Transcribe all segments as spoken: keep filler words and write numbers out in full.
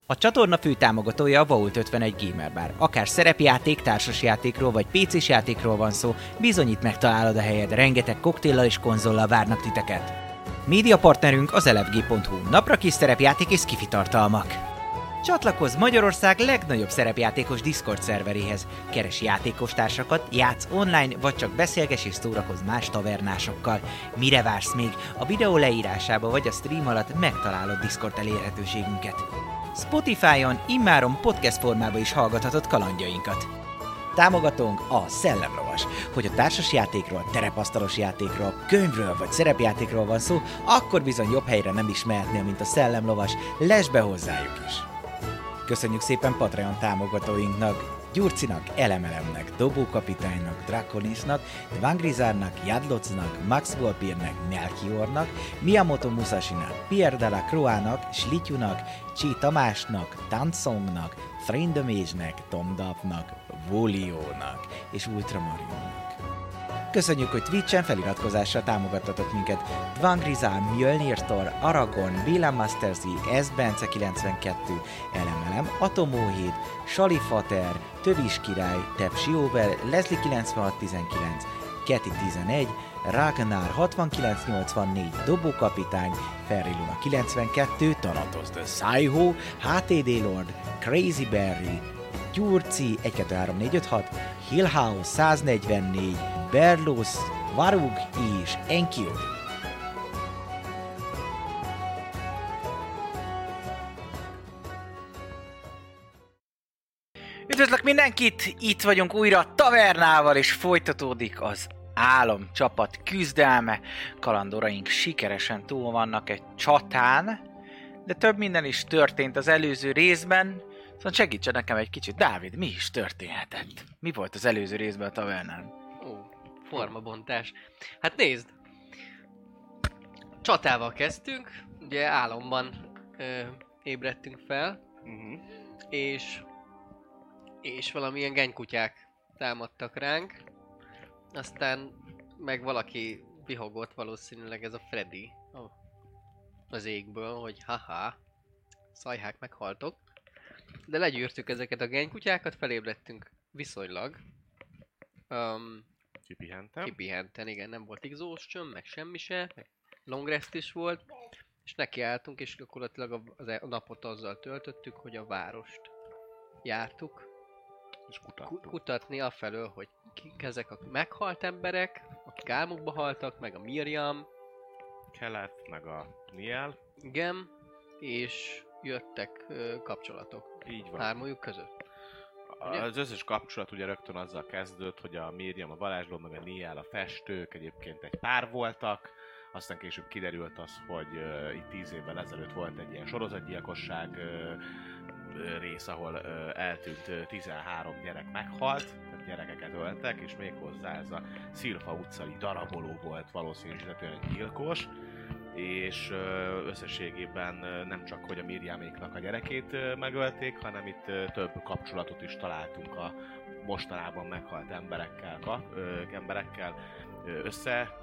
A csatorna fő támogatója a Vault ötvenegy Gamer Bar. Akár szerepjáték, társasjátékról vagy pé cés játékról van szó, bizonyít megtalálod a helyed, rengeteg koktéllal és konzollal várnak titeket. Média partnerünk az elefg pont hu, napra kis szerepjáték és skifi tartalmak. Csatlakozz Magyarország legnagyobb szerepjátékos Discord szerveréhez. Keres játékostársakat, játsz online, vagy csak beszélges és szórakozz más tavernásokkal. Mire vársz még? A videó leírásába vagy a stream alatt megtalálod Discord elérhetőségünket. Spotify-on immáron podcast formában is hallgathatod kalandjainkat. Támogatónk a Szellemlovas. Hogy a társasjátékról, terepasztalos játékról, könyvről vagy szerepjátékról van szó, akkor bizony jobb helyre nem is mehetnél, mint a Szellemlovas. Lesz be hozzájuk is! Köszönjük szépen Patreon támogatóinknak, Gyurcinak, Elemelemnek, Dobókapitánynak, Draconisnak, Dvangrizárnak, Jadlocnak, Max Volpirnek, Melchiornak, Miyamoto Musashinak, Pierre de la Croix-nak, Slityunak, Csi Tamásnak, Tansongnak, Thrindamage-nek, Tom Duffnak, Voliónak és Ultramarionnak. Köszönjük, hogy Twitchen feliratkozással támogattatok minket. Dvangrizár, Mjölnirtor, Aragon, Béla Masterzi, S. Bence kilencvenkettő, Elemelem, Atomóhíd, Salifater, Tövis Király, Tepsi Over, Leslie kilencvenhat tizenkilenc, Keti tizenegy, Ragnar hatvankilenc nyolcvannégy, Dobókapitány, Ferriluna kilencvenkettő, Thanatos the Saiho, há té dé Lord, Crazy Berry, Gyurci egy kettő három négy öt hat, Hillhouse száznegyvennégy, Berlus, Varug és Enkyo. Üdvözlök mindenkit! Itt vagyunk újra Tavernával, és folytatódik az álomcsapat küzdelme. Kalandoraink sikeresen túl vannak egy csatán, de több minden is történt az előző részben. Szóval segítsen nekem egy kicsit. Dávid, mi is történhetett? Mi volt az előző részben a tavernán? Ó, formabontás. Hát nézd! Csatával kezdtünk, ugye álomban ö, ébredtünk fel, uh-huh. és és valamilyen genykutyák támadtak ránk. Aztán meg valaki vihogott, valószínűleg ez a Freddy az égből, hogy haha, szajhák meghaltok. De legyűrtük ezeket a genykutyákat, felébredtünk viszonylag. Um, Kipihenten. Kipihenten, igen, nem volt exhaustion, meg semmi se. Long rest is volt. És nekiálltunk, és gyakorlatilag a, a napot azzal töltöttük, hogy a várost jártuk. És kutattuk. Kutatni afelől, hogy kik ezek a meghalt emberek, akik álmukba haltak, meg a Miriam. Kelet, meg a Niel. Igen, és jöttek ö, kapcsolatok. Így van. Hármójuk között. Ugye? Az összes kapcsolat ugye rögtön azzal kezdődött, hogy a Miriam, a varázsló, meg a Niel, a festők egyébként egy pár voltak. Aztán később kiderült az, hogy uh, itt tíz évvel ezelőtt volt egy ilyen sorozatgyilkosság uh, rész, ahol uh, eltűnt uh, tizenhárom gyerek meghalt, tehát gyerekeket öltek, és méghozzá ez a Szilfa utcai daraboló volt valószínűsíthetően egy gyilkos, és uh, összességében uh, nem csak, hogy a Miriaméknak a gyerekét uh, megölték, hanem itt uh, több kapcsolatot is találtunk a mostanában meghalt emberekkel, ka, uh, emberekkel uh, össze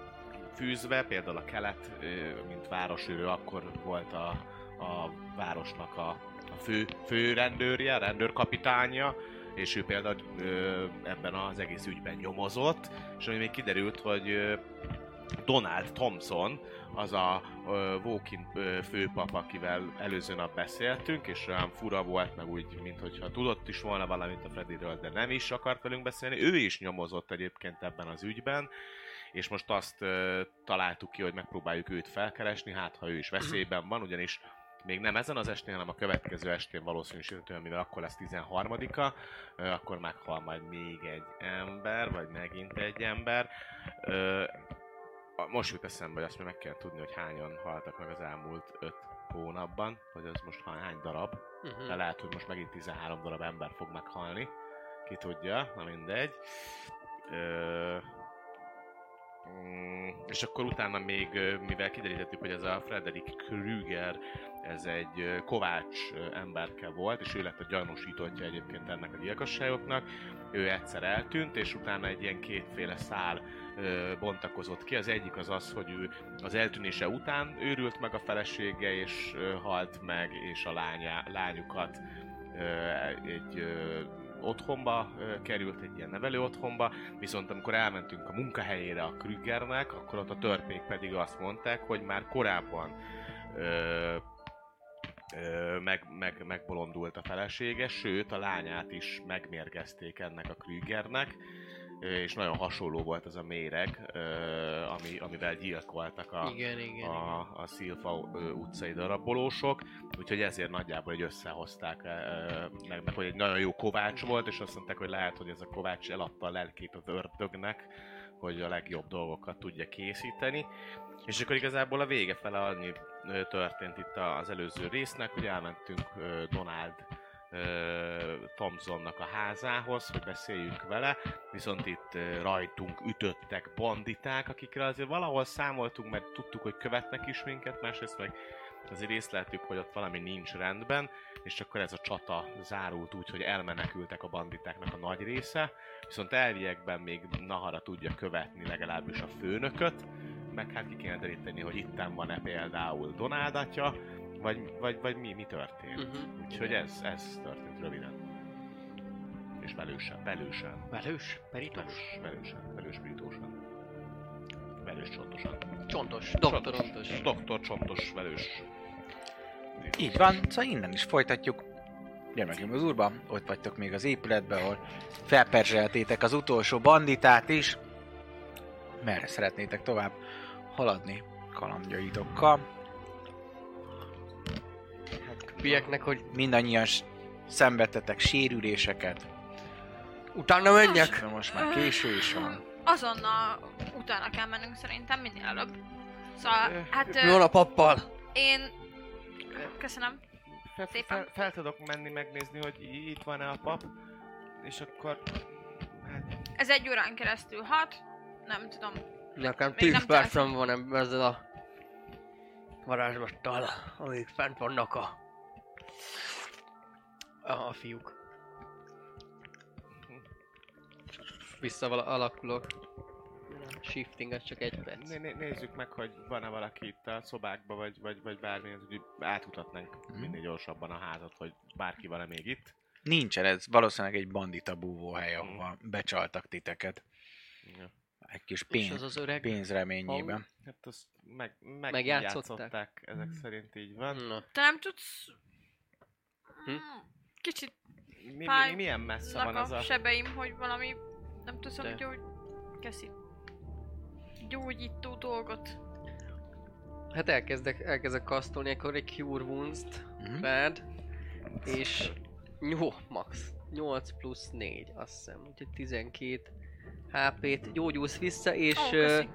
fűzve, például a Kelet, mint városőrő, akkor volt a, a városnak a, a fő, fő rendőrje, rendőrkapitánya, és ő például ö, ebben az egész ügyben nyomozott, és ami még kiderült, hogy Donald Thompson, az a ö, Walking ö, főpap, akivel előző nap beszéltünk, és olyan fura volt, meg úgy, mintha tudott is volna valamit a Freddyről, de nem is akart velünk beszélni. Ő is nyomozott egyébként ebben az ügyben, és most azt uh, találtuk ki, hogy megpróbáljuk őt felkeresni, hát ha ő is veszélyben van, ugyanis még nem ezen az estén, hanem a következő estén valószínűsítően, mivel akkor lesz tizenharmadika, uh, akkor meghal majd még egy ember, vagy megint egy ember. Uh, most jut eszembe, hogy azt még meg kell tudni, hogy hányan haltak meg az elmúlt öt hónapban, hogy az most hány darab, uh-huh. de lehet, hogy most megint tizenhárom darab ember fog meghalni, ki tudja, na mindegy. Uh, Mm, és akkor utána még, mivel kiderítettük, hogy ez a Frederick Krueger, ez egy kovács emberke volt, és ő lett a gyanúsítottja egyébként ennek a gyilkosságoknak, ő egyszer eltűnt, és utána egy ilyen kétféle szál ö, bontakozott ki. Az egyik az az, hogy ő az eltűnése után őrült meg a felesége, és ö, halt meg, és a lánya, lányukat ö, egy ö, otthonba ö, került, egy ilyen nevelő otthonba, viszont amikor elmentünk a munkahelyére a Krügernek, akkor ott a törpék pedig azt mondták, hogy már korábban ö, ö, meg, meg, megbolondult a felesége, sőt a lányát is megmérgezték ennek a Krügernek, és nagyon hasonló volt az a méreg, ami, amivel gyilkoltak a, igen, igen, a, a Szilfa utcai darabolósok, úgyhogy ezért nagyjából egy összehozták meg, meg, hogy egy nagyon jó kovács volt, és azt mondták, hogy lehet, hogy ez a kovács eladta a lelkét az ördögnek, hogy a legjobb dolgokat tudja készíteni. És akkor igazából a vége fele annyi történt itt az előző résznek, hogy elmentünk Donald Thompsonnak a házához, hogy beszéljünk vele, viszont itt rajtunk ütöttek banditák, akikre azért valahol számoltunk, mert tudtuk, hogy követnek is minket, másrészt meg azért észleltük, hogy ott valami nincs rendben, és akkor ez a csata zárult úgy, hogy elmenekültek a banditáknak a nagy része, viszont elviekben még Nahara tudja követni legalábbis a főnököt, meg hát ki kéne deríteni, hogy itten van-e például Donald atya, Vagy, vagy, vagy mi, mi történt. Uh-huh. Úgyhogy ez, ez történt röviden. És velősen, velősen. Velős? Perítós? Velős, velősen, velős pirítósan. Velős csontosan. Csontos, doktorontos. Doktor csontos, velős. Így van, szóval innen is folytatjuk. Gyermekem az úrba, ott vagytok még az épületben, ahol felperzseltétek az utolsó banditát is. Merre szeretnétek tovább haladni kalandjaitokkal? Bieknek, hogy Mindannyian s- szenvedtetek sérüléseket. utána menjek. De most már késő is van. Azonnal utána kell mennünk szerintem, minél előbb. Szóval, hát Mi van ö, a pappal? én... Köszönöm. Fel, Szépen. fel, fel tudok menni megnézni, hogy itt van-e a pap, és akkor... Hát, Ez egy órán keresztül hat. Nem tudom. Nekem Még tíz nem percem van eb- ezzel a varázslattal, amíg fent vannak a... a, a fiúk. Visszaalakulok. Shifting, az csak egy perc. né- né- nézzük meg, hogy van-e valaki itt a szobákba, vagy, vagy, vagy bármi, hogy átmutatnánk Mhm. minél gyorsabban a házat, hogy bárki van-e még itt. Nincsen, ez valószínűleg egy bandita búvóhely, ahova becsaltak titeket. Ja. Egy kis És pénz, az az öreg? pénzreményében. Hát azt meg, meg Megjátszották? játszották, ezek szerint így van. Na. Te nem tudsz... Hm? Kicsit Mi, mi, Fáj- milyen messze van a az a... sebeim, hogy valami... Nem tudom, De. gyógy... Keszi. Gyógyító dolgot. Hát elkezdek, elkezdek kasztolni, akkor egy Cure Wounds-t Mhm. rád, és jó, max. nyolc plusz négy, azt hiszem, úgyhogy tizenkét há pét gyógyulsz vissza, és Ó, ö, köszi.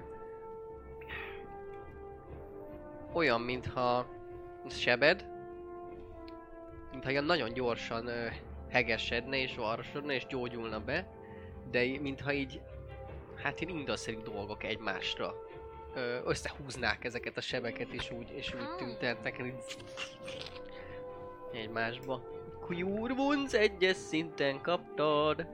olyan, mintha sebed, mintha ilyen nagyon gyorsan ö, hegesedne és varrosodna és gyógyulna be, de í- mintha így, hát ilyen indaszerű dolgok egymásra ö, összehúznák ezeket a sebeket, és úgy, és úgy tüntetnek így egymásba. Cure Wounds egyes szinten kaptad.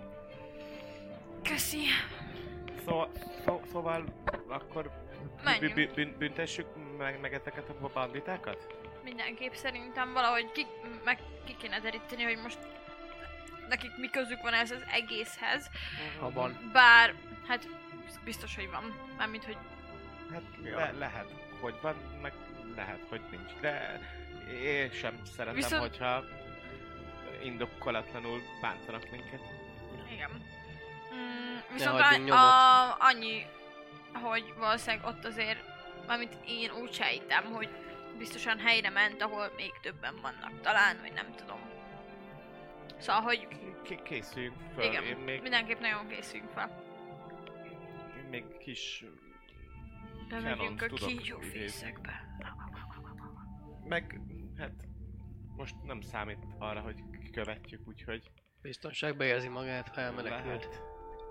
Köszi. Szóval, szó, szóval akkor Menjünk. bü- bü- büntessük meg, meg ezeket a banditákat? Mindenképp szerintem valahogy ki, meg ki kéne deríteni, hogy most nekik mi közük van ez az egészhez. Ha van. Bár, hát biztos, hogy van. Mármint, hogy Hát Ja. le, lehet, hogy van, meg lehet, hogy nincs. De én sem szeretem, Viszont- hogyha indokolatlanul bántanak minket. igen. Mm, viszont hagyjunk a, nyomot. a, annyi, hogy valószínűleg ott azért, mármint én úgy sejtem, hogy biztosan helyre ment, ahol még többen vannak talán, vagy nem tudom. Szóval, hogy K- készüljünk föl. igen, Én még, mindenképp nagyon készüljünk fel. én még kis... Bemegyünk a Canont tudok kígyó idézni. fészekbe. Meg, hát most nem számít arra, hogy követjük, úgyhogy Biztonságban érzi magát, ha elmenekült. lehet.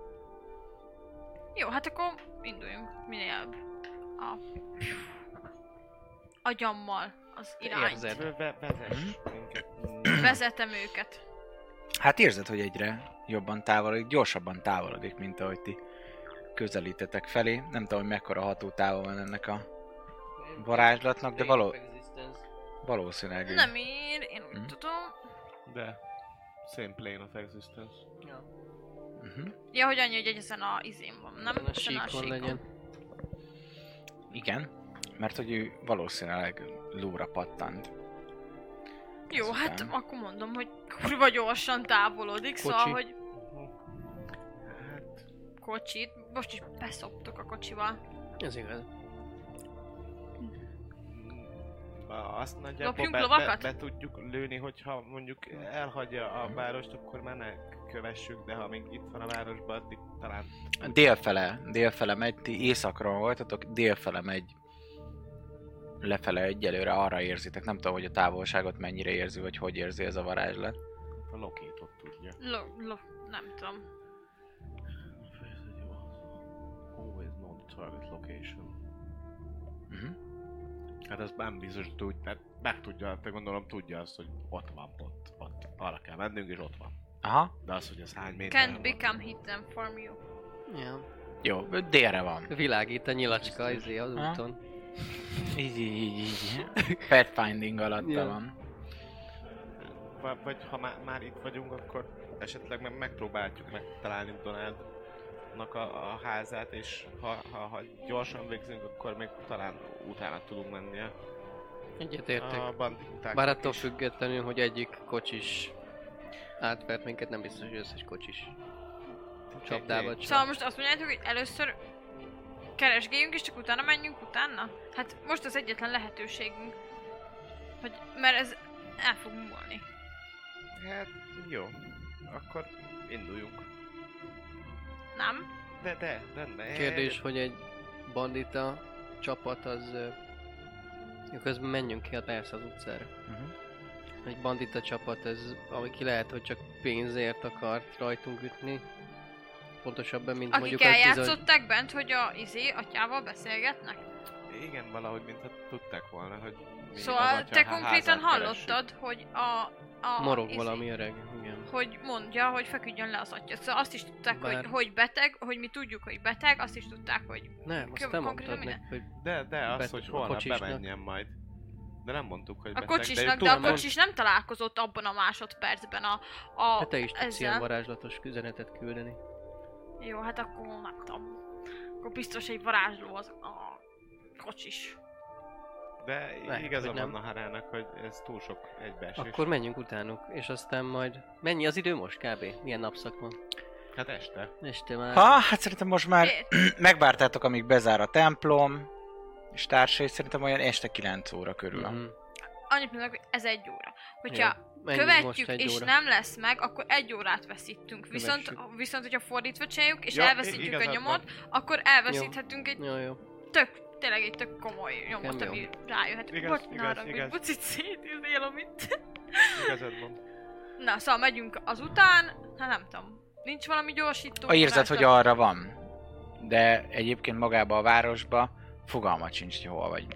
Jó, hát akkor induljunk minél előbb. A... agyammal az irányt. Érzed. Ve- ve- vezess minket. Vezetem őket. Hát érzed, hogy egyre jobban távolodik, gyorsabban távolodik, mint ahogy ti közelítetek felé. Nem tudom, hogy mekkora hatótáva van ennek a varázslatnak, de való, valószínűleg... Nem ír, én úgy Hm? tudom. De... Same plane of existence. Ja. Uh-huh. Ja, hogy annyi, hogy ezen a izén van, nem? Ezen a Ezen a síkon legyen. Igen, mert hogy ő valószínűleg lóra pattant. Jó, Ezután. hát akkor mondom, hogy kurva gyorsan távolodik, Kocsi. szóval, hogy Hát... kocsit, most is beszoptok a kocsival. Ez igaz. Azt nagyjából Lopjunk be, be, lovakat? be tudjuk lőni, hogyha mondjuk elhagyja a várost, akkor már ne kövessük, de ha még itt van a városban, addig talán... Délfele, délfele megy, ti északról voltatok, délfele megy lefele egyelőre, arra érzitek. Nem tudom, hogy a távolságot mennyire érzi, vagy hogy érzi ez a varázslat. A lokétot tudja. Lo, lo, nem tudom. Always know the target location. Uh-huh. Hát ez nem biztos, hogy hát meg tudja, te gondolom tudja azt, hogy ott van pont, ott arra kell mennünk, és ott van. Aha, De az, hogy ez hány méter Can't become hidden from you. Ja. jó, délre van. Világít a nyilacska izé az Ha? úton. Így, így, így, így. Pathfinding alatta Ja. van. Vagy, vagy ha má, már itt vagyunk, akkor esetleg meg megpróbáljuk megtalálni Donaldnak a, a házát, és ha, ha, ha gyorsan végzünk, akkor még talán utána tudunk menni a, Egyetértek. a banditáknak Bár attól is. függetlenül, hogy egyik kocsis átvert minket, nem biztos, hogy összes kocsis csapdába Egy- Szóval most azt mondjátok, hogy először keresgéljünk, és csak utána menjünk utána? Hát most az egyetlen lehetőségünk. Hogy, mert ez el fog múlni. Hát jó, akkor induljunk. Nem? De, de, rendben. Kérdés, hogy egy bandita csapat az... ö, jó, közben menjünk ki, hát persze az utcára. Uh-huh. Egy bandita csapat, ez, ami ki lehet, hogy csak pénzért akart rajtunk ütni. Pontosabban, mint Akik mondjuk az bizony... eljátszották bent, hogy a izé atyával beszélgetnek? Igen, valahogy mintha tudták volna, hogy mi az Szóval atya te há- konkrétan házát keressük. hallottad, hogy a... a Morog izé, valami öreg, igen. hogy mondja, hogy feküdjön le az atya. Szóval azt is tudták, Bár- hogy, hogy beteg, hogy mi tudjuk, hogy beteg, azt is tudták, hogy... Nem, azt Kö- nem konkrétan mondtad minden? neki, hogy De, de az, Bet- hogy a holnap kocsisnak. bemenjen majd. De nem mondtuk, hogy A beteg, kocsisnak, ő de a tudja- kocsis nem találkozott abban a másodpercben a... a hát te is tudsz ezzel. ilyen varázslatos üzenetet küldeni. Jó, hát akkor nem tudom. Akkor biztos egy varázsló az a kocsis. De Lehet, igaza hogy van nem. a Harának, hogy ez túl sok egybeesés. Akkor menjünk utánuk, és aztán majd... Mennyi az idő most kb? Milyen napszak van? Hát este. Este már... Ha, hát szerintem most már É, megvártátok, amíg bezár a templom, és társai, szerintem olyan este kilenc óra körül. Mhm. annyit mondok, hogy ez egy óra. Hogyha Jó, menjünk most követjük egy és óra. nem lesz meg, akkor egy órát veszítünk. Viszont, Kövessük. viszont hogyha fordítva csináljuk és Ja, elveszítjük a igazad nyomot, van. akkor elveszíthetünk egy Jó, jó. tök, tényleg egy tök komoly nyomot, Nekem jó. ami rájöhet. Igaz, Bocs, ne igaz, haragudj, igaz. bucit szétírnél, itt. Igazad van. Na, szóval megyünk azután, hát nem tudom. Nincs valami gyorsító? A érzet, hogy varázslat? arra van. De egyébként magába a városba fogalmat sincs, hogy hol vagy.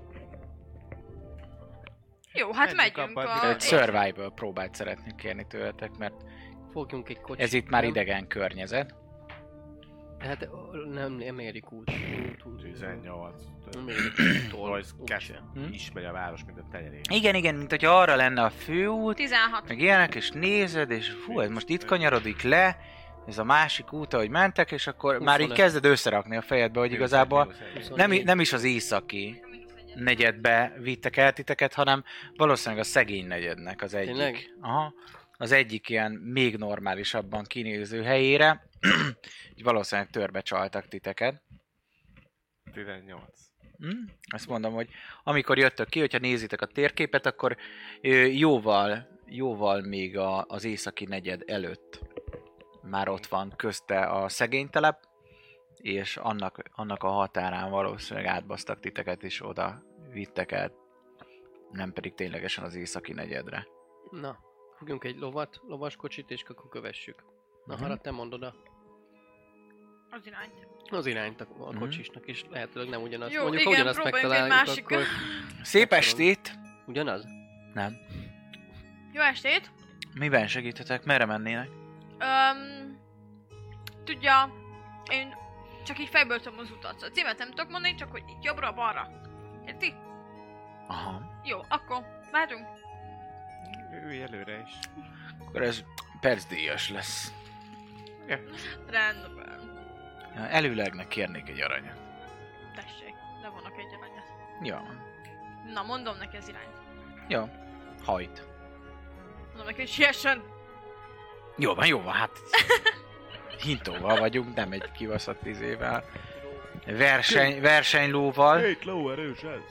Jó, hát Menjünk megyünk abba, a... Egy Egy survival próbát szeretnék kérni tőletek, mert Fogjunk egy kocsit. ez itt már nem? idegen környezet. Hát ö, nem, nem érik út. út, út tizennyolc. Nem érik úttól. Royce kezd úgyse. Hm? is megy a város, mint a tenyerén. Igen, igen, mint hogyha arra lenne a főút, tizenhat. meg ilyenek, és nézed, és fú, ez most itt kanyarodik le, ez a másik út, ahogy mentek, és akkor már így huszonöt. kezded összerakni a fejedbe, hogy igazából huszonnégy. nem, i- nem is az északi negyedbe vittek el titeket, hanem valószínűleg a szegény negyednek az egyik. Tényleg? Aha, az egyik ilyen még normálisabban kinéző helyére, így valószínűleg törbe csaltak titeket. tizennyolc. Hm? Azt mondom, hogy amikor jöttök ki, hogyha nézitek a térképet, akkor ö, jóval, jóval még a, az északi negyed előtt már ott van közte a szegénytelep, és annak, annak a határán valószínűleg átbasztak titeket, és oda vittek el, nem pedig ténylegesen az északi negyedre. Na, fogjunk egy lovat, lovaskocsit, és akkor kövessük. Na, Mhm. Hara, te mondod a, Az irányt. az irányt a, a Mhm. kocsisnak, és lehetőleg nem ugyanaz. Jó, Mondjuk, ha igen, ugyanazt próbáljunk egy megtaláljuk, másik- akkor... Szép Akkor- estét! Ugyanaz? Nem. Jó estét! Miben segíthetek? Merre mennének? Öm, tudja, én csak így fejből tudom az utat. Szóval címet nem tudok mondani, csak hogy itt jobbra, balra. Érti? Aha. Jó, akkor várjunk. Ülj előre is. Akkor ez percdíjas lesz. Rendben. Előlegnek kérnék egy aranyat. Tessék, levonok egy aranyat. Jó. Na, mondom neki az irányt. Jó. Hajt. Mondom neki, hogy siessen. Jó van, jó van, hát... Hintóval vagyunk, nem egy kibaszott izével. Verseny, versenylóval. Két ló erős ez.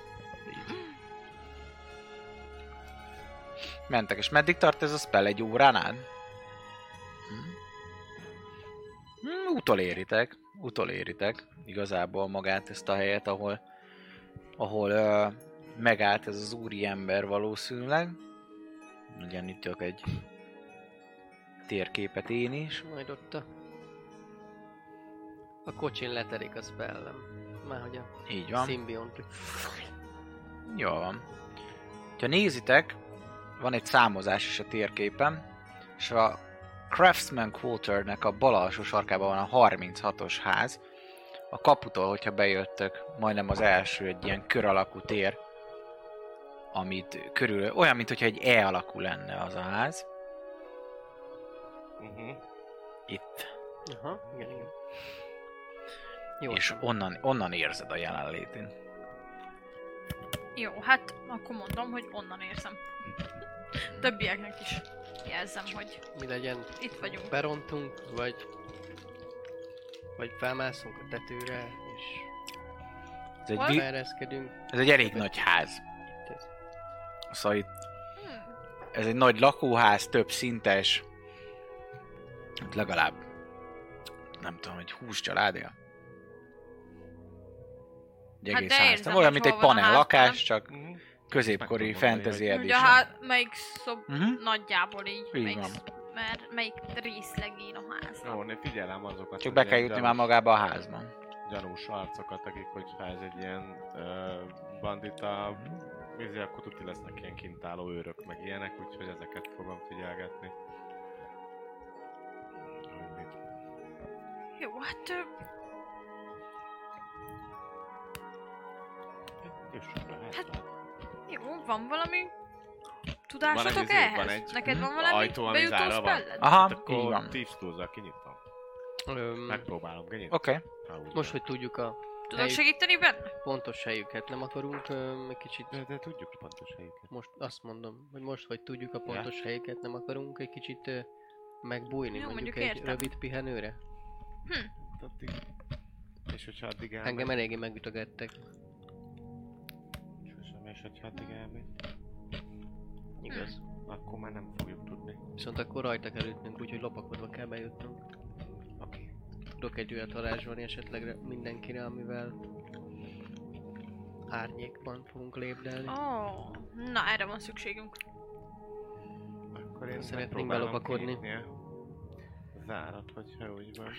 Mentek, és meddig tart ez a spell? Egy órán át? Hm? Hm, utoléritek. Utoléritek. Igazából magát ezt a helyet, ahol ahol uh, megállt ez az úri ember valószínűleg. Ugyan itt csak egy térképet én is. Majd ott a... A kocsin leterik a spellem. Már hogy a Így van. szimbiont. Jó van. Ha nézitek, van egy számozás is a térképen, és a Craftsman Quarternek a bal alsó sarkában van a harminchatos ház. A kaputól, hogyha bejöttök, majdnem az első egy ilyen kör alakú tér, amit körül, olyan, mintha egy E alakú lenne az a ház. Uh-huh. Itt. Aha, igen, igen. Jó. És onnan, onnan érzed a jelenlétén. Jó, hát akkor mondom, hogy onnan érzem. Többieknek is jelzem, hogy Mi legyen? itt vagyunk. Berontunk, vagy... Vagy felmászunk a tetőre, és... Ez egy, Hol? vi- Beereszkedünk. ez egy elég nagy ház. Itt ez. Szóval itt, Hmm. ez egy nagy lakóház, több szintes. Itt legalább, nem tudom, hogy húsz család él. Egy Hát egész de ház. érzem, Olyan, hogy mint egy hol van a panel házban. lakás, csak Uh-huh. középkori Meg tudom fantasy mondani, Ugye, edition. hát melyik szob Mhm. nagyjából így, Így melyik, van. mert melyik részlegén a háznak. Jó, én figyelem azokat. Csak az be kell ilyen jutni gyanús- már magába a házban. Gyanús arcokat, akik, hogyha ez egy ilyen ö, bandita, vízi, akkor tuti lesznek ilyen kintáló őrök, meg ilyenek, úgyhogy ezeket fogom figyelgetni. Hogy mit. Jó, hát ö, Jussunk le, hát, Hát- hát jó, van valami tudásotok Van egy izé, ehhez? van egy Neked van Mhm. valami ajtó, ami bejutó zárva van. spelled? Aha, hát így akkor van. Thieves Tools-zal kinyitom. Öm, Megpróbálom kinyitni. Oké. Okay. Ha úgy most, van. hogy tudjuk a Tudod helyük, segíteni benne? pontos helyüket, nem akarunk öm, egy kicsit... De, de tudjuk pontos helyüket. Most azt mondom, hogy most, hogy tudjuk a pontos helyüket, nem akarunk egy kicsit ö, megbújni, Jó, mondjuk, mondjuk egy értem. rövid pihenőre. Hm. Addig. És hogyha addig elmegy. Engem eléggé megütögettek. Sosem, és hogyha addig elmegy, Igaz. akkor már nem fogjuk tudni. Viszont akkor rajta kell ütnünk, úgyhogy lopakodva kell bejutnunk. Oké. Tudok egy olyat varázsolni esetleg mindenkire, amivel árnyékban fogunk lépdelni. Ó, oh, na erre van szükségünk. Akkor én Szeretnénk megpróbálom belopakodni. kinyitni a zárat, hogyha úgy van.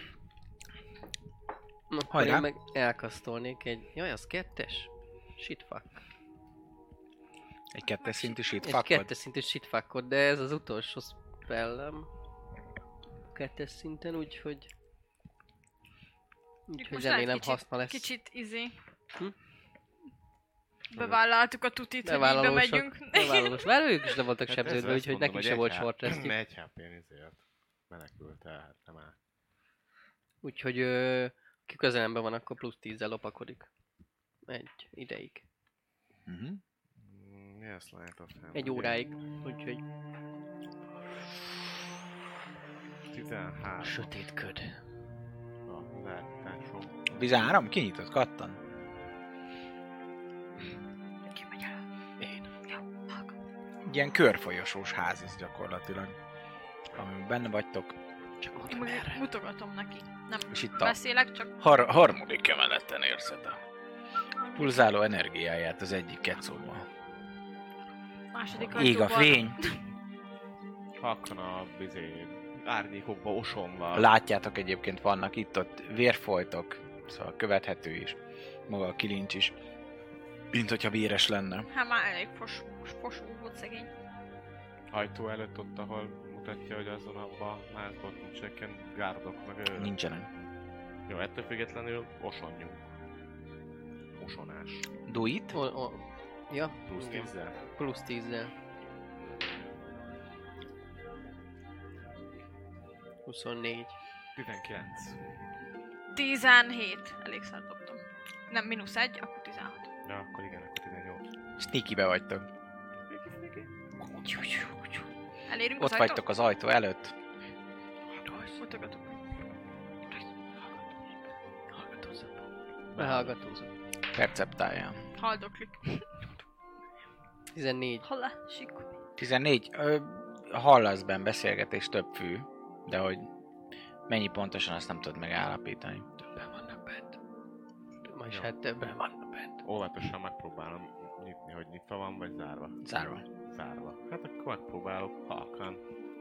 Akkor Hajrá. én meg elkasztolnék egy... Jaj, az kettes? Shitfuck. Egy kettes szintű Egy shitfuckod. kettes szintű shitfuckot, de ez az utolsó spellem. Kettes szinten, úgyhogy... Úgyhogy Most remélem lehet haszna lesz. Kicsit izé. Hm? Bevállaltuk a tutit, hogy így Bevállalósak. bemegyünk. Bevállalós. Már ők is le voltak Hát sebződve, ezzel úgyhogy azt mondom, nekik se hogy volt egy short há- restjük. Egy há pén izért menekült el, hát nem áll. Úgyhogy ö, ki közelemben van, akkor plusz tízzel lopakodik. Egy ideig. Uh-huh. Mm, Mi azt lehet ott nem? Egy ugye? óráig. Úgyhogy... tizenhárom. Sötét köd. A látásom. tizenhárom? Kinyitott, kattan. Ki megy el? Én. Jó, hallgatom. Egy ilyen körfolyosós ház ez gyakorlatilag. Amiben benne vagytok. Csak Én mondom meg erre. mutogatom neki. Nem És itt a- beszélek, csak Har- harmadik emeleten érzed a pulzáló energiáját az egyik kecóban. második Ég a ajtóban- fény. Hakkan a bizé, árnyékokba osonva. Látjátok egyébként vannak itt-ott vérfolytok, szóval követhető is. Maga a kilincs is. Mint hogyha véres lenne. Hát már elég fos, fosú volt szegény. Ajtó előtt ott, ahol mutatja, hogy azon abban a házban nincsenek ilyen gárdok, meg őrök. Nincsenek. Jó, ettől függetlenül osonjunk. Osonás. Do it. O, o, ja, Plusz igen. tízzel. Plusz tízzel. huszonnégy. tizenkilenc. tizenhét. Elég szar dobtam. Nem, mínusz egy, akkor tizenhat. Ja, akkor igen, akkor tizennyolc. Sneaky-be vagytok. Elérünk Ott az vagytok az ajtó előtt. Mutogatok. Behallgatózom. Perceptálja. Haldoklik. tizennégy. Hallá, sikko. tizennégy. Ö, hallasz benn beszélgetés, több fű, de hogy mennyi pontosan, azt nem tudod megállapítani. Többen vannak bent. Ma is Jó. hát többen vannak bent. Óvatosan megpróbálom nyitni, hogy nyitva van, vagy zárva. Zárva. Zárva. Hát akkor megpróbálok halkan.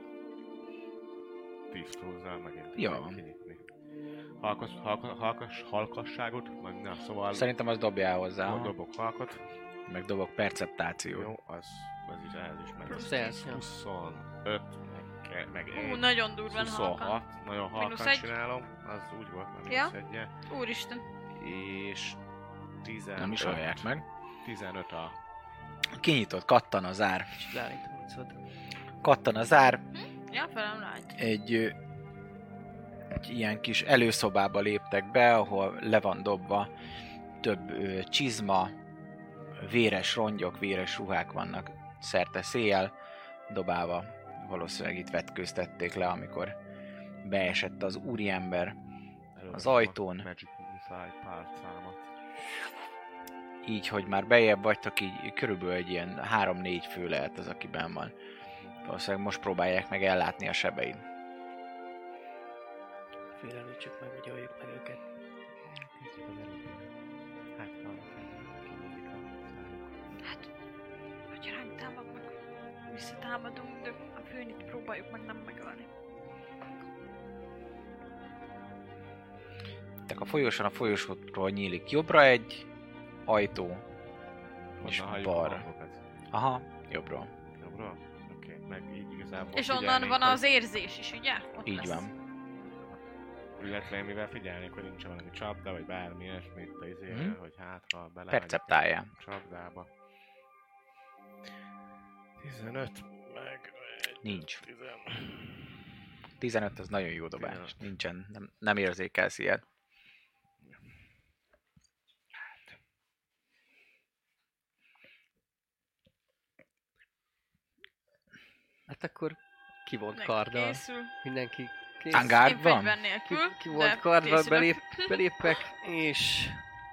tíz túlzal megint Jó meg van. kinyitni. Halkas, halka, halkas, halkasságot, meg na, szóval Szerintem az dobjál hozzá, hogy ha? dobok halkot. Meg dobok perceptációt. Jó, az, az is ehhez is meg. Plusz tíz, ja. huszonöt, meg, meg Ú, egy. nagyon durván halkan. huszonhat, nagyon Mínusz halkan egy. csinálom, az úgy volt, nem Ja. mínusz egye. Úristen. És tizenöt, Nem is hallják meg. tizenöt a... Kinyitott, kattan a zár. És leállítom. Kattan a zár. Ja, felem lágy. Egy, ö, egy ilyen kis előszobába léptek be, ahol le van dobva több ö, csizma, véres rongyok, véres ruhák vannak szerte széjjel dobálva. Valószínűleg itt vetkőztették le, amikor beesett az úriember. Az ajtón. Magic Missile pálcámat. Így, hogy már bejebb vagytok, így körülbelül egy ilyen három-négy fő lehet az, aki benn van. Valószínűleg most próbálják meg ellátni a sebeid. Félemlítsük meg, hogy oldjuk meg őket. Kezdjük az előbb. Hát, ha kinyílik a száruk. Hát, hogyha ránk támadnak, visszatámadunk, de a főnit próbáljuk meg nem megölni. Tehát a folyosón, a folyosótról nyílik jobbra egy ajtó, és Honnan halljuk a balra. hangokat? Aha, jobbra. Jobbra? Oké, okay. Meg így igazából És onnan figyelnénk, van hogy- az érzés is, ugye? Ott Így lesz. van. Illetve mivel figyelnék, hogy nincs valami csapda, vagy bármi ilyesmi itt a izére, Mhm. hogy hát ha bele Perceptálja. csapdába. tizenöt, meg egy, Nincs. tizen... tizenöt az nagyon jó dobás. tizenöt. Nincsen, nem, nem érzékelsz ilyet. Hát akkor kivont Neki karddal. készül. Mindenki kész. Hangár Én van? fegyver Ki, nélkül, ki de volt karddal, készülök. belép, belépek, és...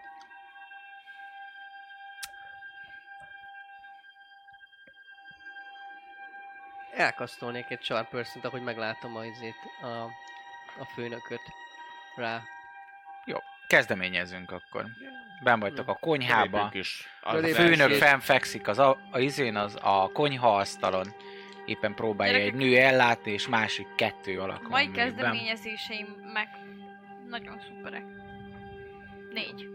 Elkasztolnék egy Sharp Person-t, ahogy meglátom a, izét, a, a főnököt rá. Jó, kezdeményezünk akkor. Benn vagytok a konyhába. Belépünk is. Az A Belépünk főnök is. fennfekszik az a, a izén, az a konyhaasztalon. Éppen próbálja egy Gyerekek. nő ellátni, és másik kettő alak A van mai még benn. kezdeményezéseim meg nagyon szuperek. Négy.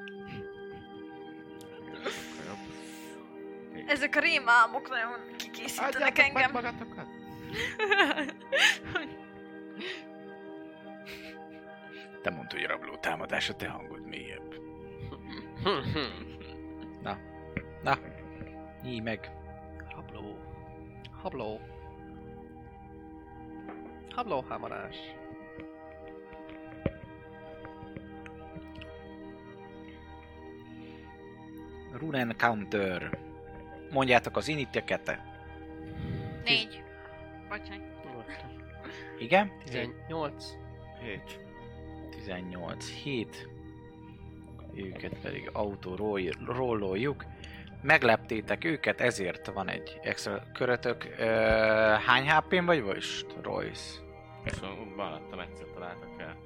Ezek a rémálmok nagyon kikészítenek engem. magatokat! Te mondtad, hogy rabló támadás, a te hangod mélyebb. Na, na, nyíj meg. Habló. Habló. Habló hamarás. Rune Encounter. Mondjátok az initeket. Négy. Bocsánat. Igen? tizennyolc. hét. tizennyolc hét. Őket pedig autóról rolloljuk. Megleptétek őket, ezért van egy extra körötök. Ö, hány há pén vagy most, Royce? Szóval alattam egyszer találtak el.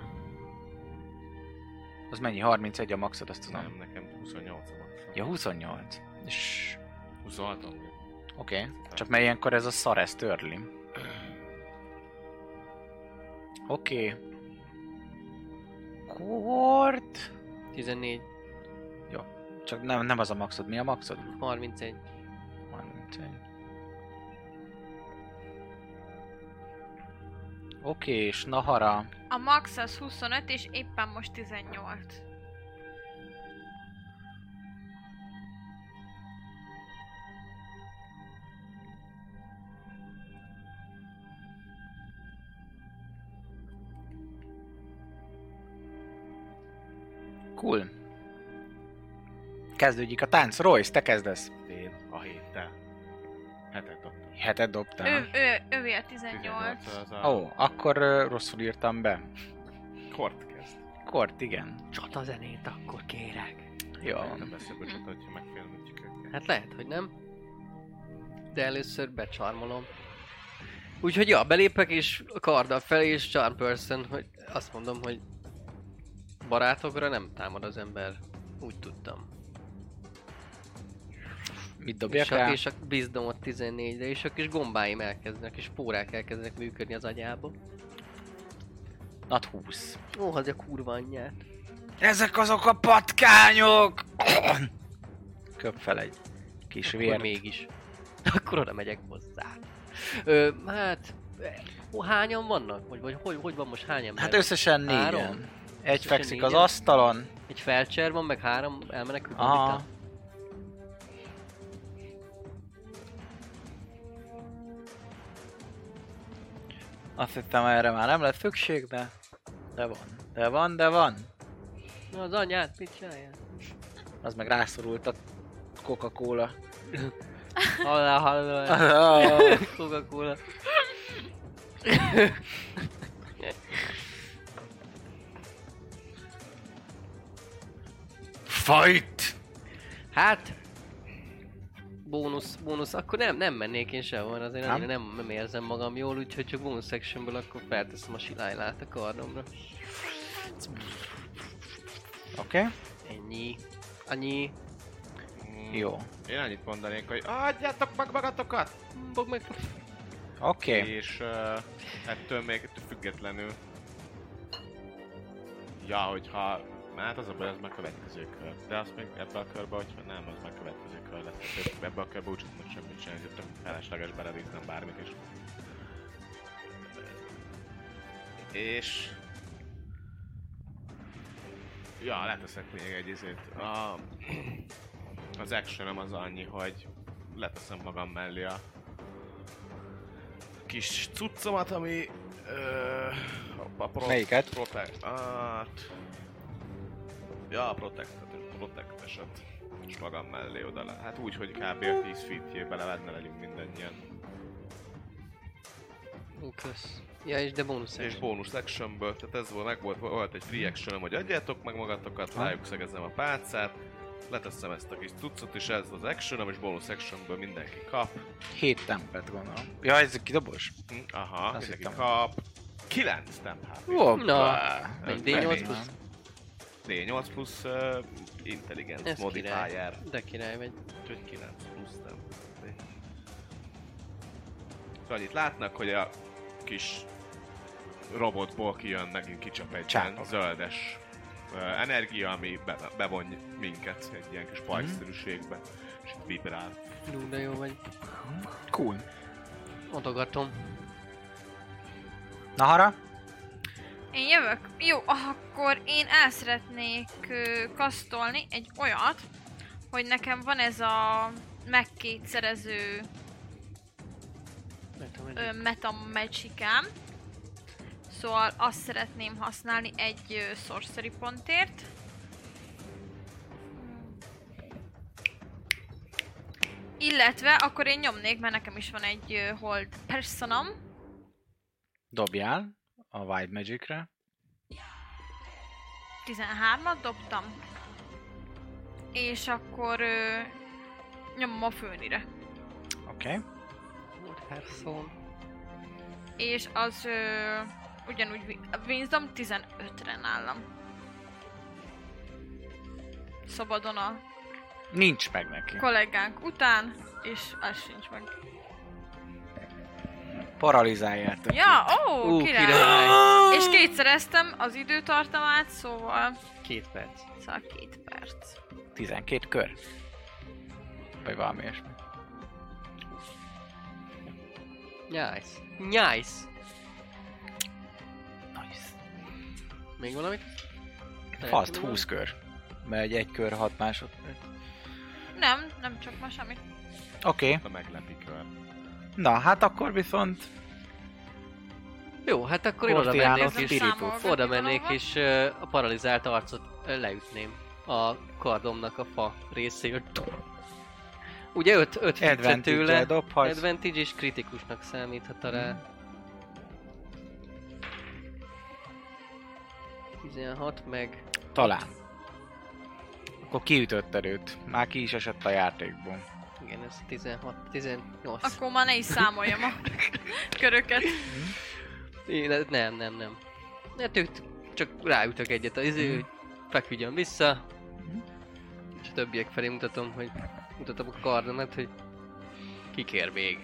Az mennyi? harmincegy a maxod, azt tudom. Nem, nekem huszonnyolc a maximum. Ja, huszonnyolc. És... huszonhaton. Oké. Okay. Csak mert ilyenkor ez a szar, ez törli. Oké. Okay. Kort... tizennégy. Csak nem, nem az a maxod. Mi a maxod? harmincegy. harmincegy. Oké, és Nahara. A max az huszonöt, és éppen most tizennyolc. Cool. Kezdődjük a tánc. Royce, te kezdesz. Én a héttel. Hetet dobtam. Hetet dobtál. Ő, ő, ővé a tizennyolc. tizennyolc az a... Ó, akkor uh, rosszul írtam be. Kort kezd. Kort, igen. Csata zenét akkor kérek. Jó. Nem lesz jobb eset, hogyha megfélmítjük őket. Hát lehet, hogy nem. De először becsarmolom. Úgyhogy ja, belépek és a karddal felé és charm person, hogy azt mondom, hogy barátokra nem támad az ember. Úgy tudtam. Mit És dobjak a, rá? és a bizdomot tizennégyre, és a kis gombáim elkezdenek, és spórák elkezdenek működni az agyába. Nat húsz. Ó, az a kurva anyját. Ezek azok a patkányok! Köp fel egy kis Akkor vért. mégis. Akkor oda megyek hozzá. Ö, hát... Hó, hányan vannak? Vagy, vagy hogy, hogy van most hány ember? Hát összesen Három? négyen. Egy Összesen fekszik az négyen? asztalon. Egy felcser van, meg három elmenekült Aha. bandita? Azt hittem, erre már nem lett szükség, de... De van. De van, de van. Na az anyát, mit csinálja? Az meg rászorult a Coca-Cola. Hallá, hallá. Coca-Cola. Fight! Hát... Bónusz, bónusz, akkor nem, nem mennék én sehol, azért Nem? nem, nem, nem érzem magam jól, úgyhogy csak bónusz sectionből akkor felteszem a silálylát a kardomra. Oké. Okay. Ennyi. Annyi. Jó. Én annyit mondanék, hogy adjátok meg magatokat! Bog meg. Oké. Okay. És uh, ettől még ettől függetlenül... Ja, hogyha... Hát az a baj, az már következő kör. De azt még ebbe a körbe, hogyha nem, az már következő kör lesz. Ebbe a körbe úgy tudnak semmit csinálni, hogy tök felesleges belevíznem bármit is. És... Ja, leteszek még egy izét. A... Az actionem az annyi, hogy leteszem magam mellé a kis cuccomat, ami... Ö, a pro, Melyiket? Protect... Hát... Ja, a protect, protect-eset. És magam mellé oda le. Hát úgy, hogy kb. tíz feet-jébe levenne legyünk mindannyian. Ó, kösz. Ja, és de bónusz És bónusz actionből, tehát ez volt, meg volt, volt egy free actionem, hogy adjátok meg magatokat, rájuk szegezem a pálcát, leteszem ezt a kis cuccot, és ez az actionem, és bónusz actionből mindenki kap. Hét tempet gondolom. Ja, ez kidobós? Hm, aha, Azt mindenki hittem. kap. kilenc temp há pé. Na, Ez egy dé nyolc kemény. plusz. dé nyolc plusz uh, intelligence Ez modifier. király. De király vagy. Úgyhogy kilenc plusz temp há pé. Szóval annyit látnak, hogy a kis robotból kijön, megint kicsap egy ilyen Csápok. zöldes uh, energia, ami be, bevonj minket egy ilyen kis pajzszerűségbe, és itt vibrál. Jó, de jó vagy. Cool. Adogatom. Nahara? Én jövök? Jó, akkor én el szeretnék ö, kasztolni egy olyat, hogy nekem van ez a megkétszerező ö, meta magicám. Szóval azt szeretném használni egy ö, sorcery pontért. Illetve akkor én nyomnék, mert nekem is van egy ö, hold personam. Dobjál a Wild Magic-re. tizenhármat dobtam. És akkor ö, nyomom a főnire. Oké. Okay. Herson. És az ö, ugyanúgy vi- a Wisdom tizenötre nálam. Szabadon a Nincs meg neki. kollégánk után, és az sincs meg. Paralizáljátok. Ja, ó, Ú, király. király. És kétszereztem az időtartamát, szóval... Két perc. Szóval két perc. tizenkét kör. Vagy valami ilyesmi. Nice. Nice. Még valamit? Fast húsz kör. Megy egy kör hat másodperc. Nem, nem csak ma semmit. Oké. Okay. A meglepi kör. Na, hát akkor viszont... Jó, hát akkor én oda Cortiano mennék és, Spiritus. oda mennék és uh, a paralizált arcot uh, leütném a kardomnak a fa részéről. Ugye öt, öt fitze Advantage-el tőle, dobhatsz. advantage és kritikusnak számíthat rá. tizenhat meg... Talán. Akkor kiütötted őt. Már ki is esett a játékból. Igen, ez tizenhat, tizennyolc. Akkor már ne is számoljam a köröket. Én, nem, nem, nem. Hát őt csak ráütök egyet az izé, hogy feküdjön vissza. És a többiek felé mutatom, hogy mutatom a kardomat, hogy kikér még.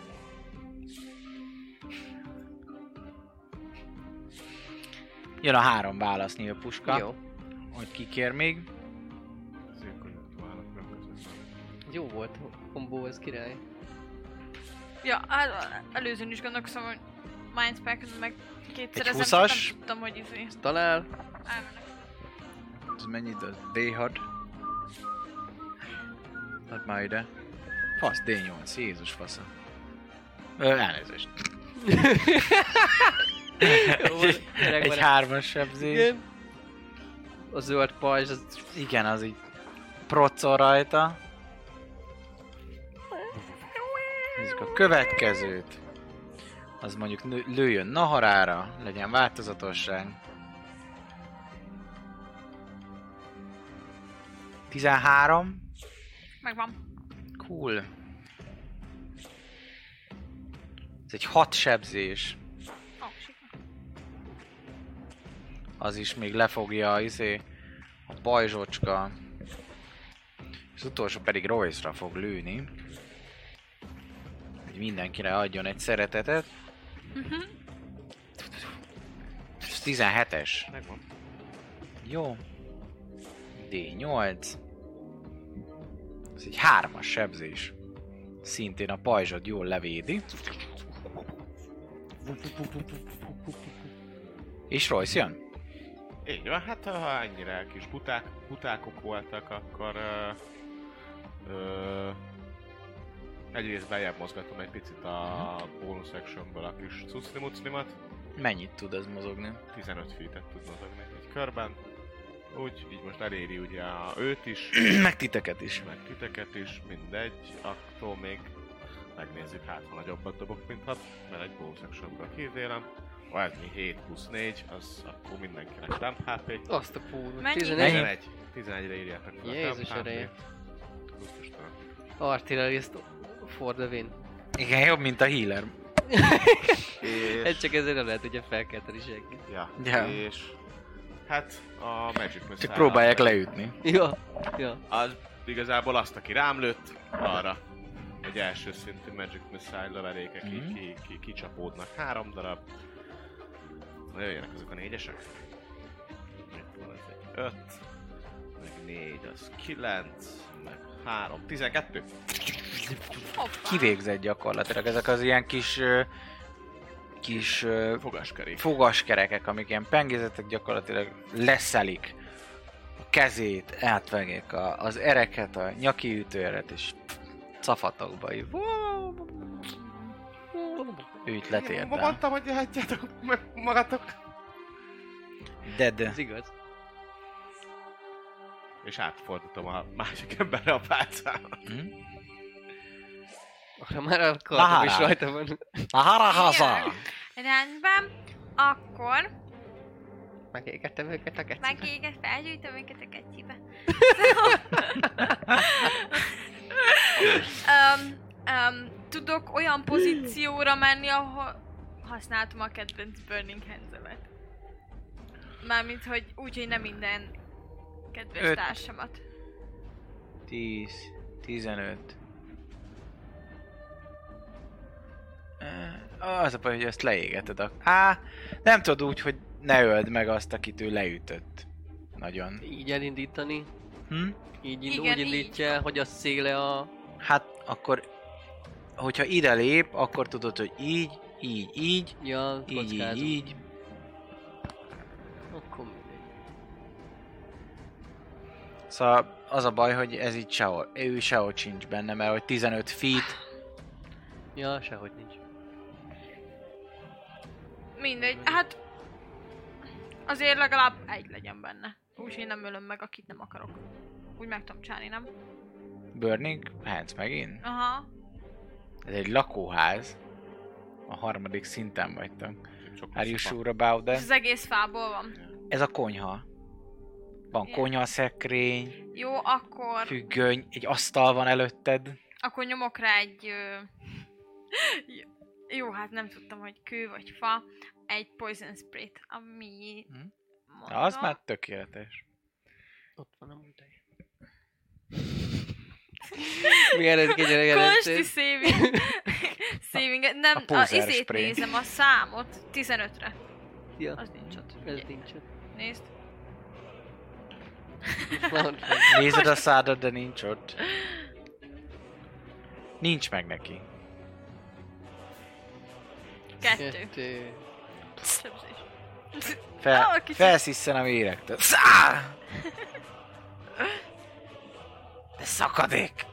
Jön a három válasz nyílpuska. Jó. Hogy kikér még. Ezért konjunktúrának nem között. Jó volt a kombó, ez király. Ja, hát előzőn is gondolkozom, hogy Mindspec meg kétszerezem, Egy csak nem húszas. tudtam, hogy izé. Talál. Elmennek. Ez mennyit az? dé hat. Hát már ide. Fasz, dé nyolc. Jézus fasza. Ö, elnézést. Jó, volt. Gyerek Egy vele. hármas sebzés. Igen. A zöld pajzs, az... Igen, az így procol rajta. Nézzük a következőt. Az mondjuk nő- lőjön Naharára, legyen változatosság. tizenhárom. Megvan. Cool. Ez egy hat sebzés. Ó, siker. Az is még lefogja izé, a pajzsocska. És az utolsó pedig Royce-ra fog lőni. Hogy mindenkire adjon egy szeretetet. Mhm. Ez tizenhetes. Megvan. Jó. dé nyolc. Ez egy hármas sebzés. Szintén a pajzsod jól levédi. És Royce jön? Így van, hát ha ennyire kis buták, butákok voltak, akkor ö, ö, egyrészt beljebb mozgatom egy picit a bonus actionből a kis cucnimucnimat. Mennyit tud ez mozogni? tizenöt feet-et tud mozogni egy körben. Úgy, így most eléri ugye a őt is, Meg titeket is. meg titeket is, mindegy. Attól még megnézzük, hát ha nagyobbat dobok, mint hat, mert egy bonus actionből kézélem. Ha ez mi hét plusz négy, az akkor mindenkinek temp há pé. Azt a kurva. Mennyi? tizenegy. tizenegy. tizenegyre írjátok fel a Jézus temp há ereje. pét. Gusztustalan. Artillerist for the win. Igen, jobb, mint a healer. Ez csak ezért nem lehet ugye felkelteni senkit. Ja. Ja. És hát a Magic Missile... Csak próbálják leütni. Ja, ja. Az igazából azt, aki rám lőtt, arra egy első szintű Magic Missile lövedékek Mhm. mm-hmm. ki, ki, kicsapódnak. Három darab. Na, jöjjenek azok a négyesek. Itt van ez egy öt, meg négy, az kilenc, meg három, tizenkettő. Kivégzett gyakorlatilag. Ezek az ilyen kis... ö, kis... ö, Fogaskerék. fogaskerekek, amik ilyen pengézetek gyakorlatilag leszelik a kezét, átvágják a, az ereket, a nyaki ütőeret, és cafatokba így. Őt letérd el. Mondtam, hogy hagyjátok meg magatok. Dead. Ez igaz. És átfordítom a másik emberre a pálcámat. Hm? Arra már a kardom is Nahara. rajta van. Ahara haza! Rendben. Akkor Megégettem őket a kecibe. megéget, felgyújtom őket a kecsibe. um, um, tudok olyan pozícióra menni, ahol használtam a kedvenc Burning Hands-emet. Mármint, hogy úgy, hogy nem minden kedves Öt. társamat. tíz, tizenöt. Az a baj, hogy ezt leégeted. A... Á, nem tudod úgy, hogy ne öld meg azt, akit ő leütött. Nagyon. Így elindítani. Hm? Így ind- Igen, úgy indítja el, hogy a széle a... Hát akkor, hogyha ide lép, akkor tudod, hogy így, így, így, Ja, így, így, kockázó. így. Akkor Szóval az a baj, hogy ez így sehol, ő sehol sincs benne, mert hogy tizenöt feet. Ja, sehogy nincs. Mindegy, hát... Azért legalább egy legyen benne. Úgyhogy én nem ölöm meg, akit nem akarok. Úgy meg tudom csinálni, nem? Burning Hands megint? Aha. Ez egy lakóház. A harmadik szinten vagytok. Sok Are you szoba. sure about Ez that? az egész fából van. Ez a konyha. Van Igen. konyhaszekrény, Jó, akkor... függöny, egy asztal van előtted. Akkor nyomok rá egy... Ö... Jó, hát nem tudtam, hogy kő vagy fa. Egy poison spray-t, ami... Hm. Mondom. Na, az már tökéletes. Ott van a mutai. Milyen ez kegyelek Consti saving. saving. Nem, A a, poser izét spray. nézem, a számot. tizenötre. Ja, Az nincs ott. ez nincs ott. Nézd. Van. Nézed a szádat, de nincs ott. Nincs meg neki. Kettő. Kettő. Sebzés. Fel, Ah, kicsit. felszisszen a méregtől. Szá! De szakadék!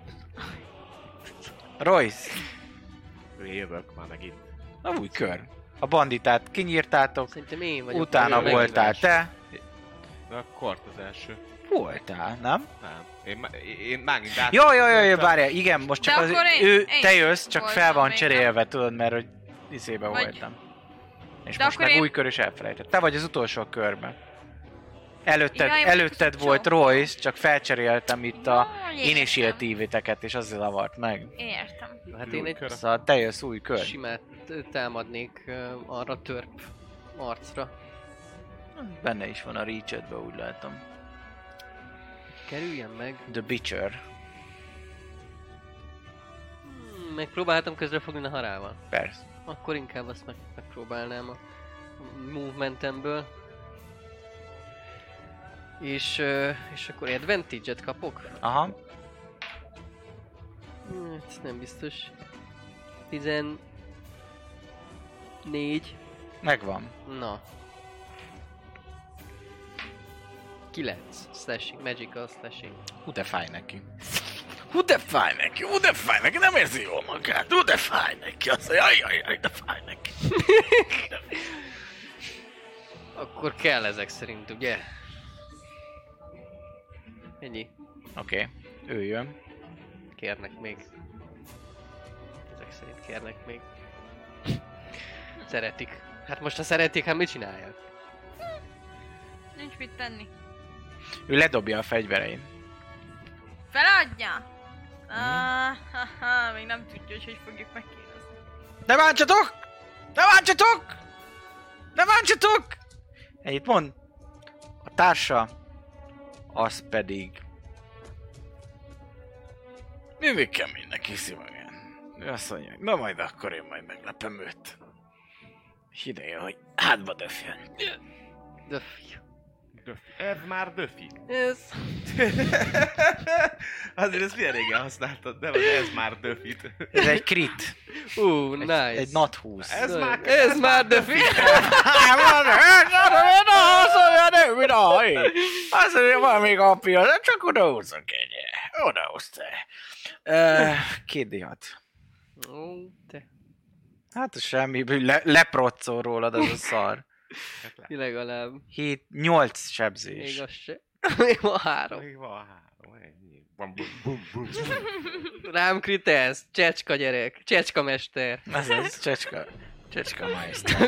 Royce! Jövök már megint. Na új kör. A banditát kinyírtátok, Szerintem én vagyok. utána Meg- voltál te. De a kort az első. Voltál, nem? Nem. Én, ma- én megint át... Jó, jó, jó, jó, várjál, igen, most csak De az, akkor én- ő, én te jössz, csak voltam fel van még, cserélve, tudod, mert hogy izébe Vagy- voltam. És De most akkor meg én- új kör is elfelejtett. Te vagy az utolsó körben. Előtted, Ja, én előtted vagyok az volt utolsó. Royce, csak felcseréltem itt a Ja, értem. initiatíviteket, és azért zavart meg. Értem. Hát én egy Kör. Szóval te jössz új kör. simát támadnék uh, arra törp arcra. Benne is van a reach-edbe, úgy látom. Kerüljen meg. The Bitcher. Hmm, megpróbáltam közrefogni a harával. Persze. Akkor inkább azt meg, megpróbálnám a a movementemből. És, uh, és akkor advantage-et kapok? Aha. Hmm, ez nem biztos. tizennégy. Megvan. Na. kilenc. Slashing. Magical slashing. Hú, de fáj neki. Hú, de fáj neki, hú, de fáj neki, nem érzi jól magát, hú, de fáj neki, azt mondja, jaj, jaj, jaj, de fáj neki. Akkor kell ezek szerint, ugye? Ennyi. Oké, okay. Ő jön. Kérnek még. Ezek szerint kérnek még. Szeretik. Hát most ha szeretik, hát mit csinálják? Nincs mit tenni. Ő ledobja a fegyverein. Feladja! Ah, ha, ha, még nem tudja, hogy hogy fogjuk megkérdezni. Ne bántsatok! Ne bántsatok! Ne bántsatok! Ennyit mond. A társa, az pedig... Mindig keménynek hiszi magán. Ő azt mondja, na majd akkor én majd meglepem őt. És ideje, hogy hátba döfjön. De Döf. Ez már döfi. ez... Azért ezt milyen régen használtad, de ez már döfit. Ez egy crit. Ú, Egy, nice. egy nat húsz. Ez Nagyon- már- Ez már döfi. Azt mondja, van még a pillanat, csak odahúzok egy. Odahúzta. Két dé hat. Ó, te. Hát az semmi, le, leprocol rólad az a szar. Ki legalább. hét nyolc sebzés. Még az se. Még van három. Még van három, ennyi. Bum, bum, bum, bum. Rám kritesz. Csecska gyerek. Csecska mester. Ez az, csecska. Csecska majszter.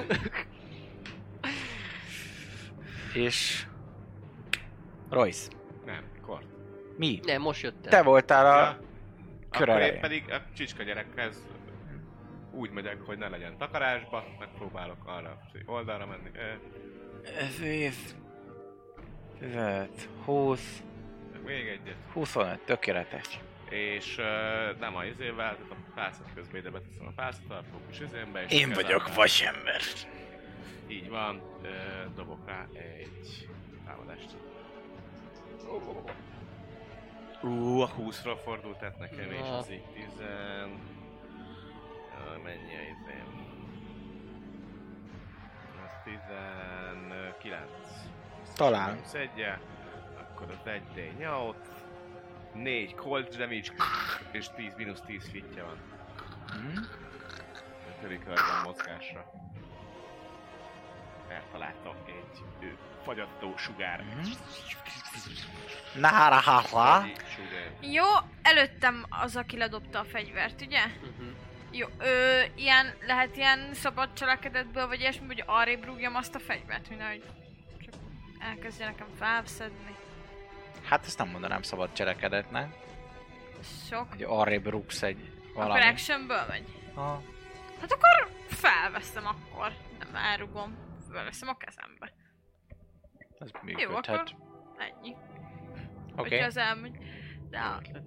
És... Royce, Nem, kort. mi? Nem, most jöttem. Te voltál a Ja. kör Akkor én elején. pedig a csicska gyerekhez úgy megyek, hogy ne legyen takarásba, megpróbálok arra oldalra menni. Ö, Ez tizenöt, húsz, Még egyet. huszonöt, tökéletes. És uh, nem a izével, tehát a pálcát közben ide beteszem a pálcatartók is izénbe. És Én a vagyok kezembe- vasember. Így van, uh, dobok rá egy támadást. Ú, a húszra fordult át nekem, és Na. az így tizen... Uh, mennyi a izém? Az tizenkilenc. Talán. Szedje, akkor az egy dé nyolc, négy cold damage, és tíz, mínusz tíz fitje van. Mhm. ötödik körben mozgásra. Eltaláltam egy ő, fagyattó sugár. Nárahaha. Egy sugár. Jó, előttem az, aki ledobta a fegyvert, ugye? Uh-huh. Jó, ö, ilyen, lehet ilyen szabad cselekedetből, vagy ilyesmi, hogy arrébb rúgjam azt a fegyvert, mint ahogy csak elkezdje nekem felszedni. Hát ezt nem mondanám szabad cselekedetnek, Sok. hogy arrébb rúgsz egy valami. Akkor actionből megy? Ha. Hát akkor felveszem akkor. Nem elrugom. Felveszem a kezembe. Ez Jó, működhet. akkor ennyi. Oké, Hogyha az elmegy. De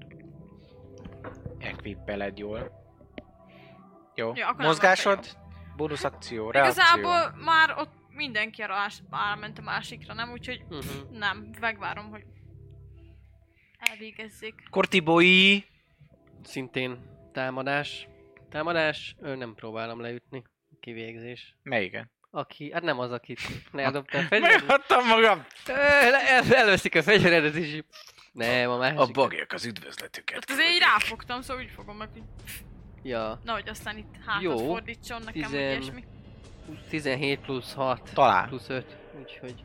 equippeled jól. Jó, Jó, akkor nem mozgásod, bónusz akció, reakció. igazából már ott mindenki ment a másikra, nem? Úgyhogy Uh-huh. nem, megvárom, hogy elvégezzék. Kortibói! Szintén támadás. Támadás, ő nem próbálom leütni. Kivégzés. Melyiken? Aki, hát nem az, akit eldobta a fegyvert. Meghattam magam! Ö, le- el- Elveszik a fegyveredet és így... Nem, a másik. A bagyok az üdvözletüket. Hát azért így ráfogtam, szóval úgy fogom meg, hogy Ja. nehogy aztán itt hátat Jó. fordítson nekem, Tizen- vagy ilyesmi. tizenhét plusz hat. Talán. Plusz öt. Úgyhogy...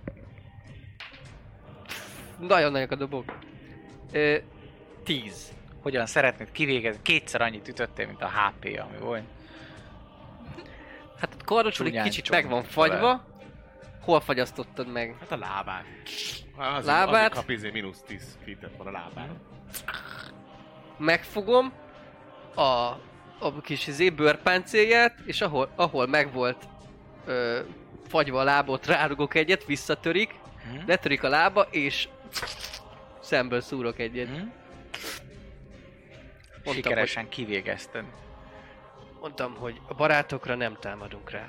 Nagyon nagyok a dobok. Ö, tíz. Hogyan szeretnéd kivégezni? Kétszer annyit ütöttél, mint a há pé, ami volt. Hát a kardocsol egy Csúnyán kicsit csomag meg van vele. fagyva. Hol fagyasztottad meg? Hát a lábát. Az, Lábát? Azért kap izé mínusz tíz fitet van a lábán. Megfogom a, a kis izé bőrpáncélját, és ahol, ahol megvolt ö, fagyva a lábot, rárugok egyet, visszatörik, Hm? letörik a lába, és szemből szúrok egyet. Hm? Mondtam, Sikeresen kivégezted. hogy, mondtam, hogy a barátokra nem támadunk rá.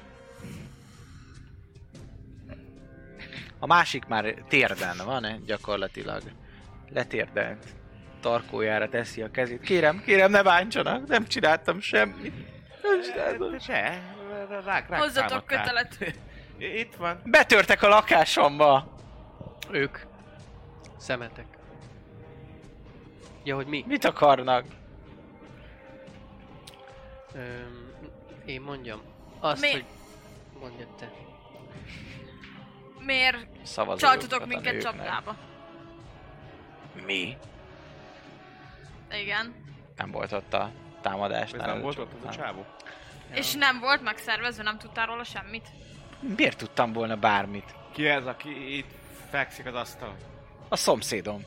A másik már térden van, gyakorlatilag. Letérdelt. Tarkójára teszi a kezét. Kérem, kérem, ne bántsanak, nem csináltam semmit. Nem csináltam. Se, rák, rák Hozzatok támadtál. kötelet. Itt van. Betörtek a lakásomba. Ők. Szemetek. Ja, hogy mi? Mit akarnak? Öm, én mondjam. Azt, Mi? hogy mondjad te. Miért Szavazójukat csaltatok a minket nőknek. csapdába? Mi? Igen. Nem volt ott a támadás. Ez nem volt ott az a csávó? És nem volt megszervezve, nem tudtál róla semmit? Miért tudtam volna bármit? Ki ez, aki itt fekszik az asztalon? A szomszédom.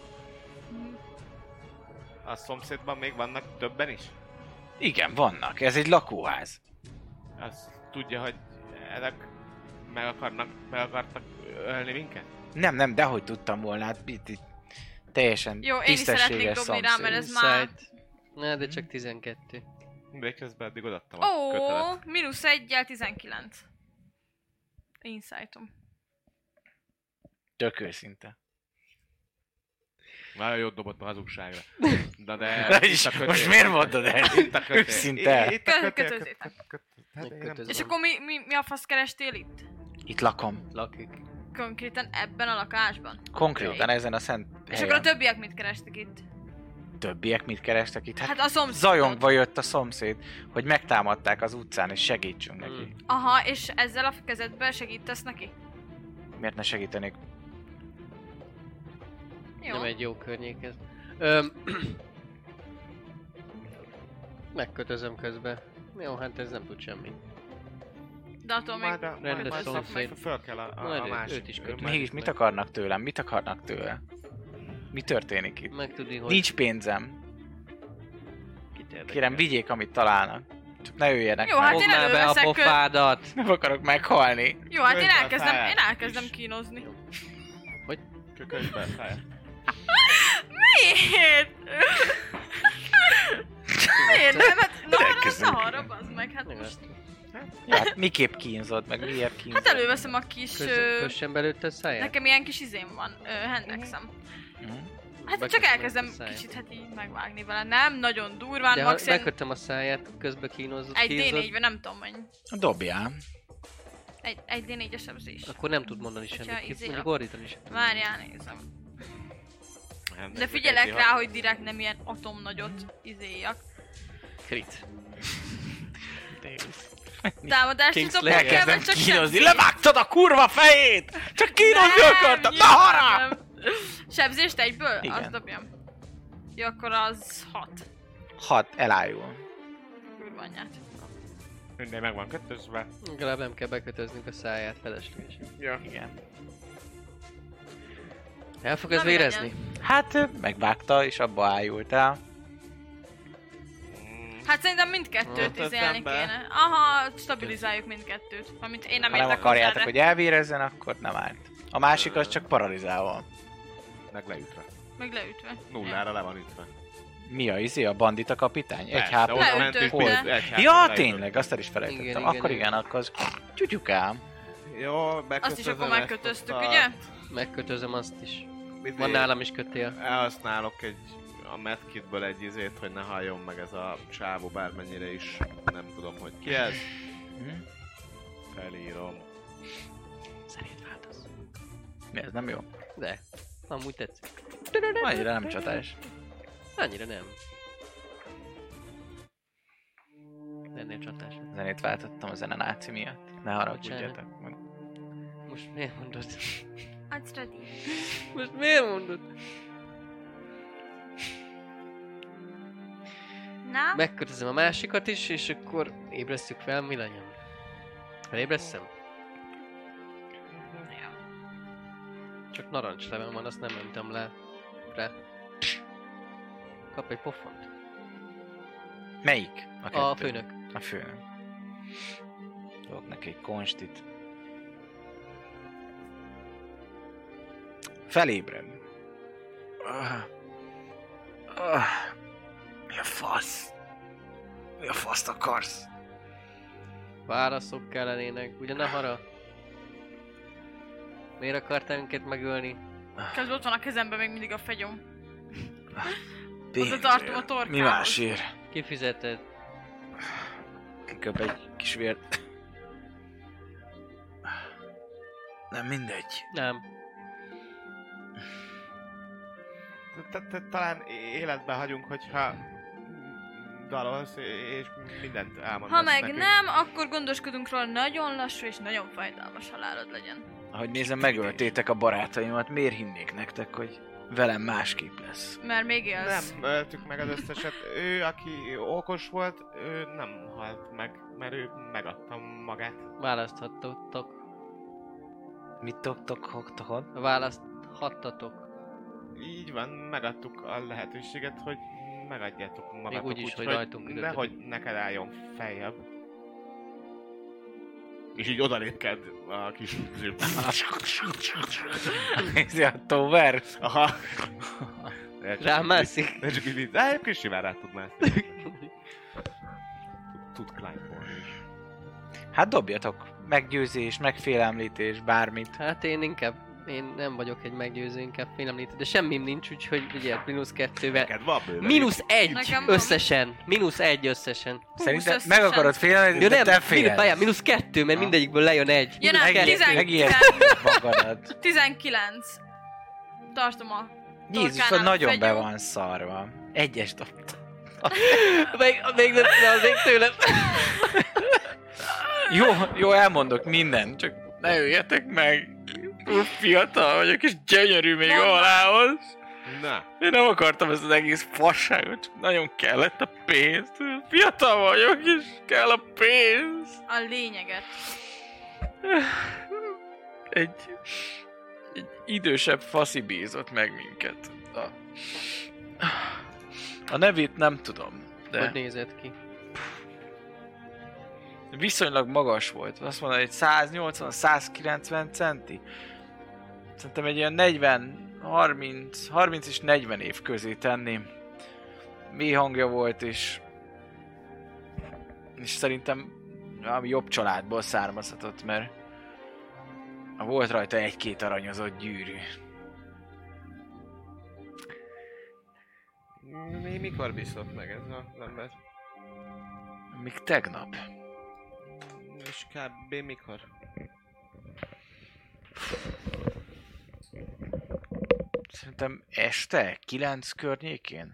A szomszédban még vannak többen is? Igen, vannak. Ez egy lakóház. Az tudja, hogy ezek meg akarnak, meg akartak ölni minket? Nem, nem, dehogy tudtam volna. Hát itt, itt teljesen Jó, én is szeretnék tisztességes dobni rá, mert szomszéd. ez már... Insight. Ne, de csak tizenkettő. De közben eddig odaadtam a Ó, kötelet. mínusz egyel tizenkilenc. Insightom. Tök őszinte. Nagyon jót dobott a hazugságra. Na de... De itt is, a kötél. most miért mondod el? Itt a kötél. Őszinte. Itt a kötél. Kötözétek. köt- köt- hát én nem Megkötözöm. És akkor mi, mi, mi a fasz kerestél itt? Itt lakom. Lakik. Konkrétan ebben a lakásban? Konkrétan ezen a szent És helyen. akkor a többiek mit kerestek itt? Többiek mit kerestek itt? Hát, Hát a szomszédok. zajongva jött a szomszéd, hogy megtámadták az utcán, és segítsünk neki. Mm. Aha, és ezzel a kezedben segítesz neki? Miért ne segítenék? Jó. Nem egy jó környék ez. Öm, megkötözöm közben. Jó, hát ez nem tud semmit. De attól még Majd a- majd- rendes majd szomszéd. föl- Föl kell a, a, Majd a ő- másik. őt is ő kötött. majd- Mégis mit akarnak tőlem? Mit akarnak tőle? Mi történik itt? Megtudni, hogy Nincs pénzem. kit érdekel. Kérem, vigyék, amit találnak. Csak ne öljenek Jó, meg. hát Fogd én már be a előveszek kö- pofádat! Nem akarok meghalni. Jó, hát én Közben a elkezdem, száját én elkezdem is. kínozni. Kökösd be a száját. Miért? Miért? Nem, hát na, na, Elkezdem szarra, bazd meg, hát most... Ja, hát miképp kínzod, meg miért kínzod? Hát előveszem a kis... ö, Kössen belőtte a száját? Nekem ilyen kis izém van, ö, hendexem. Mhm. Hát csak Bekötöm elkezdem a száját. kicsit hát így megvágni vele, nem? Nagyon durván, De ha max. én bekötöm a száját, közben kínozott, Egy dé kínzod, négyben nem tudom mennyi. Dobjál. Egy, egy dé négyes sebzés. akkor nem tud mondani Hogyha semmit. Ki- izé Mondjuk a- ordítani sem. Várjál, nézem. Nem, De ez figyelek egy- rá, hogy direkt nem ilyen atomnagyot izéljak. Crit. Támadást King's tudok Slayer. kell, Elkezdem vagy csak kínozni, sebzést? levágtad a kurva fejét! Csak kínozni Nem, akartam, na nyilván hará! nem. Sebzést egyből? Igen. Azt dobjam. Jó, akkor az hat. Hat, elájul. Kurva anyát. Minden meg van kötözve. Legalább nem kell bekötöznünk a száját felesleges. Ja. Igen. El fog Na, ez mi vérezni? legyen? Hát ö, megvágta, és abba ájultál. Hát szerintem mindkettőt Hát, izélni ötvenbe. kéne. Aha, stabilizáljuk mindkettőt. Amit én nem Ha nem értek akarjátok, hozzá, hogy elvérezzen, akkor nem állt. A másik az csak paralizálva. Meg leütve. meg leütve. Nullára le van ütve. Mi a izé, a bandita kapitány? Egy Persze, há pé. oda Leütött, mentünk, de- hogy egy há pé Ja, leütött. tényleg, azt el is felejtettem. Igen, Akkor igen, igen, akkor az tyutyukám. Jó, Azt is akkor megkötözöm megkötöztük, ezt a- ugye? Megkötözöm azt is. Izé, Van nálam is kötél. Elhasználok egy a medkitből egy izét, hogy ne halljon meg ez a csávó, bármennyire is nem tudom, hogy ki ez. Hm? Felírom. Szerint változ. Mi ez nem jó? De. Amúgy tetszik. Annyira nem csatás. Annyira nem. Ennél csatás. Zenét váltottam a zene náci miatt. Ne haragudjatok meg. Most miért mondod? Adsz ready. Most miért mondod? Na? Megkötözöm a másikat is, és akkor ébresztjük fel, mi legyen. Felébresztem? Jó. Csak narancslevem van, azt nem mentem le. Re. Kap egy pofont. Melyik? A kettő? főnök. A főnök. Tudok neki egy konstit. Felébred. Ah. Ah. Mi a fasz? Mi a faszt akarsz? Válaszok kellenének, ugye ne hara? Miért akartál minket megölni? Közben ott van a kezemben még mindig a fegyom. Pénzért. tartom a torkához. Mi másért? Kifizeted? Inkább egy kis vért. Nem mindegy. Nem. Te- te- Talán életben hagyunk, hogyha dalolsz és mindent elmondasz Ha meg nekünk. nem, akkor gondoskodunk róla, nagyon lassú és nagyon fájdalmas halálod legyen. Ahogy nézem, megöltétek a barátaimat, miért hinnék nektek, hogy velem másképp lesz? Mert még élsz. Nem öltük meg az összeset. Ő, aki okos volt, ő nem halt meg, mert ő megadta magát. Választhattatok. Mit toktok, hoktok? Választhattatok. Így van, megadtuk a lehetőséget, hogy megadjátok magatok. úgy is, úgyhogy hogy rajtunk ütöttek. nehogy neked álljon feljebb. És így odalépked a kis... Ez a tover. Aha. Rám mászik. De csak így, de egyébként simán rá tud mászni. Tud- Tud climbolni is. Hát dobjatok. Meggyőzés, megfélemlítés, bármit. Hát én inkább, én nem vagyok egy meggyőző, inkább félemlítő, de semmim nincs, úgyhogy ugye mínusz kettővel. Neked van bőven. Mínusz egy Nekem van. összesen. Mínusz egy összesen. Szerintem összesen. meg akarod félelmezni, Ja de nem, te mínusz, félelsz. várjál, mínusz kettő, mert Ha. mindegyikből lejön egy. Ja Mínusz nem, kettő. tizen- Megijeszted magadat. tizenkilenc. Tartom a Jézus, torkánál a nagyon be fegyó. van szarva. Egyes dobtam. Még, még nem, nem, még tőlem. Jó, jó, elmondok mindent, csak ne üljetek meg. Úr, fiatal vagyok, és gyönyörű még Mondd már. alához. Na, Én nem akartam ezt az egész fasságot, csak nagyon kellett a pénz. Fiatal vagyok, és kell a pénz. A lényeget. Egy, egy idősebb faszi bízott meg minket. A, a nevét nem tudom, de Hogy nézett ki? viszonylag magas volt. Azt mondom, egy száznyolcvan százkilencven centi. Szerintem egy ilyen negyven, harminc, harminc és negyven év közé tenném. Mély hangja volt, és és szerintem valami jobb családból származhatott, mert volt rajta egy-két aranyozott gyűrű. mi, mikor bízott meg ez az ember? Még tegnap. És kb. Mikor? Szerintem este, kilenc környékén.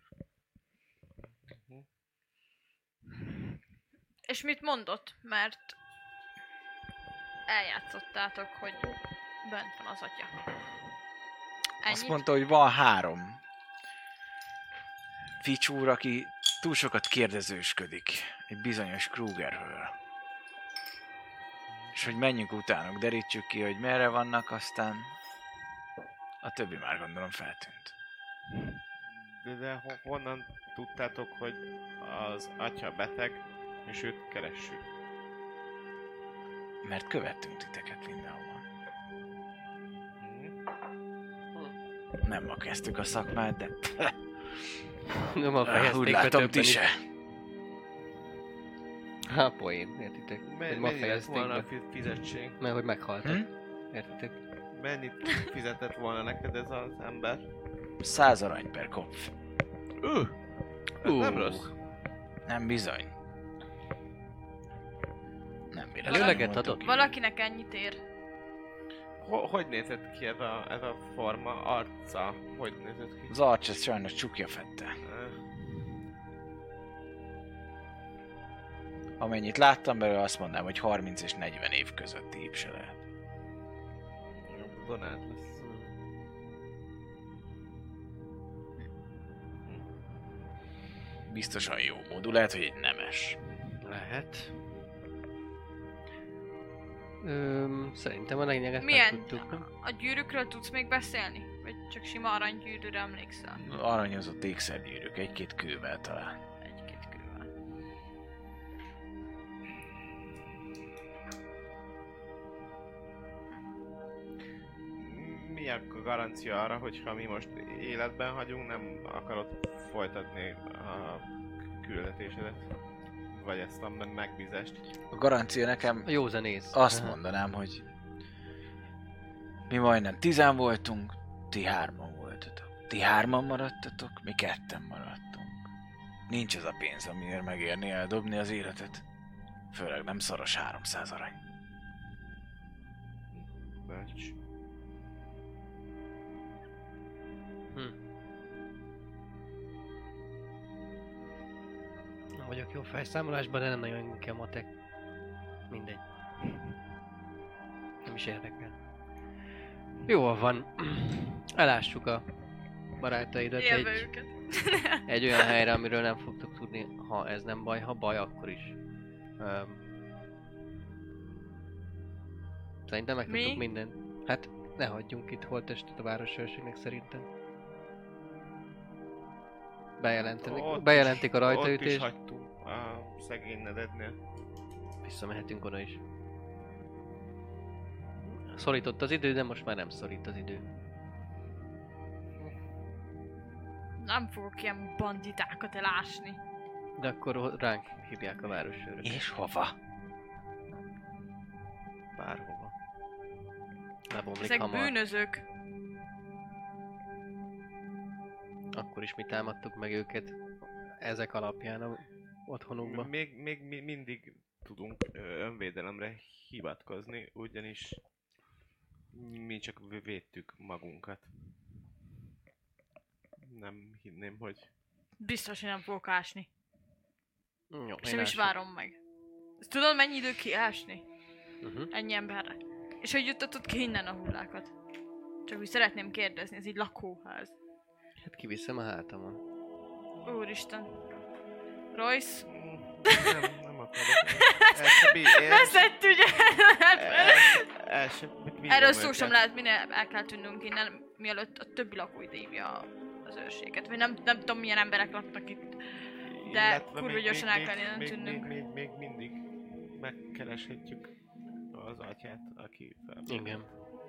És mit mondott? Mert eljátszottátok, hogy bent van az atya. Ennyit? Azt mondta, hogy van három ficsúr, aki túl sokat kérdezősködik. Egy bizonyos Krugerről. És hogy menjünk utánuk, derítsük ki, hogy merre vannak, aztán a többi már gondolom feltűnt. De, de ho- honnan tudtátok, hogy az atya beteg, és őt keressük? Mert követtünk titeket mindenhol. Hm? Nem ma kezdtük a szakmát, de Nem a úgy fejezték be látom, többen ti is. se. Há, poén, értitek? Hogy ma Mennyit fejezték volna a be. fi- fizetség? Mert hogy meghaltak. Hm? Értitek? Mennyit fizetett volna neked ez az ember? Száz arany per kopf. Ő! Ez nem rossz. Nem bizony. Nem véletlenül Előleget mondtuk adott? így. Valakinek ennyit ér. Ho- hogy nézett ki ez a, ez a forma, arca? Hogy nézett ki? Az arcs ez sajnos csukja fette. Ö, Amennyit láttam belőle, azt mondanám, hogy harminc és negyven év közötti épse lehet. jó, Donát lesz. Biztosan jó módú, lehet, hogy egy nemes. Lehet. Öm, szerintem a lényeget Milyen? megtudtuk, nem? A gyűrűkről tudsz még beszélni? Vagy csak sima aranygyűrűre emlékszel? Aranyozott ékszergyűrűk, egy-két kővel talán. Egy-két kővel. Mi a garancia arra, hogyha mi most életben hagyunk, nem akarod folytatni a küldetésedet? Vagy ezt a me- megbízást? A garancia nekem A jó zenész. azt Aha. mondanám, hogy mi majdnem tizen voltunk, ti hárman voltatok. Ti hárman maradtatok, mi ketten maradtunk. Nincs az a pénz, amiért megérni eldobni az életet. Főleg nem szoros háromszáz arany. Bölcs. Hm. Nem vagyok jó felszámolásban, de nem nagyon jön ki a matek. Mindegy. Nem is érdekel. Jól van. Elássuk a barátaidat Élve egy, őket. egy olyan helyre, amiről nem fogtok tudni, ha ez nem baj, ha baj, akkor is. Um, szerintem megtudtuk Mi? mindent. Hát ne hagyjunk itt holttestet a városőrségnek szerintem. Bejelentenik, Ott bejelentik a is- Ott is rajtaütést, hagytunk a szegény nedednél. visszamehetünk oda is. Szorított az idő, de most már nem szorít az idő. Nem fogok ilyen banditákat elásni. De akkor ránk hívják a városőröket. És hova? Bárhova. Lebomlik Ezek hamar. bűnözők. Akkor is mi támadtuk meg őket ezek alapján a otthonukba. Még, még mi mindig tudunk ö, önvédelemre hivatkozni, ugyanis mi csak vé- védtük magunkat. Nem hinném, hogy... Biztos, hogy nem fogok ásni. Jó, És én nem is ásom. várom meg. Ezt tudod, mennyi idő kiásni? Uh-huh. Ennyi emberre. És hogy juttatod ki innen a hullákat? Csak úgy szeretném kérdezni, ez egy lakóház. Hát kiviszem a hátamon. Úristen. Royce? Nem, nem akarok. El se bí- el se- Veszett ügyet! el se- el se bírom Erről szó őket. sem lehet, minél el kell tűnnünk innen, mielőtt a többi lakó idehívja az őrséget. Vagy nem, nem tudom milyen emberek laknak itt. De Illetve kurva még- gyorsan még- el kell innen még- tűnnünk. Még, még, még mindig megkereshetjük az atyát, aki fel. Igen.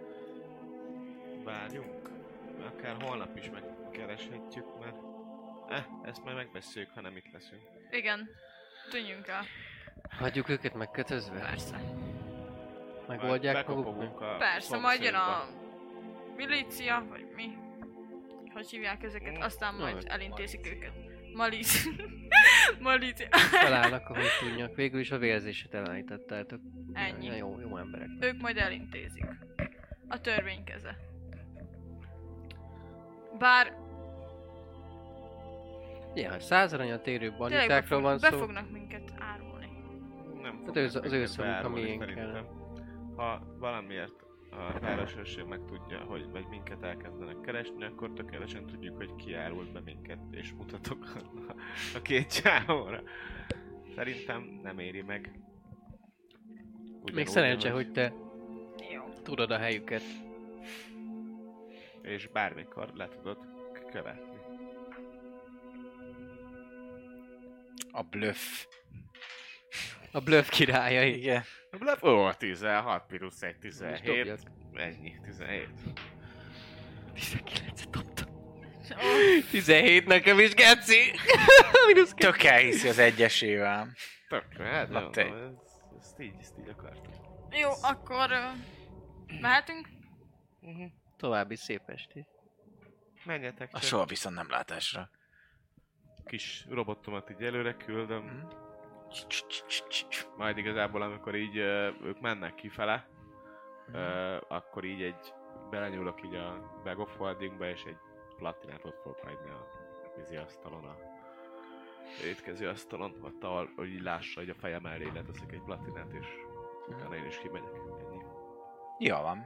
Várjunk. Akár holnap is megkereshetjük, mert... Eh, ezt majd megbeszéljük, ha nem itt leszünk. Igen. Tűnjünk el. Hagyjuk őket megkötözve? Persze. Megoldják maguk? Bekopogunk a Persze, majd jön a szomszédba. milícia, vagy mi. Hogy hívják ezeket, aztán majd Jaj, elintézik őket. Malic. Malícia. Találnak, ahogy tudnak. Végül is a vérzéset elállítottátok. Ennyi. Ja, Jó, jó emberek. Ők majd elintézik. A törvény keze. Bár Ja, hát száz aranyat érő tényleg banditákról van befog, szó. be fognak minket árulni. Nem Hát ő- az fognak ő minket szavuk a beárulni, miénk szerintem. ellen. Ha valamiért a városőrség meg tudja, hogy vagy minket elkezdenek keresni, akkor tökéletesen tudjuk, hogy ki árult be minket, és mutatok a, a két csávóra. Szerintem nem éri meg. Ugyanúgy, Még szerencse, ahogy- hogy te Jó. tudod a helyüket. És bármikor le tudod k- követni. A bluff. A bluff királyai. Igen. Ó, tizenhat plusz egy, Most tizenhét. dobjak. Ennyi, tizenhét. tizenkilencet dobtam. tizenhét nekem is, geci! Minusz kettő. Tök elhiszi az egyesével. Tökre, hát Na nem, te. ez, ezt így, ezt így akartam. Jó, akkor ö, mehetünk? Uh-huh. További szép estét. Menjetek A csak. soha viszont nem látásra. Kis robotomat így előre küldöm. Mhm. Majd igazából amikor így ö, ők mennek kifele, ö, akkor így egy belenyúlok így a Bag of Holdingba, és egy platinát ott fogok hagyni a vízi asztalon, a étkező asztalon, ott ahol, hogy így lássa, hogy a fejem mellé leteszek egy platinát, és utána én is kimegyek. Ennyi. Jó van.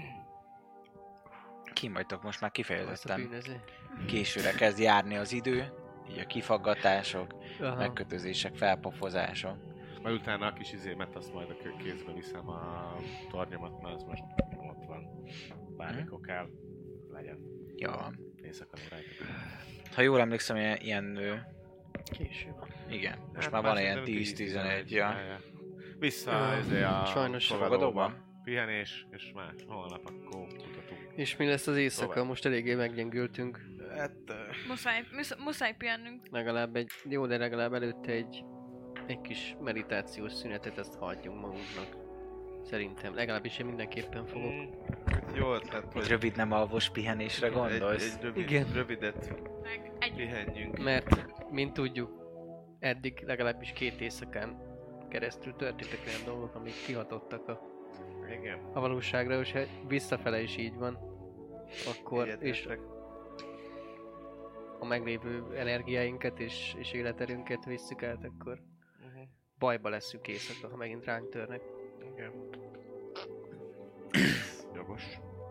Kim vagytok most már Az a kifejezetten. bűnöző. Későre kezd járni az idő, így a kifaggatások, Aha. megkötözések, felpofozások. Majd utána a kis izémet azt majd a kö- kézbe viszem a tornyomat, mert az most ott van. Bármikor kell, legyen. Jó van. Éjszaka még rajta. Ha jól emlékszem, ilyen, ilyen ö, Később. igen, most Hát már van ilyen szerintem tíz-tizenegy, ja. Vissza Ja, ezért a sajnos fogadóba. fogadóban. Pihenés, és már holnap akkor mutatunk. És mi lesz az éjszaka? Tovább. Most eléggé meggyengültünk. Hát, Muszáj, musz, muszáj pihennünk. Legalább egy, jó, de legalább előtte egy, egy kis meditációs szünetet ezt hagyjunk magunknak. Szerintem, legalábbis én mindenképpen fogok. jó ötlet, Egy hogy rövid nem alvos pihenésre gondolsz? Egy, egy rövid, Igen. rövidet Meg egy pihenjünk. Mert, mint tudjuk, eddig legalábbis két éjszakán keresztül történtek olyan dolgok, amik kihatottak a, Igen. a valóságra, és ha visszafele is így van, akkor és Egyetértek. a meglévő energiáinkat és, és életerőnket visszük át, akkor Uh-huh. bajba leszünk éjszaka, ha megint ránk törnek. Igen. Jogos.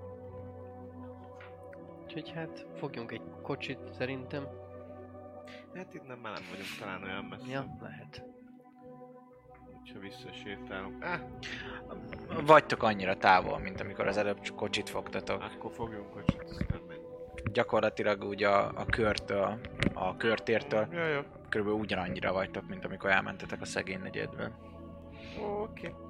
Úgyhogy hát fogjunk egy kocsit szerintem. Hát itt nem már nem vagyunk talán olyan messze. Ja, lehet. Úgyhogy visszasétálunk. Ah, Vagytok annyira távol, mint amikor az előbb csak kocsit fogtatok. akkor fogjunk kocsit, aztán menj. Gyakorlatilag úgy a, a körtől, a körtértől Jó, jó. körülbelül ugyanannyira vagytok, mint amikor elmentetek a szegény negyedből. Oké. Okay.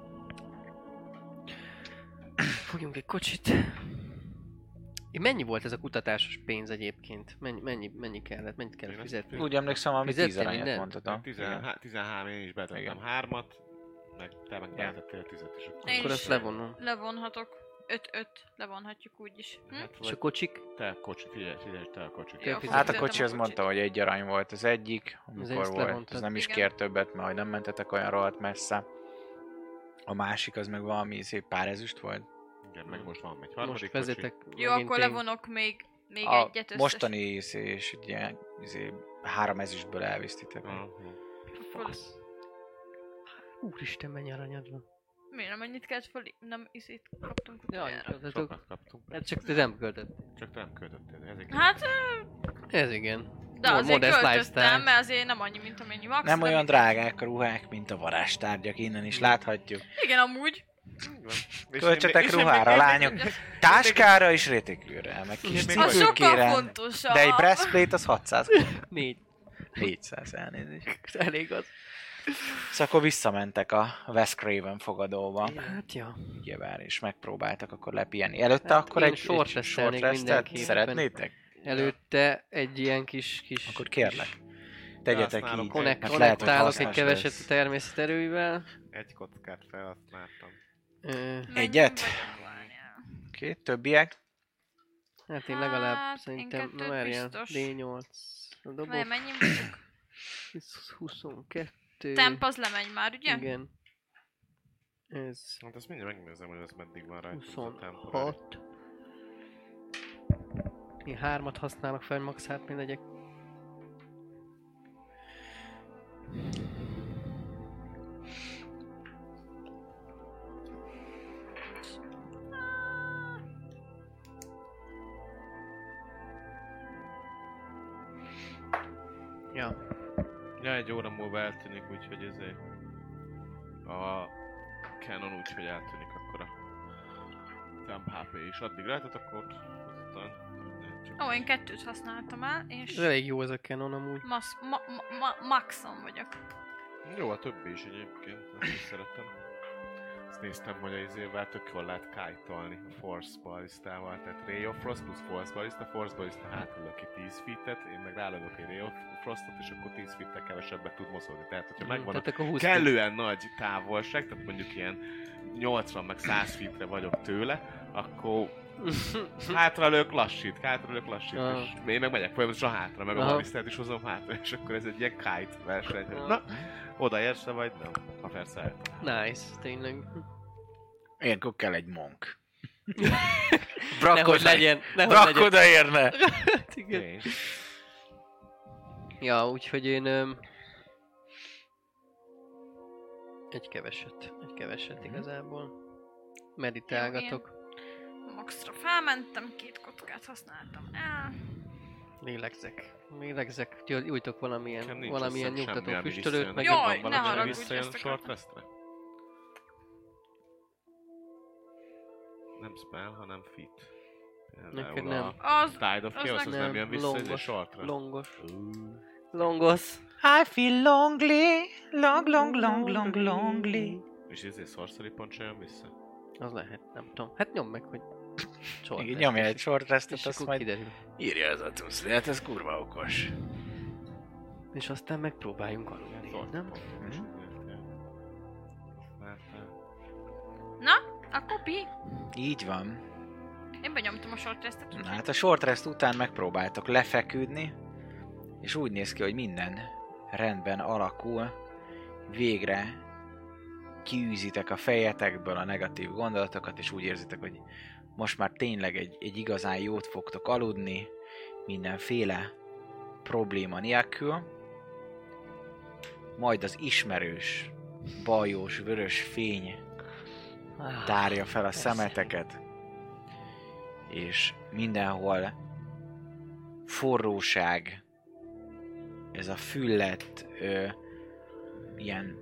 Fogjunk egy kocsit. Én mennyi volt ez a kutatásos pénz egyébként? Mennyi, mennyi, mennyi kellett? Mennyit kellett Én fizetni? Úgy emlékszem, ami Fizettél tíz aranyat mindent? mondhatom. tizenhárom, tizenhárom én is betettem Igen. hármat, meg te meg Ja. beletettél tízet, és akkor... Én Akkor is. ezt levonom. levonhatok. öt-öt levonhatjuk úgyis. Hm? Hát, És a vagy kocsik? te kocsi, figyelj, figyelj, te a kocsit. Jó, Hát a fizettem kocsi az mondta, hogy egy arany volt az egyik, amikor ezt volt, levontad. az nem is Igen. kért többet, mert hogy nem mentetek olyan rohadt messze. A másik az meg valami szép pár ezüst volt. Igen, meg most van egy Most harmadik vezetek. Jó, megint akkor én. levonok még, még A egyet összes. mostani izé, és egy ilyen izé, három ezüstből elvisztitek. kocsi. Aha. Fasz. Úristen, mennyi aranyad van. Miért nem annyit kellett fel? Nem izét kaptunk Ja, utoljára. költöttök. Sokat kaptunk. Hát csak te nem költöttél. Csak te nem költöttél, ezek. Hát, ö, Ez igen. de Mo- azért modest költöttem, lifestyle. mert azért nem annyi, mint amennyi max. Nem de olyan még- drágák a ruhák, mint a varázstárgyak, innen is láthatjuk. Igen, amúgy. Költsetek ruhára, lányok. Táskára és rétikűre, meg kis Még Az sokkal cipőkére. fontosabb. De egy breastplate az hatszáz. Négy. négyszáz elnézést. Elég az. Szóval akkor visszamentek a West Craven fogadóba. Hát ja. Ugyebár, és megpróbáltak akkor lepihenni. Előtte Hát akkor én egy, short egy restelnék short restet mindenképpen. szeretnétek? Előtte egy ilyen kis... kis Akkor kérlek. Tegyetek Használok így. Connect, mert lehet, hogy konnektálok egy hasznos keveset lesz. a természet erőivel. Egy kockát felhasználtam. Ö, Egyet? Mennyien vagyunk? Oké, okay, többiek? hát én legalább Hát, én szerintem, kettőt na várjál, biztos. dé nyolc dobok, Várj, mennyi vagyok? huszonkettő. Temp az lemegy már, ugye? Igen. Ez Hát azt mindjárt megnézem, hogy az meddig van rajta. ez a temporary. huszonhat. Én hármat használok fel, max hát mi legyek. Ja. Ja, egy óra múlva eltűnik, úgyhogy ezért a Canon úgyhogy eltűnik akkor a temp há pé is. Addig lehetett, akkor azután... Ó, én kettőt használtam el, és Ez elég jó ez a Canon amúgy. masz, ma, ma, ma, maxon vagyok. Jó, a többi is egyébként, ezt is szeretem. Azt néztem, hogy az izével tök jól lehet kite-olni a Force Ballistával, tehát Ray of Frost plusz Force Ballista, Force Ballista hátul ki tíz feet-et, én meg rálövök egy Ray of Frostot, és akkor tíz feet-tel kevesebbet tud mozogni. Tehát, hogyha megvan Tehát a akkor húsz kellően nagy távolság, tehát mondjuk ilyen nyolcvan meg száz feet-re vagyok tőle, akkor hátralők lassít, hátralők lassít, Ah. és én meg megyek folyamatosan hátra, meg a Aha. balisztát is hozom hátra, és akkor ez egy ilyen kite verseny. hogy Na, odaérsz vagy nem, ha persze eltalál. Nice, tényleg. Ilyenkor kell egy monk. Nehogy legyen, nehogy Brak legyen. odaérne! Igen. Én. Ja, úgyhogy én... Öm, egy keveset, egy keveset igazából. Meditálgatok, Maxra felmentem, két kockát használtam el. lélegzek, lélegzek, gyújtok valamilyen, Nekem nincs valamilyen azt hiszem nyugtató semmi, ami füstölőt, visszajön. meg Jaj, Van ne valami, ami haragudj, visszajön ezt short akartam. restre? Nem spell, hanem fit. Neked Például nem. a Az... Tide of az Chaos, az nem. nem jön vissza, ez egy Longos. shortra. Longos. Ú. Longos. I feel lonely, long, long, long, long, lonely. És ezért sorcery pont sem jön vissza? Az lehet, nem tudom. Hát nyom meg, hogy... short Igen, rest, nyomja és- egy short restet, és azt akkor majd kiderül. írja az a tusz. Hát ez kurva okos. És aztán megpróbáljunk aludni, nem? Mhm. Na, akkor pi. Így van. Én benyomtam a short restet, Na, úgyhogy... hát a short rest után megpróbáltok lefeküdni, és úgy néz ki, hogy minden rendben alakul. Végre kiűzitek a fejetekből a negatív gondolatokat, és úgy érzitek, hogy most már tényleg egy, egy igazán jót fogtok aludni, mindenféle probléma nélkül. Majd az ismerős, bajós, vörös fény tárja fel a szemeteket, és mindenhol forróság, ez a füllet, ö, ilyen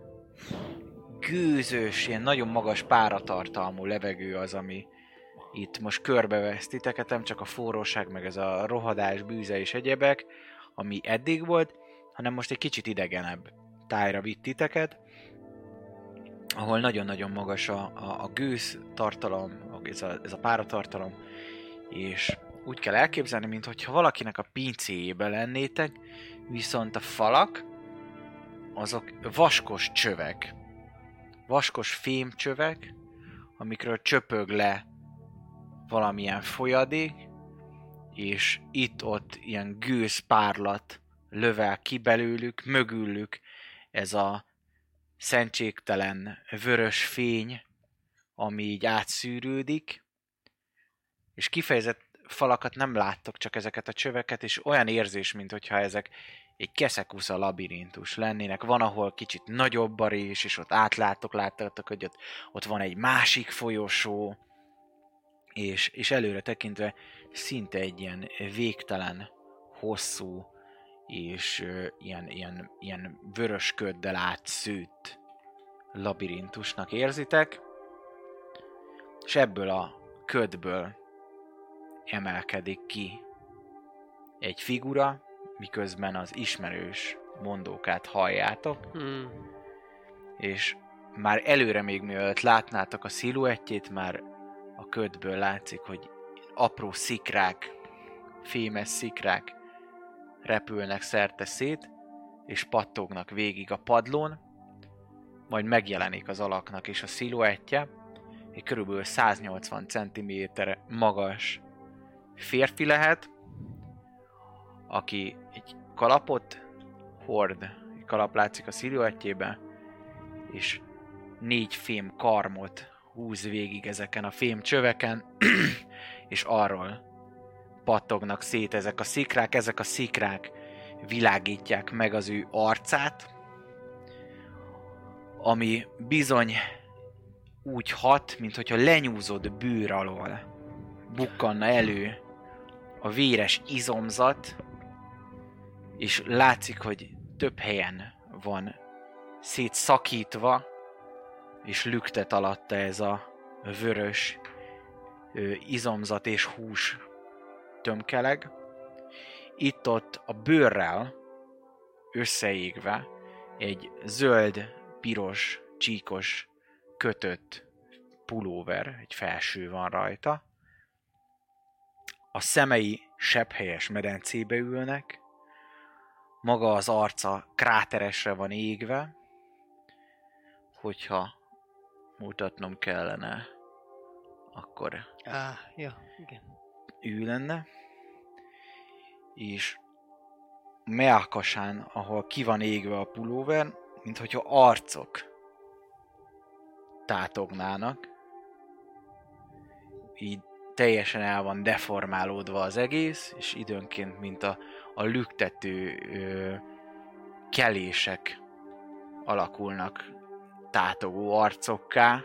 gőzös, ilyen nagyon magas páratartalmú levegő az, ami itt most körbevesz titeket, nem csak a forróság, meg ez a rohadás, bűze és egyebek, ami eddig volt, hanem most egy kicsit idegenebb tájra vitt titeket, ahol nagyon-nagyon magas a, a, a gőz tartalom, ez a, ez a páratartalom, és úgy kell elképzelni, mintha valakinek a pincéjében lennétek, viszont a falak, azok vaskos csövek, vaskos fémcsövek, amikről csöpög le valamilyen folyadék, és itt-ott ilyen gőzpárlat lövel ki belőlük, mögülük ez a szentségtelen vörös fény, ami így átszűrődik, és kifejezett falakat nem láttok, csak ezeket a csöveket, és olyan érzés, mintha ezek egy keszekusza labirintus lennének. Van, ahol kicsit nagyobb a rés, és ott átlátok, láttátok, hogy ott, ott van egy másik folyosó, és, és előre tekintve szinte egy ilyen végtelen, hosszú, és uh, ilyen, ilyen, ilyen vörös köddel átszőtt labirintusnak érzitek, és ebből a ködből emelkedik ki egy figura, miközben az ismerős mondókát halljátok, Hmm. és már előre még mielőtt látnátok a sziluettjét, már a ködből látszik, hogy apró szikrák, fémes szikrák repülnek szerte szét, és pattognak végig a padlón, majd megjelenik az alaknak és a sziluettje, egy körülbelül száznyolcvan centiméter magas férfi lehet, aki egy kalapot hord, egy kalap látszik a sziluettjében, és négy fém karmot húz végig ezeken a fém csöveken, és arról pattognak szét ezek a szikrák, ezek a szikrák világítják meg az ő arcát, ami bizony úgy hat, mint hogyha lenyúzott bőr alól bukkanna elő a véres izomzat, és látszik, hogy több helyen van szétszakítva, és lüktet alatta ez a vörös ö, izomzat és hús tömkeleg. Itt-ott a bőrrel összeégve egy zöld, piros, csíkos, kötött pulóver, egy felső van rajta. A szemei sebhelyes medencébe ülnek, maga az arca kráteresre van égve, hogyha mutatnom kellene, akkor Ah, ja, igen. ő lenne. És melkasán, ahol ki van égve a pulóver, mint hogyha arcok tátognának. Így teljesen el van deformálódva az egész, és időnként, mint a, a lüktető ö, kelések alakulnak tátogó arcokká.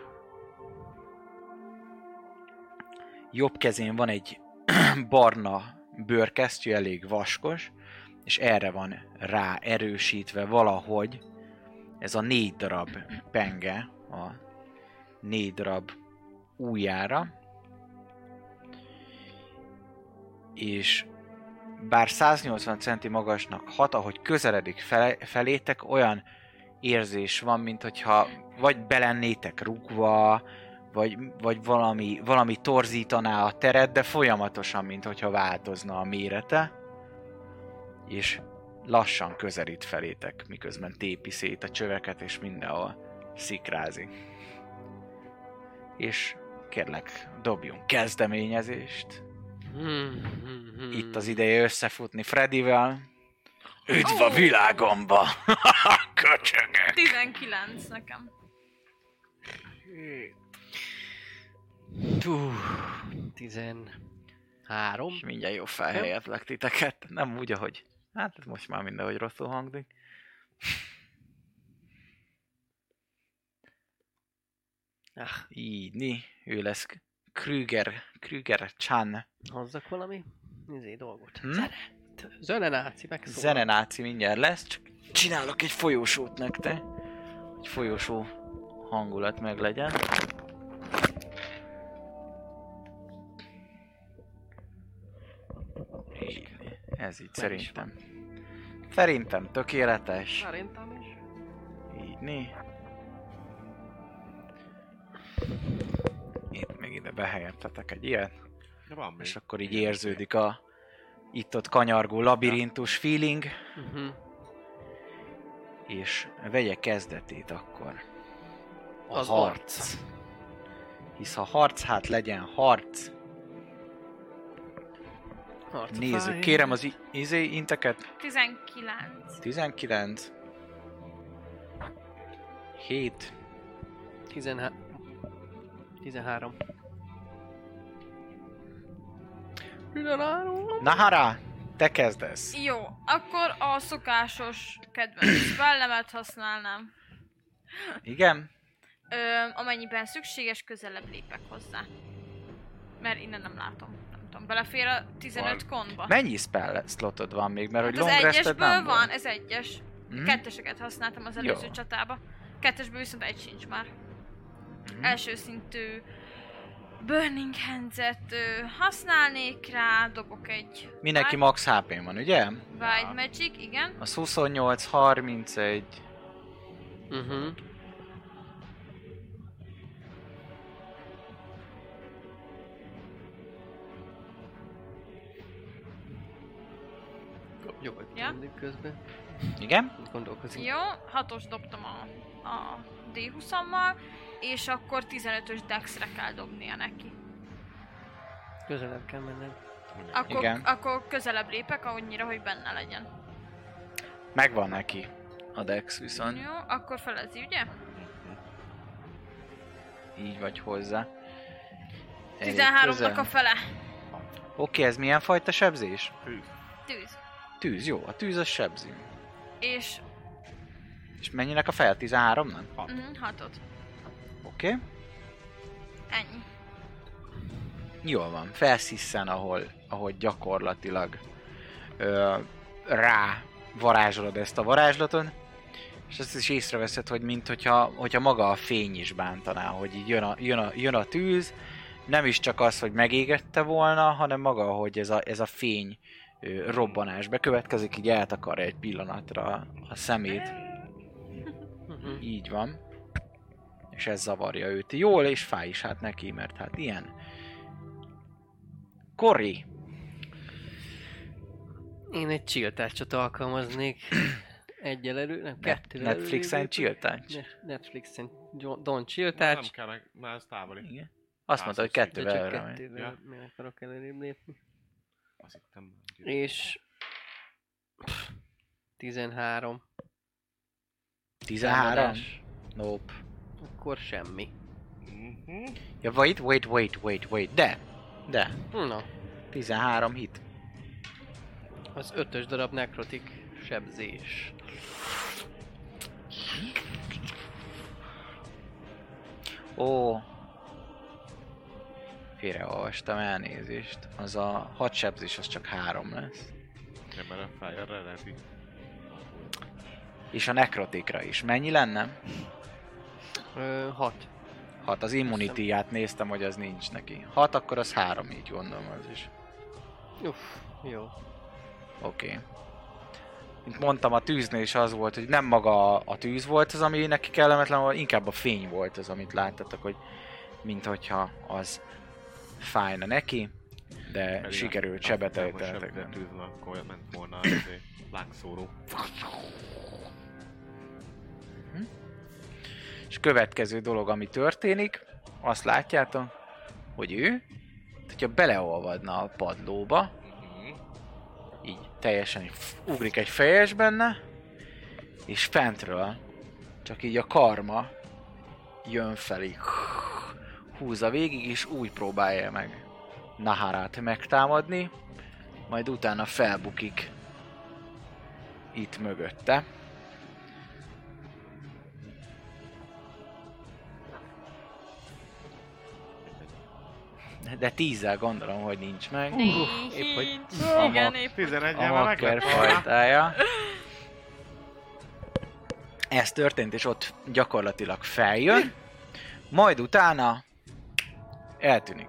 Jobb kezén van egy barna bőrkesztyű, elég vaskos, és erre van rá erősítve valahogy ez a négy darab penge a négy darab ujjára. És bár száznyolcvan centi magasnak hat, ahogy közeledik fel, felétek, olyan érzés van, mint hogyha vagy belennétek rugva, vagy, vagy valami, valami torzítaná a teret, de folyamatosan, mint hogyha változna a mérete, és lassan közelít felétek, miközben tépi szét a csöveket, és mindenhol szikrázik. És kérlek, dobjunk kezdeményezést. Itt az ideje összefutni Freddyvel. Üdv a világomba! Köcsögök! tizenkilenc nekem. Tú, tizenhárom. És mindjárt jó felhelyetlek titeket. Nem úgy, ahogy... Hát most már mindenhogy rosszul hangzik. Ah, Így, ni. Ő lesz Krüger, Krüger Chan. hozzak valami izé dolgot. Hm? Zenenáci, megszólal. Zenenáci mindjárt lesz, csak csinálok egy folyósót nektek. Egy folyósó hangulat meg legyen. Így, ez így Meg is szerintem. Szerintem tökéletes. Szerintem is. Így, né. Itt még ide behelyeztetek egy ilyet, De van még. és akkor így érződik a itt-ott kanyargó labirintus feeling, Uh-huh. és vegye kezdetét akkor a Az harc. Hisz ha harc, hát legyen harc. Harc a Nézzük, fáj. kérem az i- izé inteket. tizenkilenc. tizenkilenc. hét. Tizenhá... tizenhárom. tizenhárom. Nahara, te kezdesz. Jó, akkor a szokásos kedvenc spellemet használnám. Igen? Ö, amennyiben szükséges, közelebb lépek hozzá. Mert innen nem látom. Nem tudom, belefér a tizenöt kontba? Mennyi spell slotod van még? Mert Hát hogy az long rested egyesből nem van, volt. ez egyes. Mhm. Ketteseket használtam az előző Jó. csatába. Kettesből viszont egy sincs már. Mhm. Első szintű Burning Hands-et ö, használnék rá, dobok egy Mindenki Wild- max há pén van, ugye? Wild Magic, igen. Az huszonnyolc, harmincegy. Uh-huh. Jó, hogy Ja. mindig közben Igen? gondolkozik. Jó, hatos dobtam a, a dé húszammal, és akkor tizenötös dexre kell dobnia neki. Közelebb kell menned. Akkor, Igen. akkor közelebb lépek, annyira, hogy benne legyen. Megvan neki a dex viszont. Jó, akkor felezi, ugye? Így vagy hozzá. Elég tizenháromnak közel. a fele. Oké, ez milyen fajta sebzés? Tűz. Tűz. Tűz, jó, a tűz az sebzi. És És mennyinek a fel? tizenháromnak? Hat. mm, hatot. Oké. Okay. Ennyi. Jól van, felszisszen, ahol, ahol gyakorlatilag ö, rá varázsolod ezt a varázslatot, és azt is észreveszed, hogy mint hogyha, hogyha maga a fény is bántaná, hogy így jön a, jön a, jön a tűz, nem is csak az, hogy megégette volna, hanem maga, hogy ez a, ez a fény ö, robbanás bekövetkezik, így eltakarja egy pillanatra a szemét. Így van. És ez zavarja őt jól, és fáj is hát neki, mert hát ilyen. Corey. Én egy chilltácsot alkalmaznék. Egyel erő, nem kettővel Netflixen chilltács? Ne, Netflixen Jo- Don Nem chilltács. kell meg, már ez távoli. Igen. Azt mondta, hogy De kettővel csak előre megy. kettővel, Ja. miért akarok előrébb lépni. Azt hittem. És... Pff, tizenhárom. tizenhárom? támadás. Nope. Akkor semmi. Mhm. Ja, wait, wait, wait, wait, wait. De. De. Na, tizenhárom hit. az ötös darab nekrotik sebzés. Ó. Félreolvastam, elnézést. Az a hat sebzés, az csak három lesz. Igen, mert a fire releti. És a nekrotikra is. Mennyi lenne? Ö, hat. hat. Az immunity-ját néztem, hogy az nincs neki. hat, akkor az három, így gondolom az is. Uff, jó. Oké. Okay. Mint mondtam, a tűznél is az volt, hogy nem maga a tűz volt az, ami neki kellemetlen, hanem inkább a fény volt az, amit láttatok, hogy mint hogyha az fájna neki, de Pedig sikerült azt sebet hittem, hogy ejteltek. sebzett tűzne, akkor ment volna az izé, lángszóró. És következő dolog, ami történik, azt látjátok, hogy ő, hogyha beleolvadna a padlóba, Mhm. így teljesen így f- ugrik egy fejes benne, és fentről csak így a karma jön felé, húzza végig, és úgy próbálja meg Naharát megtámadni, majd utána felbukik itt mögötte. De tízzel gondolom, hogy nincs meg. épp hogy- Igen, épp hogy... tizenegyen A már meg makker lett volna. fajtája. Ez történt, és ott gyakorlatilag feljön, majd utána eltűnik.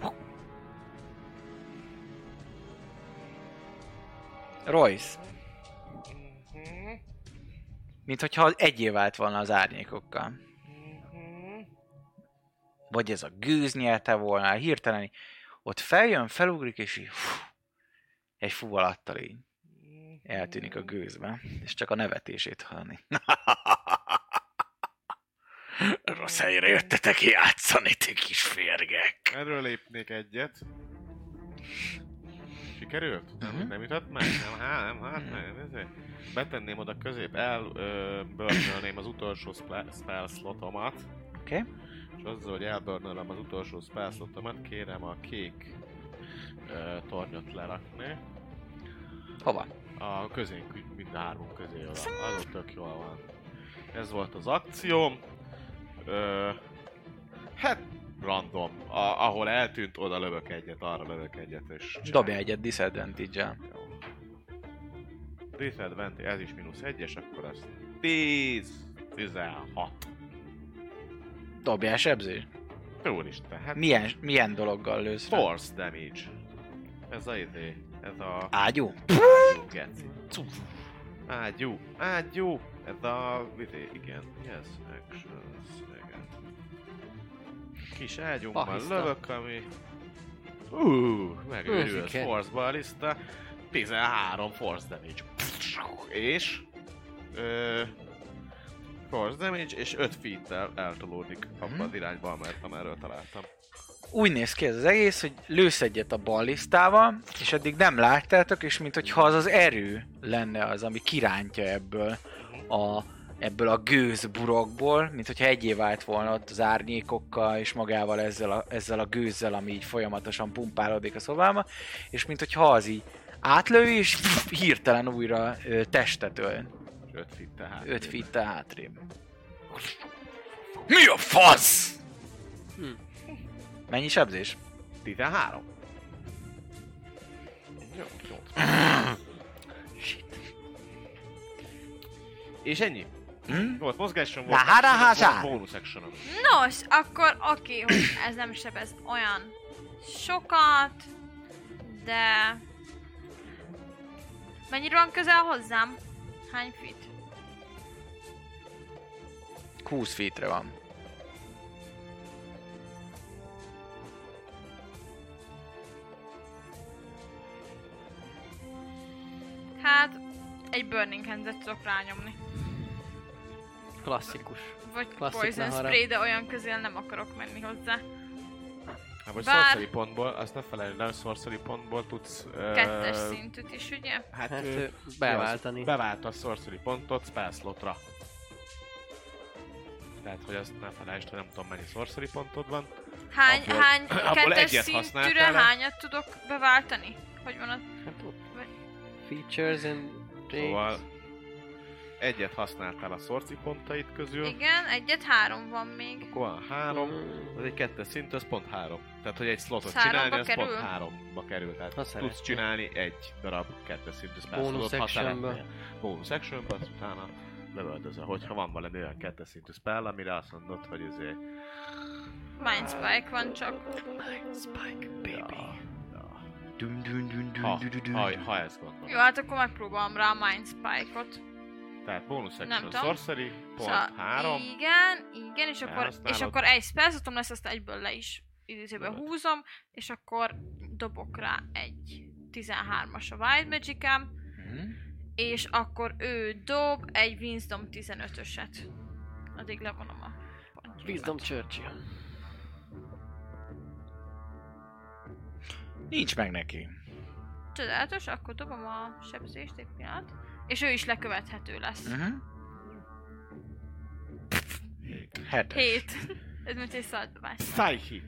Royce. Mhm. Mint hogyha egyé vált volna az árnyékokkal. Mhm. Vagy ez a gőz nyelte volna, hirtelen ott feljön, felugrik, és így fú, egy fuvalattal így eltűnik a gőzbe, és csak a nevetését hallani. Rossz helyre jöttetek játszani, ti kis férgek. Erről lépnék egyet. Sikerült? Nem, Mhm. nem jutott meg? Nem, hát nem, hát nem. ezért. Betenném oda közép, elbörnölném az utolsó spell, spell slotomat. Oké? Okay. És azzal, hogy elbörnölöm az utolsó spell slotomat, kérem a kék ö, tornyot lerakni. Hova? A közénk, úgy mind a hármunk közé oda. Az ott tök jól van. Ez volt az akcióm. Ö, hát random. A, ahol eltűnt, oda lövök egyet, arra lövök egyet, és... Dobja egyet disadvantage-el. Jó. Disadvantage, ez is mínusz egyes, akkor az tíz, tizenhat. Dobjál sebzés. Úristen, hát... Milyen, milyen dologgal lősz rá? Force damage. Ez a izé, ez a... Ágyú? Ágyú, geci. Ágyú, ágyú. Ez a... izé, igen. Yes, actions, igen. Kis ágyummal Ballista. lövök, ami... Uuuuh, megőrült Őzike. force ballista. tizenhárom force damage. És... Ö, force damage, és öt feet-tel eltolódik abba az irányba, amert, amerről találtam. Úgy néz ki ez az egész, hogy lősz egyet a ballisztával, és eddig nem láttátok, és minthogyha az az erő lenne az, ami kirántja ebből a ebből a gőzburokból, mint hogyha egyé vált volna ott az árnyékokkal, és magával ezzel a, ezzel a gőzzel, ami így folyamatosan pumpálódik a szobába, és mint hogyha az így átlő, és hirtelen újra ö, testet öl. öt fittel hátrébb. öt fittel hátrébb. Mi a fasz? Hm. Mennyi sebzés? tizenhárom. Jó, jó. Shit. És ennyi. Hm? Volt mozgásom, Na, volt hát, action, hát, volt hát. bónusz actionom. Nos, akkor oké, hogy ez nem sebez olyan sokat, de... Mennyire van közel hozzám? Hány feet? húsz feetre van. Hát, egy Burning Hands-et tudok rányomni. Klasszikus. Vagy Klasszik Poison Nahara. Spray, de olyan közel nem akarok menni hozzá. Hát most Bár- sorcery pontból, azt ne felejtsd el, sorcery pontból tudsz... Uh, Kettes szintűt is, ugye? Hát, Hát, ö, ö, beváltani. az- Bevált a sorcery pontot spell slotra. Tehát, hogy azt ne felejtsd, hogy nem tudom mennyi sorcery pontod van. Hány, Abból- hány abból kettes egyet szintűre használtál-e? hányat tudok beváltani? Hogy van az? Hát ott. Vagy- Features and traits. Szóval egyet használtál a sorcery pontait közül. Igen, egyet, három van még. Akkor van három, Mm, az egy kettes szint, az pont három. Tehát, hogy egy slotot Az háromba csinálni, az kerül? pont háromba kerül. Tehát Ha tudsz szeretnél. csinálni egy darab kettes szintű spell Bonus slotot, ha actionből. szeretnél. Bonus actionből, azt utána lövöldözöl. Hogyha van valami olyan kettes szintű spell, amire azt mondod, hogy ezért... Mind Spike van csak. Spike, baby. Dun, dun, dun, dun, Ha, dun, dun, dun. ha, ha ezt gondolod. Jó, hát akkor megpróbálom rá a Mind Spike-ot. Tehát bonus Nem action tudom. sorcery, pont Szóval három. igen, igen, és akkor, és Elhasználod. akkor egy spellslotom lesz, azt egyből le is idézőben Dobod. húzom, és akkor dobok rá egy tizenhármas a Wild Magic-em, Mhm. és akkor ő dob egy Wisdom tizenötöset. Addig levonom a pontokat. Wisdom Churchill. Nincs meg neki. Csodálatos, akkor dobom a sebzést egy pillanat. És ő is lekövethető lesz. Uh-huh. Hetes. Hét. Ez mint egy szaldobás. Psychic.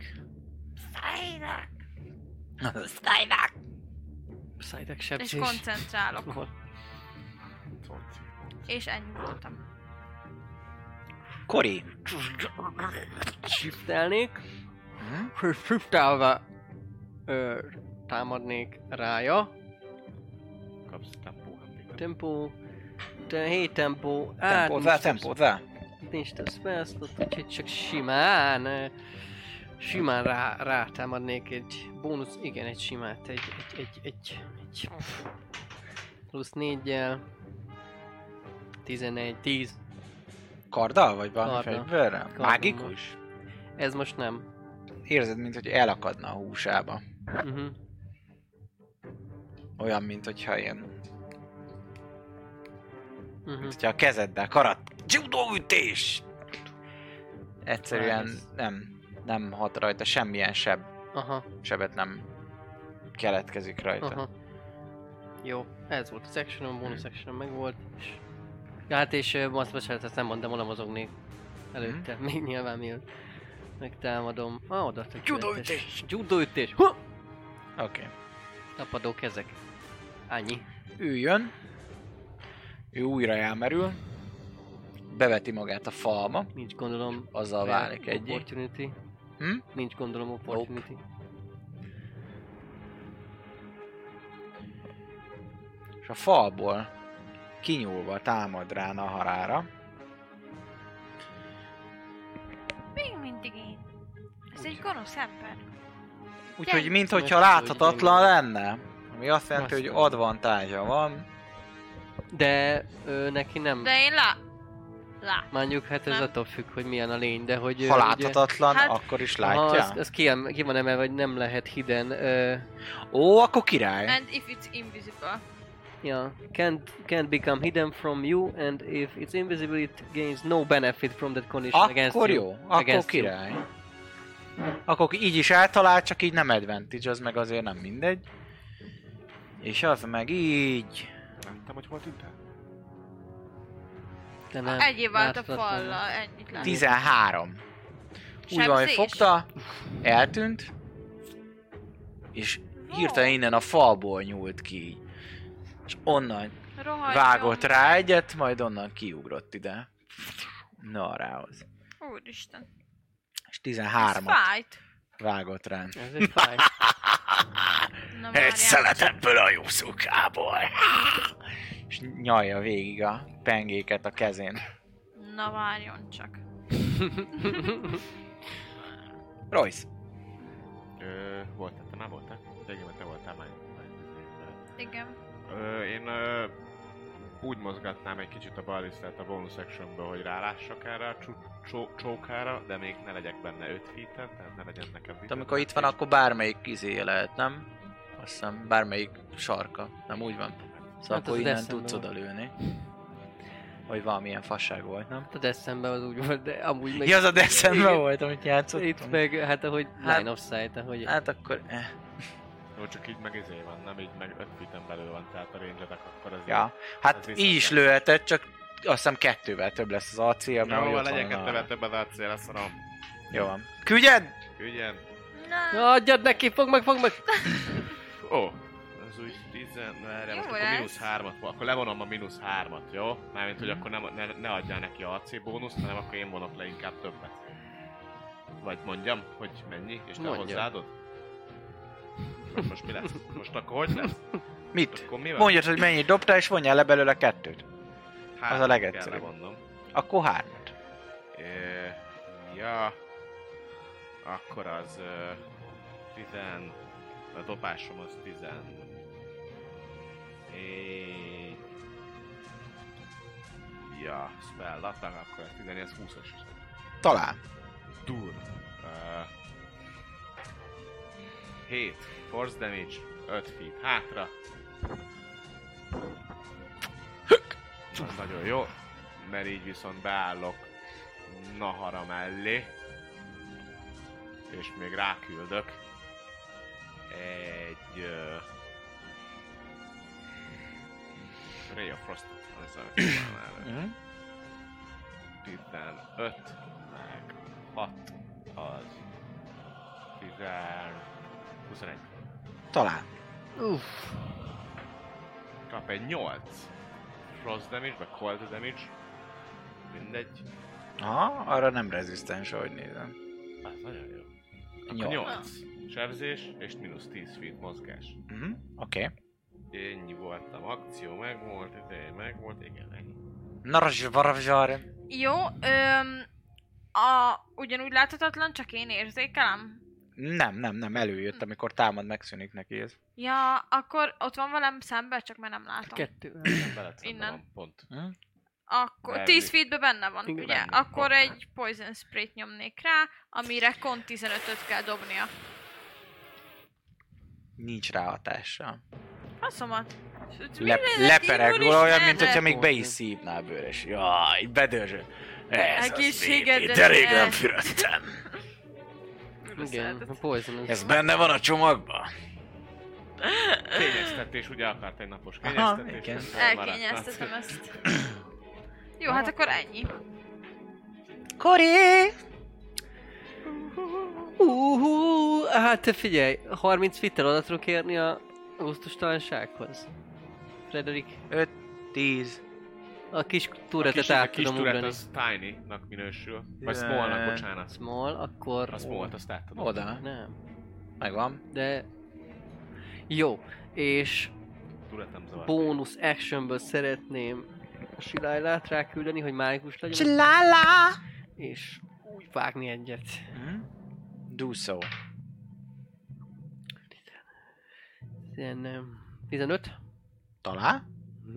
Psyduck És sebzés. koncentrálok. Hol? Conci. És ennyi voltam. Kori. Shiftelnék. Mhm. És shiftelve ö, támadnék rája. Kapsz tempó handicap. Tempó. Te, hét tempó. Hát, Tempót rá, tempót rá. nincs több spellslot, úgyhogy csak simán. ö, Simán rá, rá támadnék egy bónusz, igen, egy simát, egy, egy, egy, egy, egy plusz négyel. tizenegy, tíz. Karddal vagy valami Karddal. fegyverrel? Karddal. Mágikus? Ez most nem. Érzed, mint hogy elakadna a húsába. Uh-huh. Olyan, mint hogyha ilyen... Uh-huh. Mint hogyha a kezeddel karat... Judoütés! Egyszerűen Nice. nem, nem hat rajta semmilyen seb, Aha, sebet nem keletkezik rajta. aha. Jó, ez volt az actionom, bonus actionom meg volt. És... Ja, hát és ö, azt bocsánat, ezt nem mondtam, oda mozognék előtte, Mhm. még nyilván mielőtt megtámadom. Ah, oda a Judoütés! Judoütés! Ha! Oké. Okay. Tapadó kezek. Annyi. Ő jön. Ő újra elmerül. Beveti magát a falba. Nincs gondolom... Azzal válik egyé. Opportunity. Hm? Nincs gondolom opportunity. És a falból kinyúlva támad rá Naharára. Még mindig én. Ez egy gonosz ember. Úgyhogy Gyere. minthogyha Mert láthatatlan úgy lenne. Ami azt jelenti, Azt hogy mondom. advantage van. De ö, neki nem. De én lá... Lá. Mondjuk, hát ez Nem. attól függ, hogy milyen a lény, de hogy... ö, Ha ugye- láthatatlan, Hát- akkor is Aha, látja. az, az ki, ki van emelve, hogy nem lehet hidden. Ö, Ó, akkor király. And if it's invisible. yeah, can't, can't become hidden from you, and if it's invisible, it gains no benefit from that condition against Akkor you. jó, akkor Against you. király. Akkor így is eltalál, csak így nem advantage, az meg azért nem mindegy. És az meg így... Láttam, hogy hol tűnt el? De nem. Egyéb vált a láthatatlan. fallal, ennyit látom. tizenhárom. Úgy van, hogy Sebzés? fogta, eltűnt, és hirtelen innen a falból nyúlt ki. És onnan Rohadjon vágott meg. rá egyet, majd onnan kiugrott ide. Na, rához. Úristen. És Ez tizenhármat fájt. vágott rá. Ez egy fáj. Na, Egy várjál. szelet ebből a jószukából. És nyalja végig a pengéket a kezén. Na várjon csak. Royce. Ö, voltál, te már voltál? Igen, te voltál már. Igen. Ö, én ö, úgy mozgatnám egy kicsit a ballisztát a bonus actionből, hogy rálássak erre a csú- csó- csókára, de még ne legyek benne öt feet-en, tehát ne legyen nekem De amikor itt van, akkor bármelyik izéje lehet, nem? Azt hiszem, bármelyik sarka. Nem úgy van? Szóval Hát akkor az innen eszembe tudsz van. oda lőni. Vagy valamilyen fasság volt, nem? Hát a eszembe az úgy volt, de amúgy meg... Ja, az a december Igen. volt, amit játszottam. Itt meg, hát ahogy Hát- line of sight, ahogy... Hát akkor... Eh. Jó, csak így meg izé van, nem így meg öt feet-en belül van, tehát a range-edek akkor az Ja, Ez hát viszont így is nem. lőhetett, csak azt hiszem kettővel több lesz az acél, mert Jó, hogy van, ott legyen van a- kettővel több az acél, azt mondom. Jó van. Küldjed! Ügyen. Na. Ja, adjad neki, fogd meg, fogd meg! Ó, ez úgy tizen... Várjál, Jó most akkor lesz. mínusz hármat, akkor levonom a mínusz hármat, jó? Mármint, hogy Mhm. akkor nem, ne, ne adjál neki a á cé bónuszt, hanem akkor én vonok le inkább többet. Vagy mondjam, hogy mennyi, és te Mondja. hozzáadod? Most, most mi lesz? Most akkor hogy lesz? Mit? Akkor mi van? Mondjad, hogy mennyit dobtál, és vonjál le belőle kettőt. Hármat az a legegyszerűbb. kell levonnom. Akkor hármat. Ö, ja... Akkor az... Ö, tizen... A dobásom az tizen... É... Ja, spell attack, akkor ez tizen, ez húszas. Talán. Dur. Uh, hét. Force damage. öt feet. Hátra. Na, nagyon jó. Mert így viszont beállok Nahara mellé. És még ráküldök egy... Uh, Ray of Frostot. Ez a Mhm. tizenöt, meg hat, az tizen... huszonegy. Talán. Uff. Kap egy nyolc frost damage, vagy cold damage. Mindegy. Aha, arra nem rezisztens, ahogy nézem. Az nagyon jó. Akkor Nyolc. nyolc sebzés, és mínusz tíz feet mozgás. Mhm, oké. Ennyi voltam, akció megvolt, ideje megvolt, igen, ennyi. Narazsvarazsar. Jó, öm, a, ugyanúgy láthatatlan, csak én érzékelem. Nem, nem, nem, előjött, amikor támad, megszűnik neki ez. Ja, akkor ott van velem szemben, csak már nem látom. Kettő. Veled szemben Innen. van, pont. Hm? Akkor Verni. tíz feetben benne van, Igen, ugye? benne, Akkor pont. egy poison spray-t nyomnék rá, amire con tizenötöt kell dobnia. Nincs rá hatással. Faszomat. Le, lepereg olyan, mint hogyha még be is szívnál bőres. Jaj, bedörzsöl. Ez az Egészségedre bébi, de rég nem kell. fürödtem. Igen, a poison. Ez benne van a csomagban? Kényeztetés, ugye akart egy napos Aha, kényeztetés. igen. és elmaradt. Elkényeztetem ezt. Jó, hát akkor ennyi. Kori! Uhú, hát te figyelj, harminc fittel oda tudok érni a gusztustalansághoz. Frederik, öt, tíz. a kis A túretet kis, a át kis tudom turret ugrani. az tiny-nak minősül. Vagy Jö. small-nak, bocsánat. Small, akkor... A small-t azt át tudom. Oda. Nem, Megvan. de... Jó, és Turretem zavar. bónusz actionből szeretném a Shilайлát ráküldeni, hogy mágikus legyen, Csilálá! és úgy vágni egyet. Hm? Do so. Tizen- tizenöt? Talán?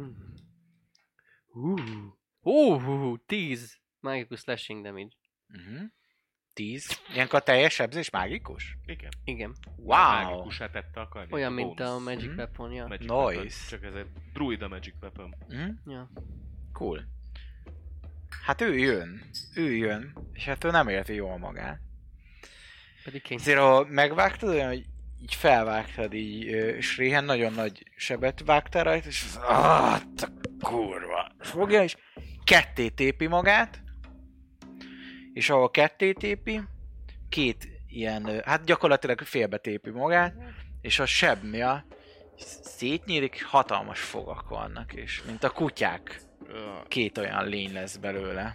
Uh. Uh, tíz mágikus slashing damage. Uh-huh. tíz. Ilyenkor teljes sebzés mágikus? Igen. Igen, Wow! Mágikusát tette a kardja. olyan, mint a bónusz. Magic Mhm. Weapon, ja. Magic Nice. weapon. Csak ez egy druida magic weapon. Hm? ja. Cool. Hát ő jön. Ő jön. És hát ő nem érti jól magát. Pedig kény. Ezért, ha megvágtad olyan, hogy így felvágtad így uh, Sréhen, nagyon nagy sebet vágtál rajta, és az, ah, te kurva. Fogja és ketté tépi magát, és ahol ketté tépi, két ilyen, hát gyakorlatilag félbe tépi magát, és a sebmia szétnyílik, hatalmas fogak vannak, és mint a kutyák, két olyan lény lesz belőle.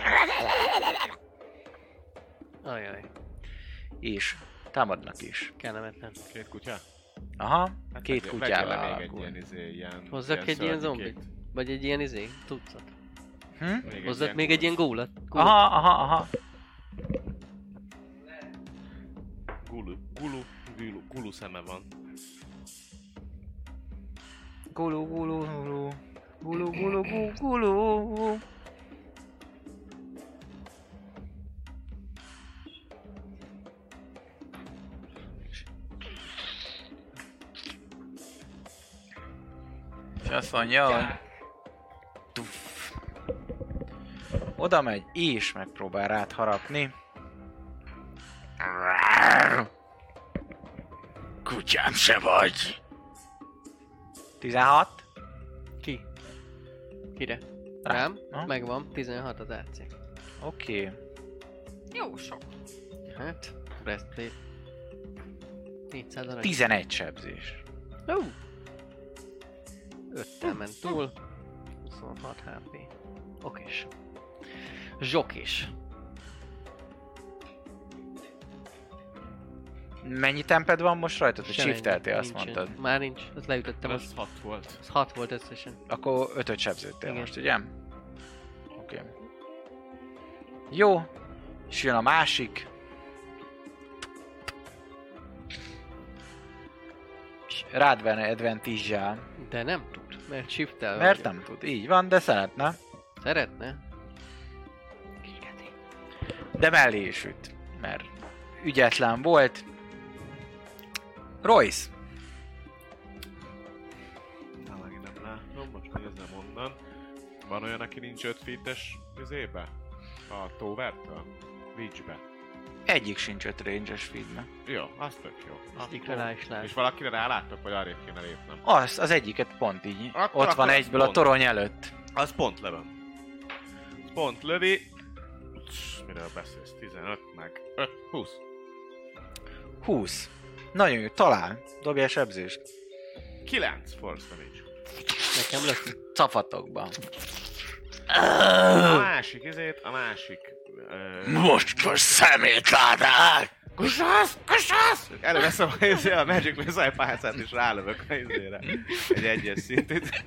Ajaj, És támadnak is. kellemetlen. Két kutya? Aha, Hát két vegyél- kutyával vegyél le még egy alakul. ilyen, izé, ilyen... Hozzak egy ilyen szörnyikét. zombit? Vagy egy ilyen izé? Tucat? Hm? Még Hozzak még egy ilyen gólat? Aha, aha, aha. Gulu, gulu, gulu, gulu szeme van. Gulu, gulu, gulu. Gulu, gulu, gulu, gulu. És azt mondja, hogy... Tuff. Oda megy, és megpróbál rád harapni. Kutyám se vagy! tizenhat. Ki? Kire? Rám. Rám? Aha. Megvan, tizenhat az á cé. Oké. Okay. Jó sok. Hát, breastplate. négyszáz arany. tizenegy sebzés. Ó! öttel ment túl. huszonhat há pé. Okés. Zsokis. Mennyi temped van most rajtad? Hogy Semennyi, shifteltél, azt nincsen. mondtad. Már nincs, azt leütöttem, Ez az, hat volt. az hat volt összesen. Akkor ötöt sebződtél Igen. most, ugye? Oké. Okay. Jó. És jön a másik. És rád venne advantage-jel. De nem tud, mert shiftel Mert vagyok. nem tud. Így van, de szeretne. Szeretne? De mellé is üt. Mert ügyetlen volt. Royce. Na, megint nem látom, most nézzem onnan. Van olyan, aki nincs öt feet-es izébe? A Towertől? Reachbe. Egyik sincs öt range-es feedbe. Jó, az tök jó. Egyikre rá is lát. És valakire ráláttok, vagy arrébb kéne lépnem? Az, az egyiket pont így. Akkor- Ott van akkor egyből a pont. torony előtt. Az pont lövöm. Pont lövi. Cs, miről beszélsz? tizenöt meg öt, húsz. húsz. Nagyon jó, talál. Dobja a sebzést. kilenc force damage. Nekem lesz. Cafatokban. A másik izét, a másik... Ö... Most most szemét látták! Kusász! Kusász! Előveszem a, izé, a Magic Missile pálcát és rálövök a izére. Egy egyes szintét.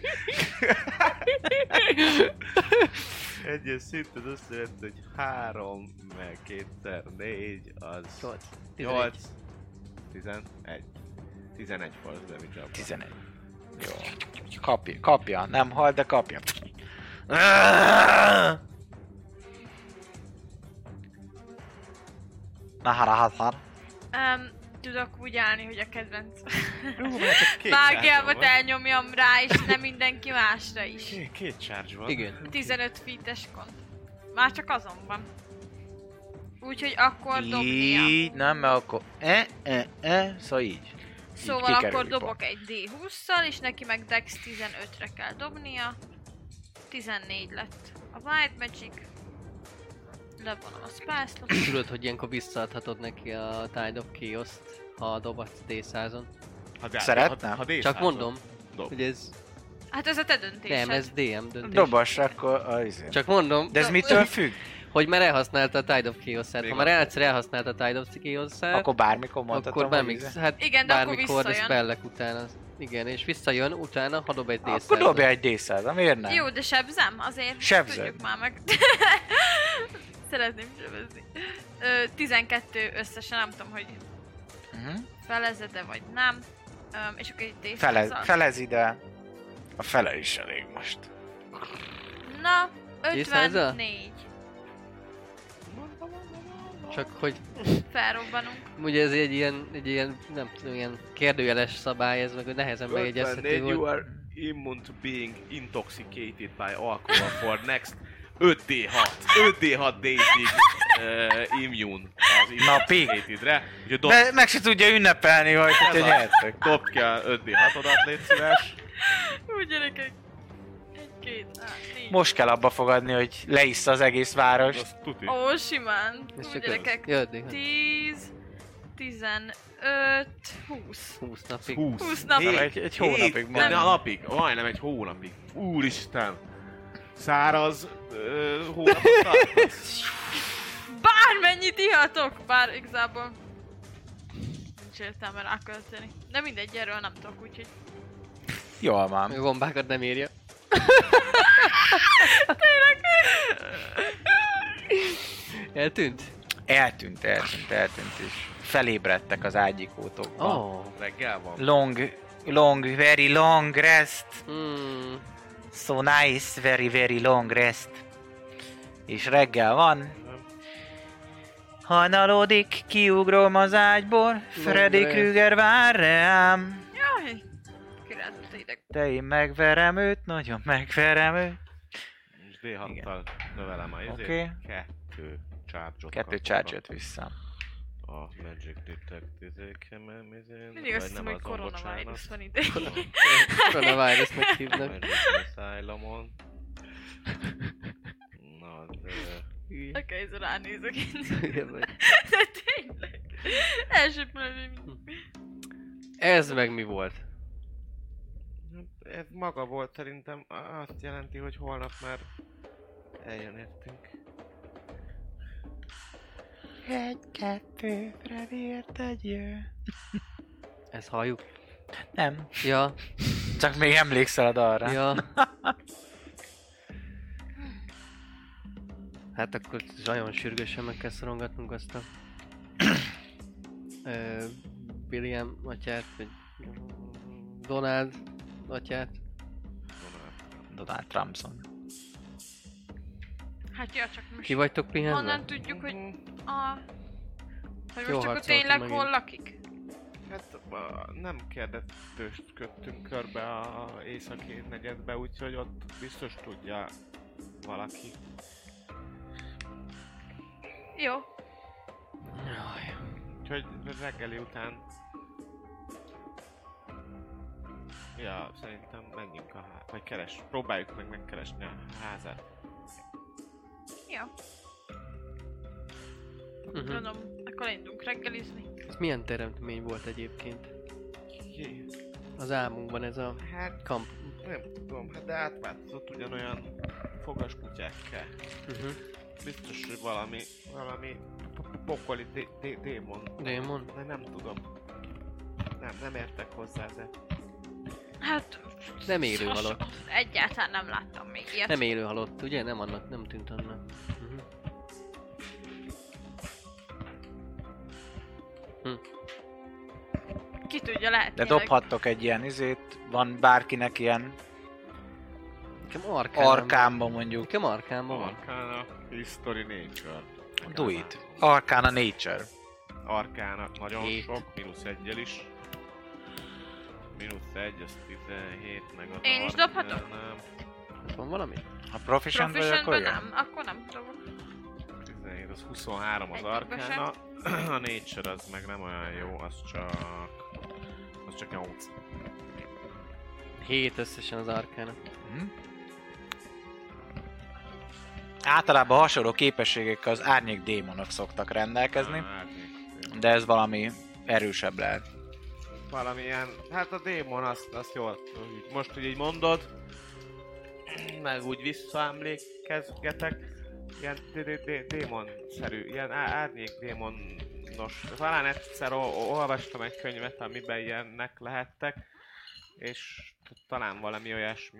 Egyes szint az azt jelenti, hogy három, meg kétszer négy, az... nyolc. nyolc. tizenegy. tizenegy force damage abban. tizenegy. Jó. Kapja, kapja. Nem hal, de kapja. Na harahar. Um, tudok úgy állni, hogy a kedvenc Jó, mert csak két mágiámat charge-om van. elnyomjam rá, és nem mindenki másra is. Két, két charge van. Igen. tizenöt feet-es kont. Már csak azon van. Úgyhogy akkor dobnia. Így, nem, mert akkor... E, e, e, szóval így. Szóval kikerülik akkor pont. dobok egy dé hússzal, és neki meg Dex tizenötre kell dobnia. tizennégy lett a White Magic. Levonom a spell slot. Tudod, hogy ilyenkor visszaadhatod neki a Tide of Chaos-t, ha dobatsz dé százon. Ha de- Szeretne? Ha, ha D Csak mondom, Dob. hogy ez... Hát ez a te döntésed. Nem, ez dé em döntés. Dobas, akkor a izé. Csak mondom, De ez mitől függ? hogy már elhasználta a Tide of Chaos-át. Még Ha már van. egyszer elhasználta a Tide of Chaos-át, Akkor bármikor mondhatom, akkor hogy bármik, izé. hát Igen, de akkor bármikor, de visszajön. spellek után az, igen, és visszajön utána, ha dob egy dé Akkor dobja egy dé száz, miért nem? Jó, de sebzem, azért Sebzed. tudjuk már meg. Szeretném sebezni. Ö, tizenkettő összesen, nem tudom, hogy Uh-huh. felezed-e vagy nem. Ö, és akkor egy dé Felez, százzal. felez ide. A fele is elég most. Na, dé százzal? ötvennégy. Csak hogy Felrobbanunk. ugye ez egy ilyen, egy ilyen, nem tudom, ilyen kérdőjeles szabály, ez meg hogy nehezen megjegyezhető You volt. are immune to being intoxicated by alcohol for next öt dé hat. öt dé hat days-ig uh, immune az intoxicatedre. Úgyhogy dob, Me- meg se tudja ünnepelni, hogy hogyha Ez a- nyertek. dob ki a öt dé hatodat, légy szíves. Úgy gyerekek. Egy Két, á, négy. Most kell abba fogadni, hogy leissza az egész várost. Az tuti. Ó, simán. Ez Úgy csak gyerekek. Jöddig. Tíz, tizenöt, húsz. húsz napig. húsz. húsz napig. Hét. Egy, egy hónapig Hét mondom. napig, majdnem egy hónapig. Úristen! Száraz ö, hónapot tartasz. Bármennyit ihatok! Bár igazából nincs értelme rákölteni. De mindegy, erről nem tudok, úgyhogy... Jól van. A gombákat nem írja. Eltűnt? Eltűnt, eltűnt, eltűnt, és felébredtek az ágyikótokba. Oh. Reggel van. Long, long, very long rest. Hmm. So nice, very, very long rest. És reggel van. Hajnalódik, kiugrom az ágyból. Freddy rest. Krueger vár rám. Jaj! Kirázott ideg. De én megverem őt, nagyon megverem őt. És dé hattal növelem a izét. Oké. Kettő charge-ot Kettő kapok charge-ot vissza. A Magic Detect izékemen, izén. Mindig azt hiszem, hogy azon, koronavírus van ide. Coronavirusnak hívnak. Magic Asylumon. Na, de... Oké, ez ránézek én. Hülye vagy. De tényleg. Első pillanatban. Ez meg mi volt? Ez maga volt szerintem, azt jelenti, hogy holnap már eljön értünk. Egy, kettő, Freddyért egy jő. Ezt halljuk? Nem, Ja, csak még emlékszel a dalra. ja. Hát akkor nagyon sürgősen meg kell szorongatnunk azt a... Ö, William atyát, vagy... Donald atyát. Donald Trumpson. Hát ja, csak most Ki vagytok pihenve? honnan tudjuk, hogy a... Hogy Jó most akkor harcoltunk tényleg megint. hol lakik? Hát a- nem kérdeztőst köttünk körbe a északi negyedbe, úgyhogy ott biztos tudja valaki. Jó. Jaj. Úgyhogy reggeli után... Ja, szerintem menjünk a há... vagy keres, próbáljuk meg megkeresni a házát. Jó. Uh-huh. Tudom, akkor indulunk reggelizni. Ez milyen teremtmény volt egyébként? Jé, Az álmunkban ez a hát kamp... nem tudom, hát de átváltozott ugyanolyan fogaskutyákkel. Uh-huh. Biztos, hogy valami, valami po- pokoli dé- dé- démon. Démon? De nem tudom. Nem, nem értek hozzá, de... Hát... Nem élő sos- halott. Egyáltalán nem láttam még ilyet. Nem élő halott, ugye? Nem annak, nem tűnt annak. Uh-huh. Ki tudja, lehet De tényleg. dobhattok egy ilyen izét, van bárkinek ilyen Nekem arkán. arkámba mondjuk. Nekem arkánban van. Arcana, History, Nature. Do it. Arcana Nature. Arkának nagyon Hét. sok, mínusz egyel is. Mínusz egy, az tizenhét, meg az Én is Arcana, dobhatok? Nem. Van valami? Ha proficient vagy, akkor Proficientben igen. nem, akkor nem dobok. tizenhét, az huszonhárom az Egyikbe Arcana. A Nature az meg nem olyan jó, az csak... Az csak nyolc. Hét összesen az arkán. Hm? Általában hasonló képességekkel az árnyék démonok szoktak rendelkezni, Árnyék. de ez valami erősebb lehet. Valamilyen, hát a démon azt, azt jól, most, hogy így mondod, meg úgy visszaemlékezgetek, ilyen dé- dé- dé- démonszerű, ilyen á- árnyék démonos. Talán egyszer o- olvastam egy könyvet, amiben ilyennek lehettek, és t- talán valami olyasmi.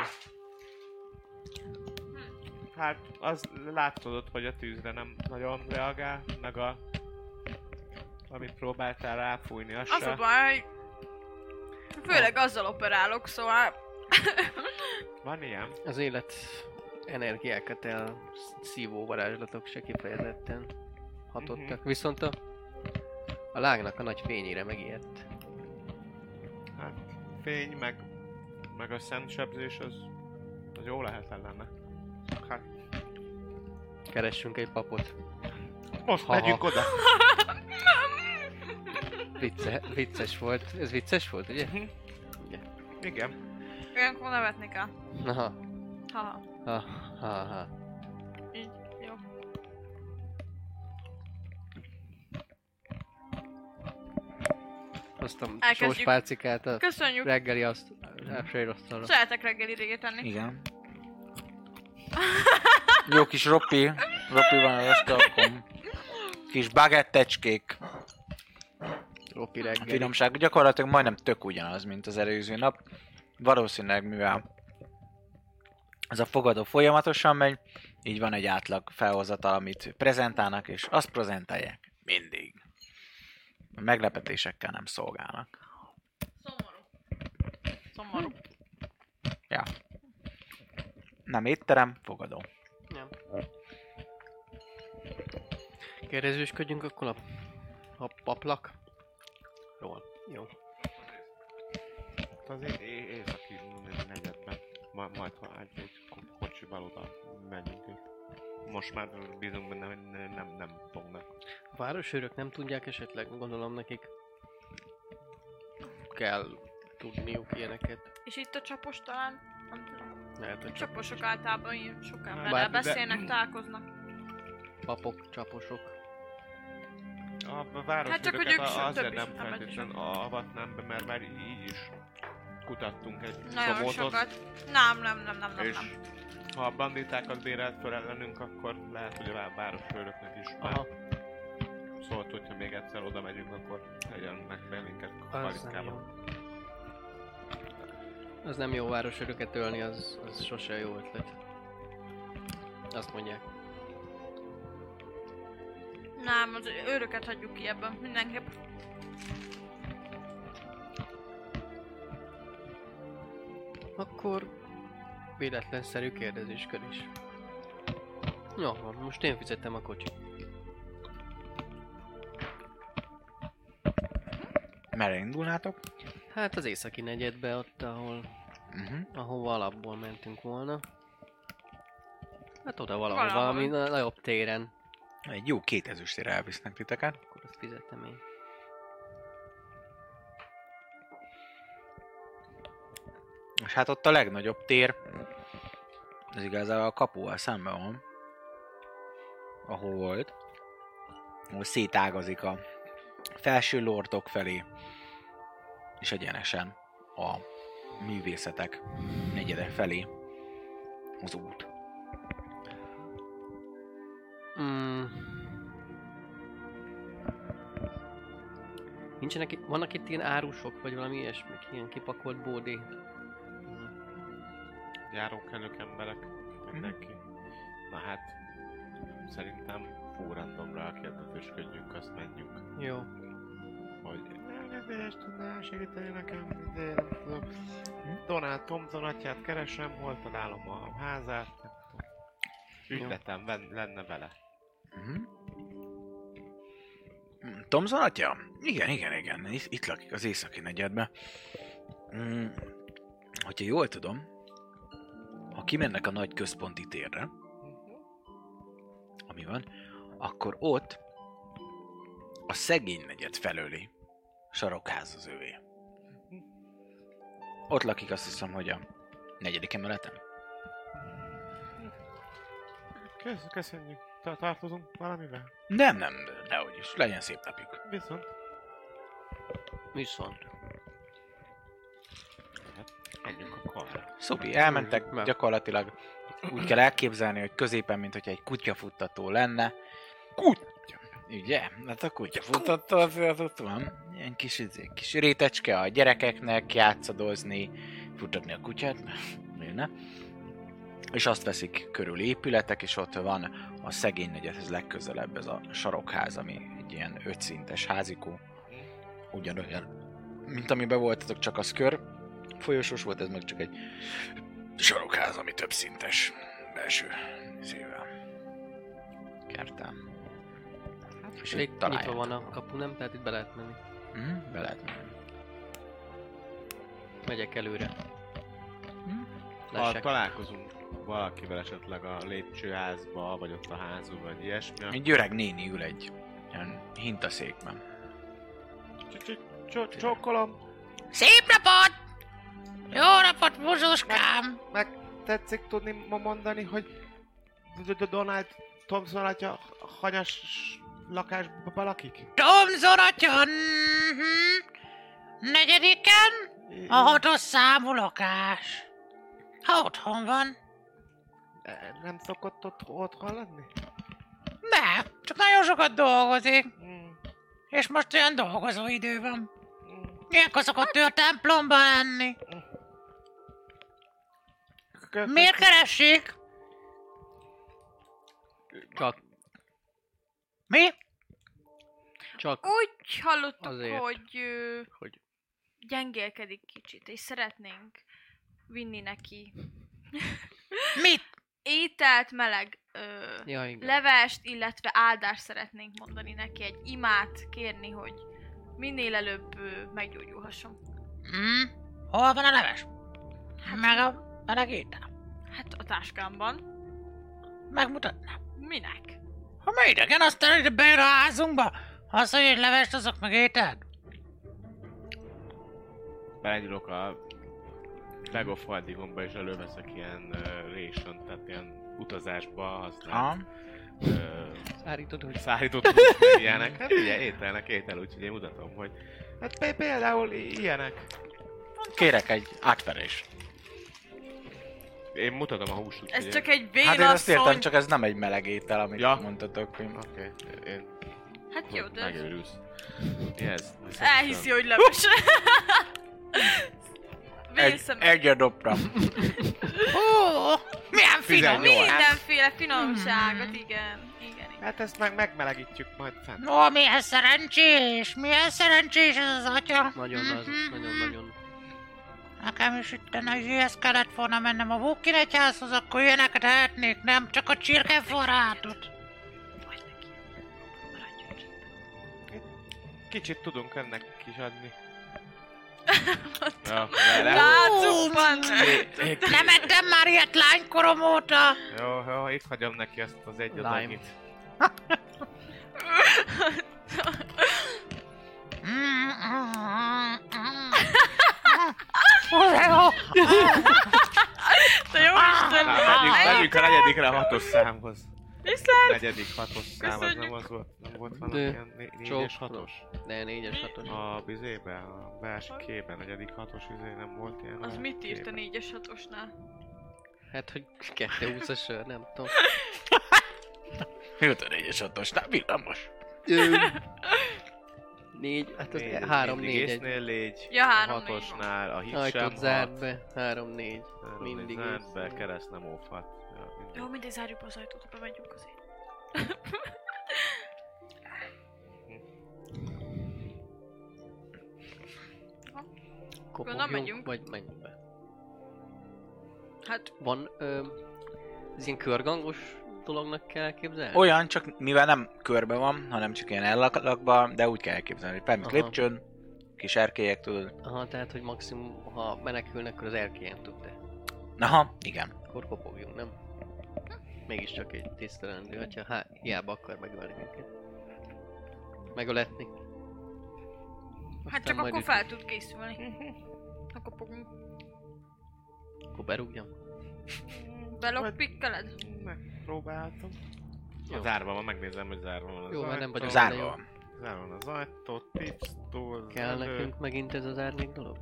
Hát az látszódott, hogy a tűzre nem nagyon reagál, meg a amit próbáltál ráfújni, az Az se. a baj, főleg azzal operálok, szóval... Van ilyen? Az élet energiákat el szívó varázslatok se kifejezetten hatottak. Mhm. Viszont a, a lágnak a nagy fényére megijedt. Hát fény, meg, meg a szent sebzés, az, az jó lehet ellene. Hát Keressünk egy papot. most Haha. megyünk oda. Vicce, vicces volt. Ez vicces volt, ugye? Mhm. Ugye. Igen. Olyankor nevetni kell. Aha. Ha, Ha, ha, ha. így, jó. Hoztam Elkezdjük. sós pálcikát a Köszönjük. reggeli azt elsőre asztalra. Szeretek reggeli réget tenni. Igen. Jó kis roppi. Roppi van az asztalon. Kis bagettecskék. Ropi A reggeli. finomság gyakorlatilag majdnem tök ugyanaz, mint az előző nap. Valószínűleg mivel ez a fogadó folyamatosan megy, így van egy átlag felhozatal, amit prezentálnak, és azt prezentálják mindig. A meglepetésekkel nem szolgálnak. Szomorú. Szomorú. Ja. Nem étterem, fogadó. Ja. Kérdezősködjünk akkor a, a paplak. Jól. Jó. Az é- é- északi negyedben. Ma- majd ha egy, egy ko- kocsival oda megyünk. Most már bízunk benne, hogy ne- nem, nem fognak. A városőrök nem tudják esetleg, gondolom nekik kell tudniuk ilyeneket. És itt a csapos talán, nem tudom. Lehet, hogy Csaposok általában ilyen sok emberrel Bár- de- beszélnek, találkoznak. papok, csaposok. A városőröket Hát csak, hogy ők a- is azért több is, nem nem feltétlenül avatnám be, mert már így is kutattunk egy Nagyon csomót ott, sokat. Nem, nem, nem, nem, nem, és nem. ha a banditákat bérelt fel ellenünk, akkor lehet, hogy a vá- városőröknek is már Aha, szólt, hogyha még egyszer oda megyünk, akkor legyenek be minket az nem kalitkában. jó. Az nem jó városőröket ölni, az, az sose jó ötlet. Azt mondják. Nem, az őröket hagyjuk ki ebből, mindenképp. Akkor véletlenszerű kérdezősködés. Jó, van, most én fizettem a kocsit. Merre indulnátok? Hát az északi negyedbe ott, ahol, Uh-huh. ahova alapból mentünk volna. Hát oda valahol, Valahol. valami na- nagyobb téren. Egy jó két ezüstére elvisznek titeket. Akkor azt fizettem én. És hát ott a legnagyobb tér, ez igazából a kapuval szemben van, ahol volt, ahol szétágazik a felső lordok felé, és egyenesen a művészetek negyede felé az út. Mm. Nincsenek itt, vannak itt ilyen árusok, vagy valami ilyesmik, ilyen kipakolt bódé? Járókelők emberek, mindenki. Na hát, szerintem full randomra kérdezősködjünk, azt menjünk. Jó. Hogy elnézést tudnál segíteni nekem, de nem tudom. Donald Thompson atyát keresem, hol találom a házát, nem tudom. Ügyletem ven- lenne vele. Uh-huh. Thomson atya? Igen, igen, igen. Itt, itt lakik az északi negyedben. Mm, hogyha jól tudom, ha kimennek a nagy központi térre, ami van, akkor ott a szegény negyed felőli sarokház az övé. Ott lakik, azt hiszem, hogy a negyedik emeleten. Kösz, köszönjük. Ta- Tartozunk valamivel? Nem, nem, dehogy is. Legyen szép napjuk. Viszont. Viszont. Menjünk a karra. Szupi, elmentek Meg. gyakorlatilag. Úgy kell elképzelni, hogy középen, mint hogyha egy kutyafuttató lenne. Kutya! Ugye? Hát a kutyafuttató azért ott van. Ilyen kis, izé, kis rétecske a gyerekeknek játszadozni, futtatni a kutyát. Miért ne? És azt veszik körül épületek, és ott van a szegény negyedhez legközelebb ez a sarokház, ami egy ilyen ötszintes házikó. Ugyanolyan, mint amiben voltatok, csak az kör folyosós volt, ez meg csak egy sarokház, ami több szintes belső izével. Kertel. És Itt itt nyitva találjátok. van a kapu, nem? Tehát itt be lehet menni. Mhm, be lehet menni. Megyek előre. Ha Lessek. találkozunk valakivel esetleg a lépcsőházba, vagy ott a házban, vagy ilyesmi, Egy öreg néni ül egy ilyen hintaszékben. Csókolom! Szép napot! Jó napot, mozóskám! Meg tetszik tudni mo- mondani, hogy D- D- Donald Thompson atya hanyas lakásban lakik? Tomzon atya! mhm. Negyediken? A hatos számú lakás. Ha otthon van. E, Nem szokott ott otthon lenni? De, csak nagyon sokat dolgozik. Mm. És most olyan dolgozó idő van. Mm. Ilyenkor szokott ő a templomba lenni. Kö- Miért keressék? Csak, Mi? csak Úgy hallottuk, Azért. hogy ö, hogy gyengélkedik kicsit, és szeretnénk vinni neki Mit? ételt, meleg ö, ja, igen. levest, illetve áldást szeretnénk mondani neki, egy imát kérni, hogy minél előbb ö, meggyógyulhasson. Hmm? Hol van a leves? Meg a meleg étel? Hát a táskámban. Megmutatná. Minek? Ha mi idegen, aztán ide bejön a házunkba. Azt, hogy egy levest azok meg ételt. Belegyúlok a Bag of Holdingomba és előveszek ilyen uh, ration, tehát ilyen utazásba használt Ha? uh, Szárítod, hogy szárított húst, meg ilyenek. Hát ugye ételnek étel, úgyhogy én mutatom, hogy hát pé- például i- ilyenek. Kérek egy átverést. Én mutatom a húst, úgyhogy Ez én- csak egy Hát én azt értem, vénasszony. csak ez nem egy meleg étel, amit Ja. mondtatok. Hogy... Oké, okay. én... Hát jó, de Megőrülsz. Yes. elhiszi, hogy leves. Egy, Vészem. egyet dobtam. Ó, milyen finom. tizennyolc. Mindenféle finomságot, igen. Igen, igen. Hát ezt meg megmelegítjük majd fent. Ó, milyen szerencsés, milyen szerencsés ez az atya. nagyon, az, Mhm. nagyon, nagyon. Nekem is itt a izéhez kellett volna mennem a Vókin egyházhoz, akkor ilyeneket ehetnék, nem csak a csirkeforrátot. Vagy neki. Maradjon csendben. Kicsit tudunk ennek is adni. Ja, le- Látszuk van! Nem ettem már ilyet lánykorom óta. Jó, jó, itt hagyom neki ezt az egy Lime. adagit. Te jó Isten! Na, megyünk, megyünk a negyedikre a hatos számhoz. Viszlát! Negyedik hatos szám, az nem Köszönjük. az volt, nem volt valami De, ilyen né- négyes csók. hatos? De négyes, hatos. A bizében, a belső képben, negyedik hatos izé nem volt ilyen. Az a mit írt a képben. négyes hatosnál? Hát, hogy kettő húsz a sör, nem tudom. Jött a négyes hatosnál, villamos. Ö, Négy, hát az Négy, három, mindig négy, egy. észnél légy, Ja, a három, négy hatosnál, a hit sem Ajtót hat, zárt be, három, négy. három, mindig négy zárt ész. be, kereszt nem óvhat. Ja, mindig. Jó, mindig zárjuk be az ajtót, bemegyünk azért. Kopogjunk, megyünk. vagy menjünk be. Hát, Van, ö, ez ilyen körgangos dolognak kell elképzelni? Olyan, csak mivel nem körbe van, hanem csak ilyen ellakva, de úgy kell elképzelni, hogy például Aha. lépcsőn, kis erkélyek, tudod. Aha, tehát, hogy maximum, ha menekülnek, akkor az erkélyen tud-e. Aha, igen. Akkor kopogjunk, nem? Mégiscsak egy tisztelendő, hogyha há, hiába akar megölni minket. Megöletni. hát Aztán csak majd akkor üt- fel tud készülni. Akkor fogunk. Akkor berúgjam. Belokpikkeled? Megpróbáltam. Jó. A zárva van, megnézem, hogy zárva van az Jó, mert nem ajtó. vagyok Zárva benne, jó. van. Zárva van az ajtó, tisztó, az Kell elő. nekünk megint ez az árnyék dolog?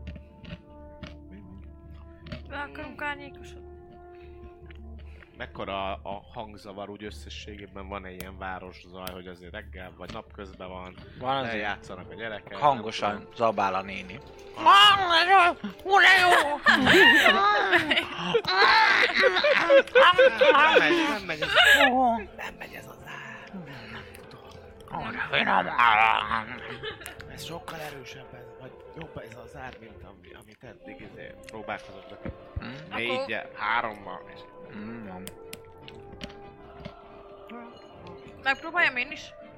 Be akarunk árnyékosodni? Mekkora a hangzavar úgy összességében, van egy ilyen városzaj, hogy azért reggel vagy napközben van, Van azért lejátszanak a gyerekek. nem hangosan zabál a néni. tudom. Nem megy, nem megy ez. Nem megy ez az ár. Ez sokkal erősebb, ez, vagy jobb ez az ár, mint ami, amit eddig izé próbálkozottak. Négyel, hárommal, és Megpróbáljam én is?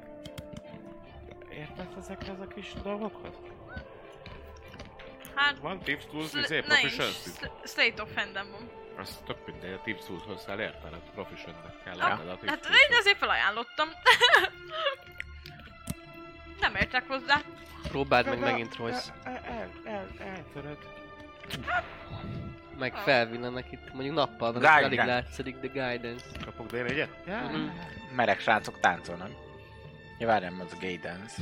értesz ezekhez a kis dolgokhoz? Hát... Van tips tools, izé, Sl- nincs. proficiency. Sl- Slate of Hand-em van. Az tök mindegy, a tips toolshoz kell értened, proficientnek kell Ah, lenned a tips hát toolshoz. én azért felajánlottam. Nem értek hozzá. Próbáld meg De- megint, Royce. El, el, el, eltöröd. Meg Oh. felvillanak itt, mondjuk nappal van, Guidance. alig látszik, de guidance. Kapok dé négyet? Mhm. Merek srácok táncolnak. Ja, várjam, az a gay dance.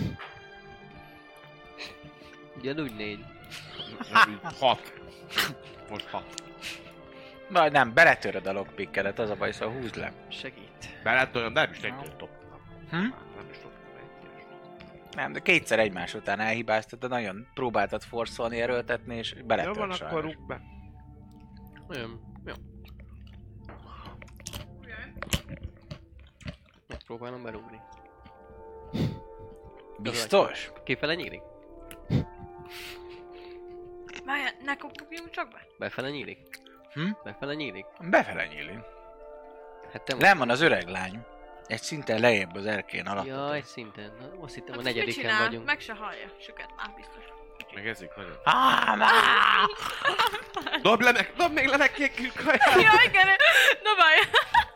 Ugyanúgy négy. Hat. Most hat. Vagy nem, beletöröd a lockpickedet, az a baj, szóval húzd le. Segít. Beletölöm, de nem is egyet top. Hm? Nem is top. Nem, de kétszer egymás után elhibáztad, de nagyon próbáltad forszolni, erőltetni, és Jó beletört van, sajnos. akkor rúg be. Olyan, jó. Megpróbálom berúgni. Biztos? Kifele nyílik? Várjál, ne kopugjunk csak be? Befele nyílik? Hm? Befele nyílik? Befele nyíli. Hát te Nem van az öreg lány. Egy szinten lejjebb az erkén alatt. Jaj, szinten. Na, azt hittem a Hát mit negyediken csinál? vagyunk. Meg se hallja. Süket már biztos. Megezik nagyon. Ah, má! Dobd le meg, dobd még le neki egy kis kaját! Ja, igen, na várjál.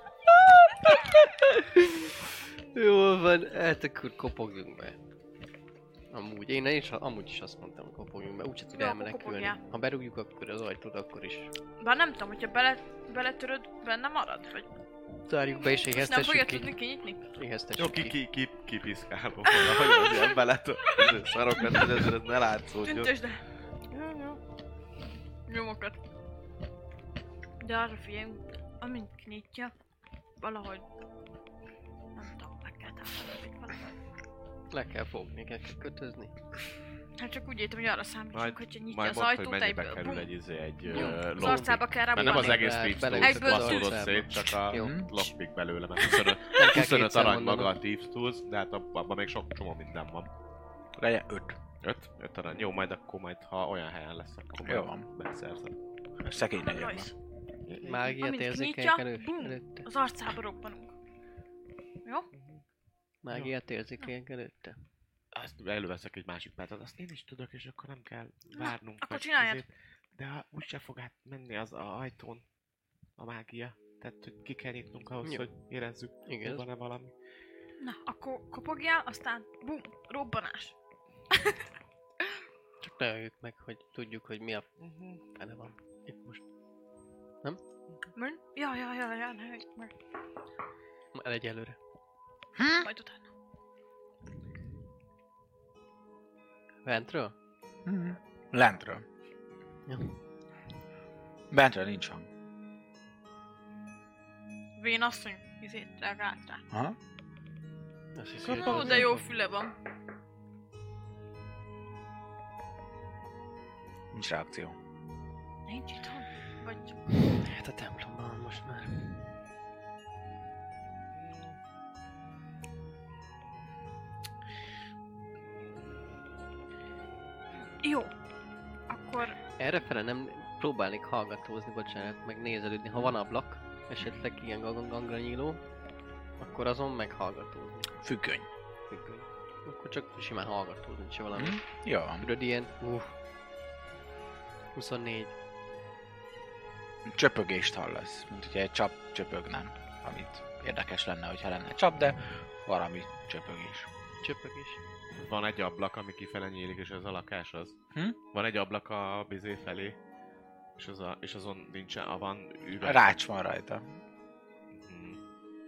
Jól van, hát akkor kopogjunk be. Amúgy, én is, amúgy is azt mondtam, hogy kopogjunk be, úgyse tud Jó, elmenekülni. kopogjál. Ha berúgjuk akkor az ajtót, akkor is. Bár nem tudom, hogyha bele, beletöröd, benne marad, vagy Zárjuk be és nem éheztessük fogja ki. tudni kinyitni? Éheztessük Jó, ki, ki. ki, ki, kipiszkálom, hogy az ilyen beletől. Szarokat, hogy ezért ez ne látszódjon. Tüntösd de. Jó, jó. Nyomokat. De arra figyeljünk, amint kinyitja, valahogy... Nem tudom, meg kell támadni valahogy. Le kell fogni, kell kötözni. Hát csak úgy értem, hogy arra számítsunk, Majd, hogyha nyitja majd az mondd, hogy ajtót mennyibe egyből. kerül Bum. egy, izé, egy Bum. uh, Az lockpick. arcába kell Mert nem az rábulani. egész Bele- Thieves bele- Tools-et Egyből baszódott tűz. szét, csak a Jó. lockpick belőle, mert huszonöt, Nem kell huszonöt kétszer arany maga mondanom. a Thieves Tools, de hát ab- abban még sok csomó minden van. Legyen öt. Öt? Öt arany. Jó, majd akkor majd, ha olyan helyen lesz, akkor Jó majd van. beszerzem. Szekély negyedben. Rajz. Mágiát Amint érzékeljek kinyitja, előtt, bum. előtte. Az arcába robbanunk. Jó? Mágiát érzékeljek előtte. Azt előveszek egy másik pályát, azt én is tudok, és akkor nem kell várnunk. akkor vagy csináljad. izét. De ha úgyse fog átmenni az a ajtón a mágia. Tehát, hogy ki kell nyitnunk ahhoz, Jó. hogy érezzük, Igen. hogy van-e valami. Na, akkor kopogjál, aztán bum, robbanás. Csak ne öljük meg, hogy tudjuk, hogy mi a fene van. Itt most. Mert? Ja, ja, ja, ja, ne hagyd meg. El egyelőre. Majd utána. Bentről? Mhm. Lentről. Ja. Bentről nincs hang. Vén asszony, izét reagált rá. Aha. Azt hiszi, hogy Ó, az- de jó füle van. Nincs reakció. Nincs itthon? Vagy... Hát a templomban van most már. Jó. Akkor... Errefele nem próbálnék hallgatózni, bocsánat, meg nézelődni. Ha van ablak, esetleg ilyen gang- gangra nyíló, akkor azon meghallgatózni. Függöny. Függöny. Akkor csak simán hallgatózni, se valami. Mhm. Jó van. Tudod, ilyen... Uh, huszonnégy. Csöpögést hallasz, mint hogyha egy csap csöpögne, amit érdekes lenne, hogyha lenne csap, de valami csöpögés. Csöpögés. Van egy ablak, ami kifele nyílik, és ez a lakás az. Hm? Van egy ablak a bizé felé, és, az a, és azon nincsen, a van üveg. Rács van rajta. Hmm.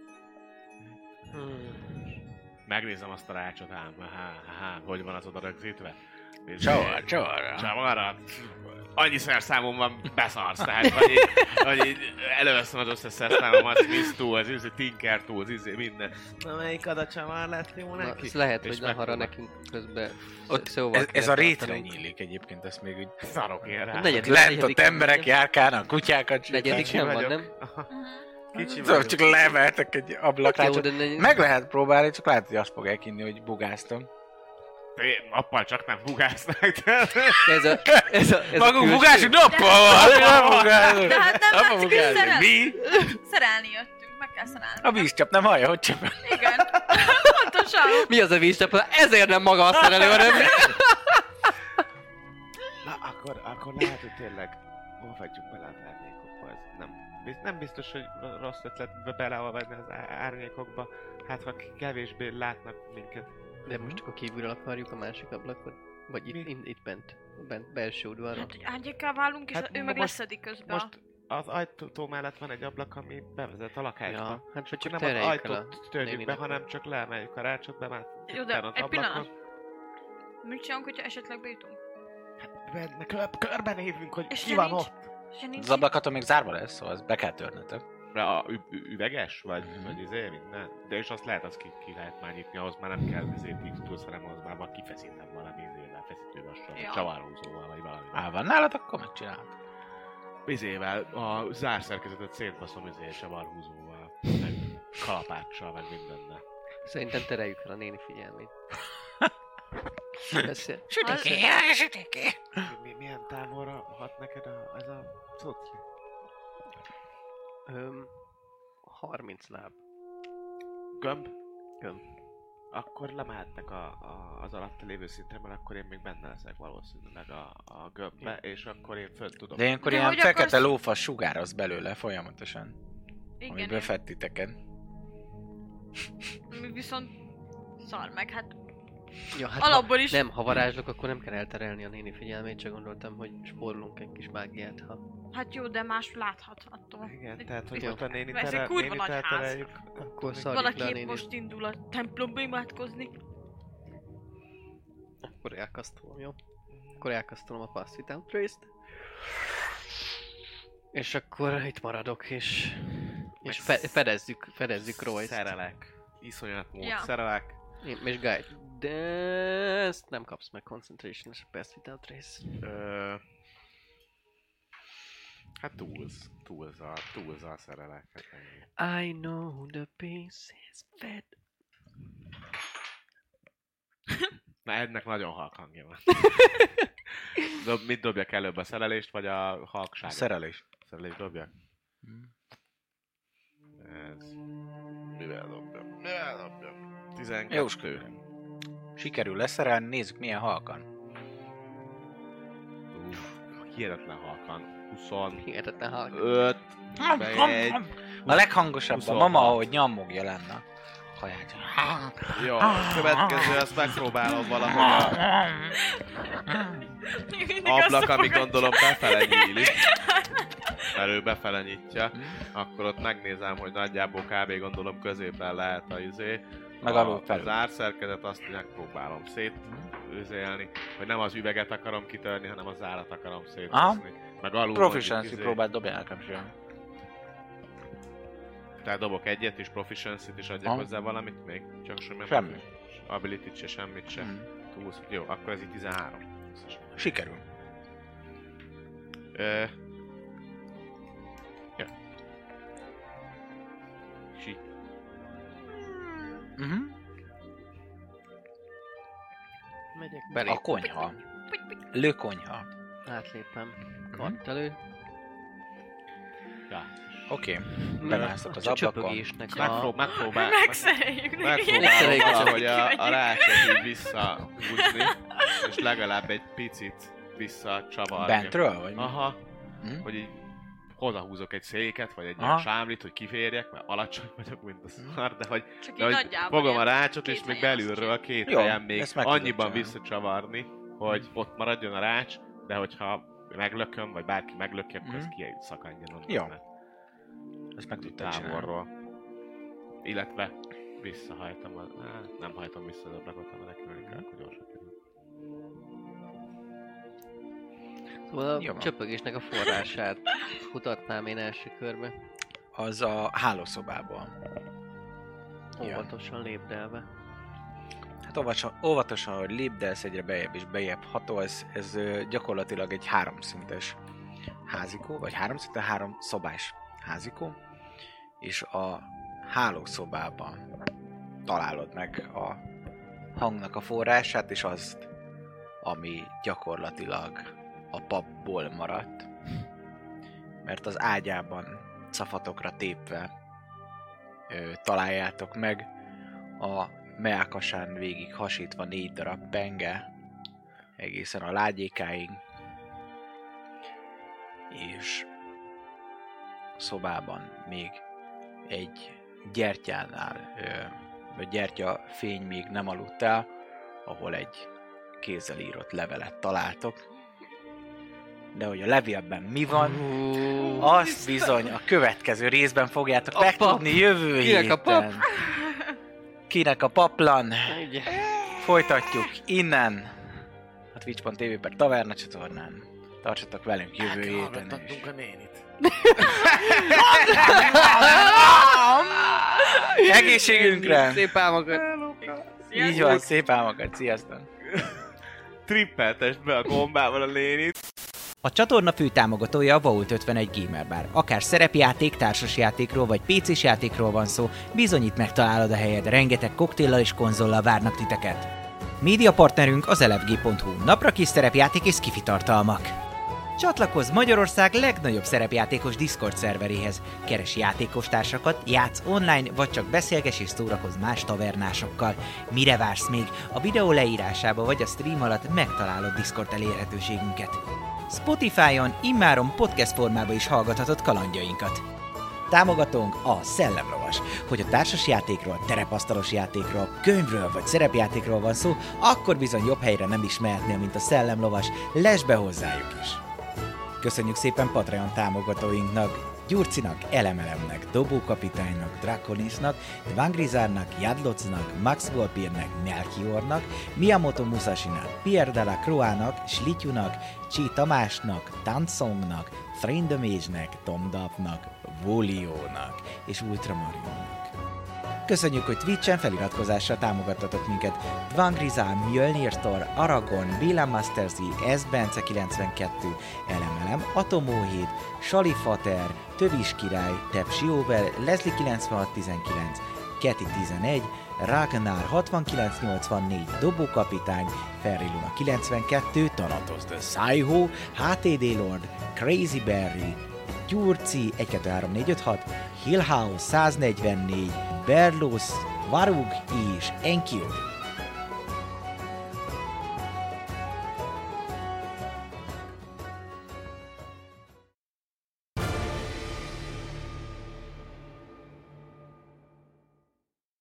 Hmm. Megnézem azt a rácsot, ám, há, há, hogy van az oda rögzítve. És- Csavar, csavar. Csavarra. Annyi szerszámom van, beszarsz, tehát hogy így, hogy így előveszem az összes szerszámomat, Smith Tools, izé, Tinker Tools, izé, minden. Na melyik ad a csavar lett jó Na, neki? ez lehet, És hogy ne harra megpróbál- nekünk közben Ott, szóval ez, ez kell a rétre tartanunk. nyílik egyébként, ezt még úgy... Szarok én rá. Negyedik- Lent ott negyedik emberek vagyok. járkálnak, kutyákat Negyedik Kicsi nem van, vagyok. nem? Aha, Uh-huh. Kicsi Szóval vagyok. csak leemeltek egy Jó, ablakrácsot. de negy... Meg lehet próbálni, csak lehet, hogy azt fogják inni, hogy bugáztam. Én nappal csak nem bugáznak, de... Ez a... Ez a... Ez Magunk a külső- bugásunk nappal van! Nem bugázunk! De hát nem Apa látszik, hogy bugázunk. szerel... Mi? szerelni jöttünk, meg kell szerelni. A vízcsap nem hallja, hogy csöpög. Igen. Pontosan. Mi az a vízcsap? Ezért nem maga a szerelő, hanem... Na, akkor, akkor lehet, hogy tényleg olvadjunk bele az árnyékokba. Ez nem, biz- nem biztos, hogy rossz ötlet be- beleolvadni az á- árnyékokba. Hát, ha kevésbé látnak minket. De most csak a kívülről akarjuk a másik ablakot Vagy itt, Mi? itt, itt bent, bent, belső udvarra. Hát, hogy ágyékká válunk, és Hát ő meg most- leszedik közben. Most az ajtó mellett van egy ablak, ami bevezet a lakásba. Ja, hát vagy csak Csak nem az tereljük el a ajtót törjük be, néninek. hanem csak leemeljük a rácsot, bemász. Jó, de egy pillanat. Mit csinálunk, hogyha esetleg bejutunk? Benne kör, körbenézünk, hogy És ki se van nincs- ott. Se nincs... Az ablakaton még zárva lesz, szóval azt be kell törnötök. De a ü- ü- üveges? Vagy, Mhm. vagy izé, minden? De és azt lehet, azt ki, ki lehet már nyitni, ahhoz már nem kell izé X-tools, hanem ahhoz már van kifeszítem valami izével, feszítővassal, Ja. vagy csavarhúzóval, vagy valami. Á, van nálad, akkor megcsinálod. Izével, a zárszerkezetet szétbaszom izé csavarhúzóval, meg kalapáccsal, meg mindennel. Szerintem tereljük el a néni figyelmét. Beszél. Sütiké, sütiké! Mi, mi, milyen távolra hat neked a, ez a cucc? Öm, harminc láb. Gömb? Gömb. Akkor lemehetnek a, a, az alatta lévő szintre, mert akkor én még benne leszek valószínűleg a, a gömbbe, és akkor én föl tudom. De ilyenkor De ilyen hogy fekete akarsz- lófasz sugároz belőle folyamatosan, Igen, ami igen. befed titeket. Mi viszont szar meg, hát Ja, hát alapból is. ha, nem, ha varázslok, akkor nem kell elterelni a néni figyelmét, csak gondoltam, hogy spórolunk egy kis mágiát, ha... Hát jó, de más láthat attól. Igen, tehát hogy Jó. ott a néni Ez egy tere, kurva néni nagy ház. eltereljük. Akkor szarjuk Valaki le a épp nénit. most indul a templomba imádkozni. Akkor elkasztolom, jó? Akkor elkasztolom a Pass Without Trace-t. És akkor itt maradok, és... És fe, fedezzük, fedezzük Royce-t. Szerelek. Iszonyat mód Ja. szerelek. Én, és Guy, de ezt nem kapsz meg Concentration és Pass Without Trace. Ö... Hát tools. Tools-al, tools-al szerelek. Hát ennyi. I know the pace is fed. Na ennek nagyon halk hangja van. Dob, mit dobjak előbb, a szerelést vagy a halkságot? Szerelés. Szerelést dobjak? Ez... Mivel dobjam? Mivel dobjam? tizenkettő. Jóskő. Sikerül leszerelni, nézzük milyen halkan. Uff, hihetetlen halkan. huszonöt. Hihetetlen hallgat. Bejegy. A leghangosabb a huszonhat. mama, ahogy nyomogja lenne a haját. Jó, a következő, azt megpróbálom valahogy a ablak, ami gondolom befele nyílik. Mert ő befele nyitja. Akkor ott megnézem, hogy nagyjából kb. Gondolom középen lehet a izé. Meg a, alul az felül. árszerkezet, azt megpróbálom szétüzélni. Vagy nem az üveget akarom kitörni, hanem az árat akarom szétúszni. Meg alul Proficiency mondjuk izé- próbált dobja nekem sem. Tehát dobok egyet és proficiency-t is adjak Aha. hozzá valamit még? Csak semmi. Semmi. Ability-t se, semmit se. Hmm. Túl, jó, akkor ez így tizenhárom. Összesen. Sikerül. Ö... Ja. Si. Uh-huh. Megyek belé. A konyha. Lőkonyha. Átlépem. Kart elő. Ja. Oké. Okay. Bemászok az a ablakon. csöpögésnek Megprób- a... megpróbál, Megszereljük neki. megpróbálom Megszereljük a valahogy a, a Kivegyük. rácsot így visszahúzni, és legalább egy picit visszacsavarni. Bentről? Vagy mi? Aha, Hm? hogy így hozahúzok egy széket, vagy egy Aha. ilyen sámlit, hogy kiférjek, mert alacsony vagyok, mint a szar, de hogy, Csak de így hogy nagyjából fogom a ilyen rácsot, és két még helyen belülről két Jó, helyen még ezt meg tudod annyiban csinálni. visszacsavarni, hogy ott maradjon a rács, de hogyha meglököm, vagy bárki meglöki, akkor ez Mhm. kiszakadjon onnan. Jó. mert Ezt meg tudtad csinálni. távolról. Illetve visszahajtom, a, á, nem hajtom vissza az ablakot, hanem nekülni kell, akkor gyorsan kerül. Szóval a Jó van. csöpögésnek a forrását kutatnám én első körbe. Az a hálószobából. Ja. Óvatosan lépdelve. Hát óvatosan, óvatosan, hogy lépdelsz egyre bejebb és bejebb hatolsz, ez ö, gyakorlatilag egy háromszintes házikó, vagy háromszintes, három szobás házikó, és a hálószobában találod meg a hangnak a forrását, és azt, ami gyakorlatilag a papból maradt, mert az ágyában szafatokra tépve ö, találjátok meg a melkasán végig hasítva négy darab penge, egészen a lágyékáig, és a szobában még egy gyertyánál, ö, vagy gyertyafény még nem aludt el, ahol egy kézzel írott levelet találtok. De hogy a levélben mi van, azt bizony a következő részben fogjátok A megtudni pap. jövő Kinek héten. a pap? Kinek a paplan? Ugye. Folytatjuk innen a twitch pont tv per taverna csatornán. Tartsatok velünk jövő héten is. Elhallgattattunk a nénit. Egészségünkre! Szép álmokat. Így van, szép álmokat, sziasztok! Trippeltest be a gombával a nénit. A csatorna fő támogatója a Vault ötvenegy Gamer Bar. Akár szerepjáték, társasjátékról vagy pé cés játékról van szó, bizonyít megtalálod a helyed, rengeteg koktéllal és konzollal várnak titeket. Média partnerünk az el ef gé pont hú, napra kis szerepjáték és skifi tartalmak. Csatlakozz Magyarország legnagyobb szerepjátékos Discord szerveréhez. Keres játékostársakat, játsz online, vagy csak beszélges és szórakozz más tavernásokkal. Mire vársz még? A videó leírásába vagy a stream alatt megtalálod Discord elérhetőségünket. Spotify-on immáron podcast formában is hallgathatod kalandjainkat. Támogatónk a Szellemlovas. Hogy a társasjátékról, terepasztalos játékról, könyvről vagy szerepjátékról van szó, akkor bizony jobb helyre nem is mehetnél, mint a Szellemlovas. Lesz be hozzájuk is! Köszönjük szépen Patreon támogatóinknak, Gyurcinak, Elemelemnek, Dobókapitánynak, Draconisnak, Dvangrizárnak, Jadlocnak, Max Volpirnek, Melchiornak, Miyamoto Musashinak, Pierre de la Croix-nak, Slityunak, Csi Tamásnak, Tansongnak, Frindemage-nek, Tomdapnak, Voliónak és Ultramarionnak. Köszönjük, hogy Twitchen feliratkozással támogattatok minket. Dvangrizár, Mjölnirtor, Aragon, Béla Masterzi, S. Bence kilencvenkettő, Elemelem, Atomó hét, Salifater, Tövis király, Tepsi Over, Leslie kilencvenhat tizenkilenc, Keti tizenegy, Ragnar hatvankilenc nyolcvannégy, Dobókapitány, Ferriluna kilencvenkettő, Thanatos the Psycho, há té dé Lord, Crazy Berry, Gyurci egy kettő három négy öt hat, Hillhouse száznegyvennégy, Berlus, Varug és Enkyo.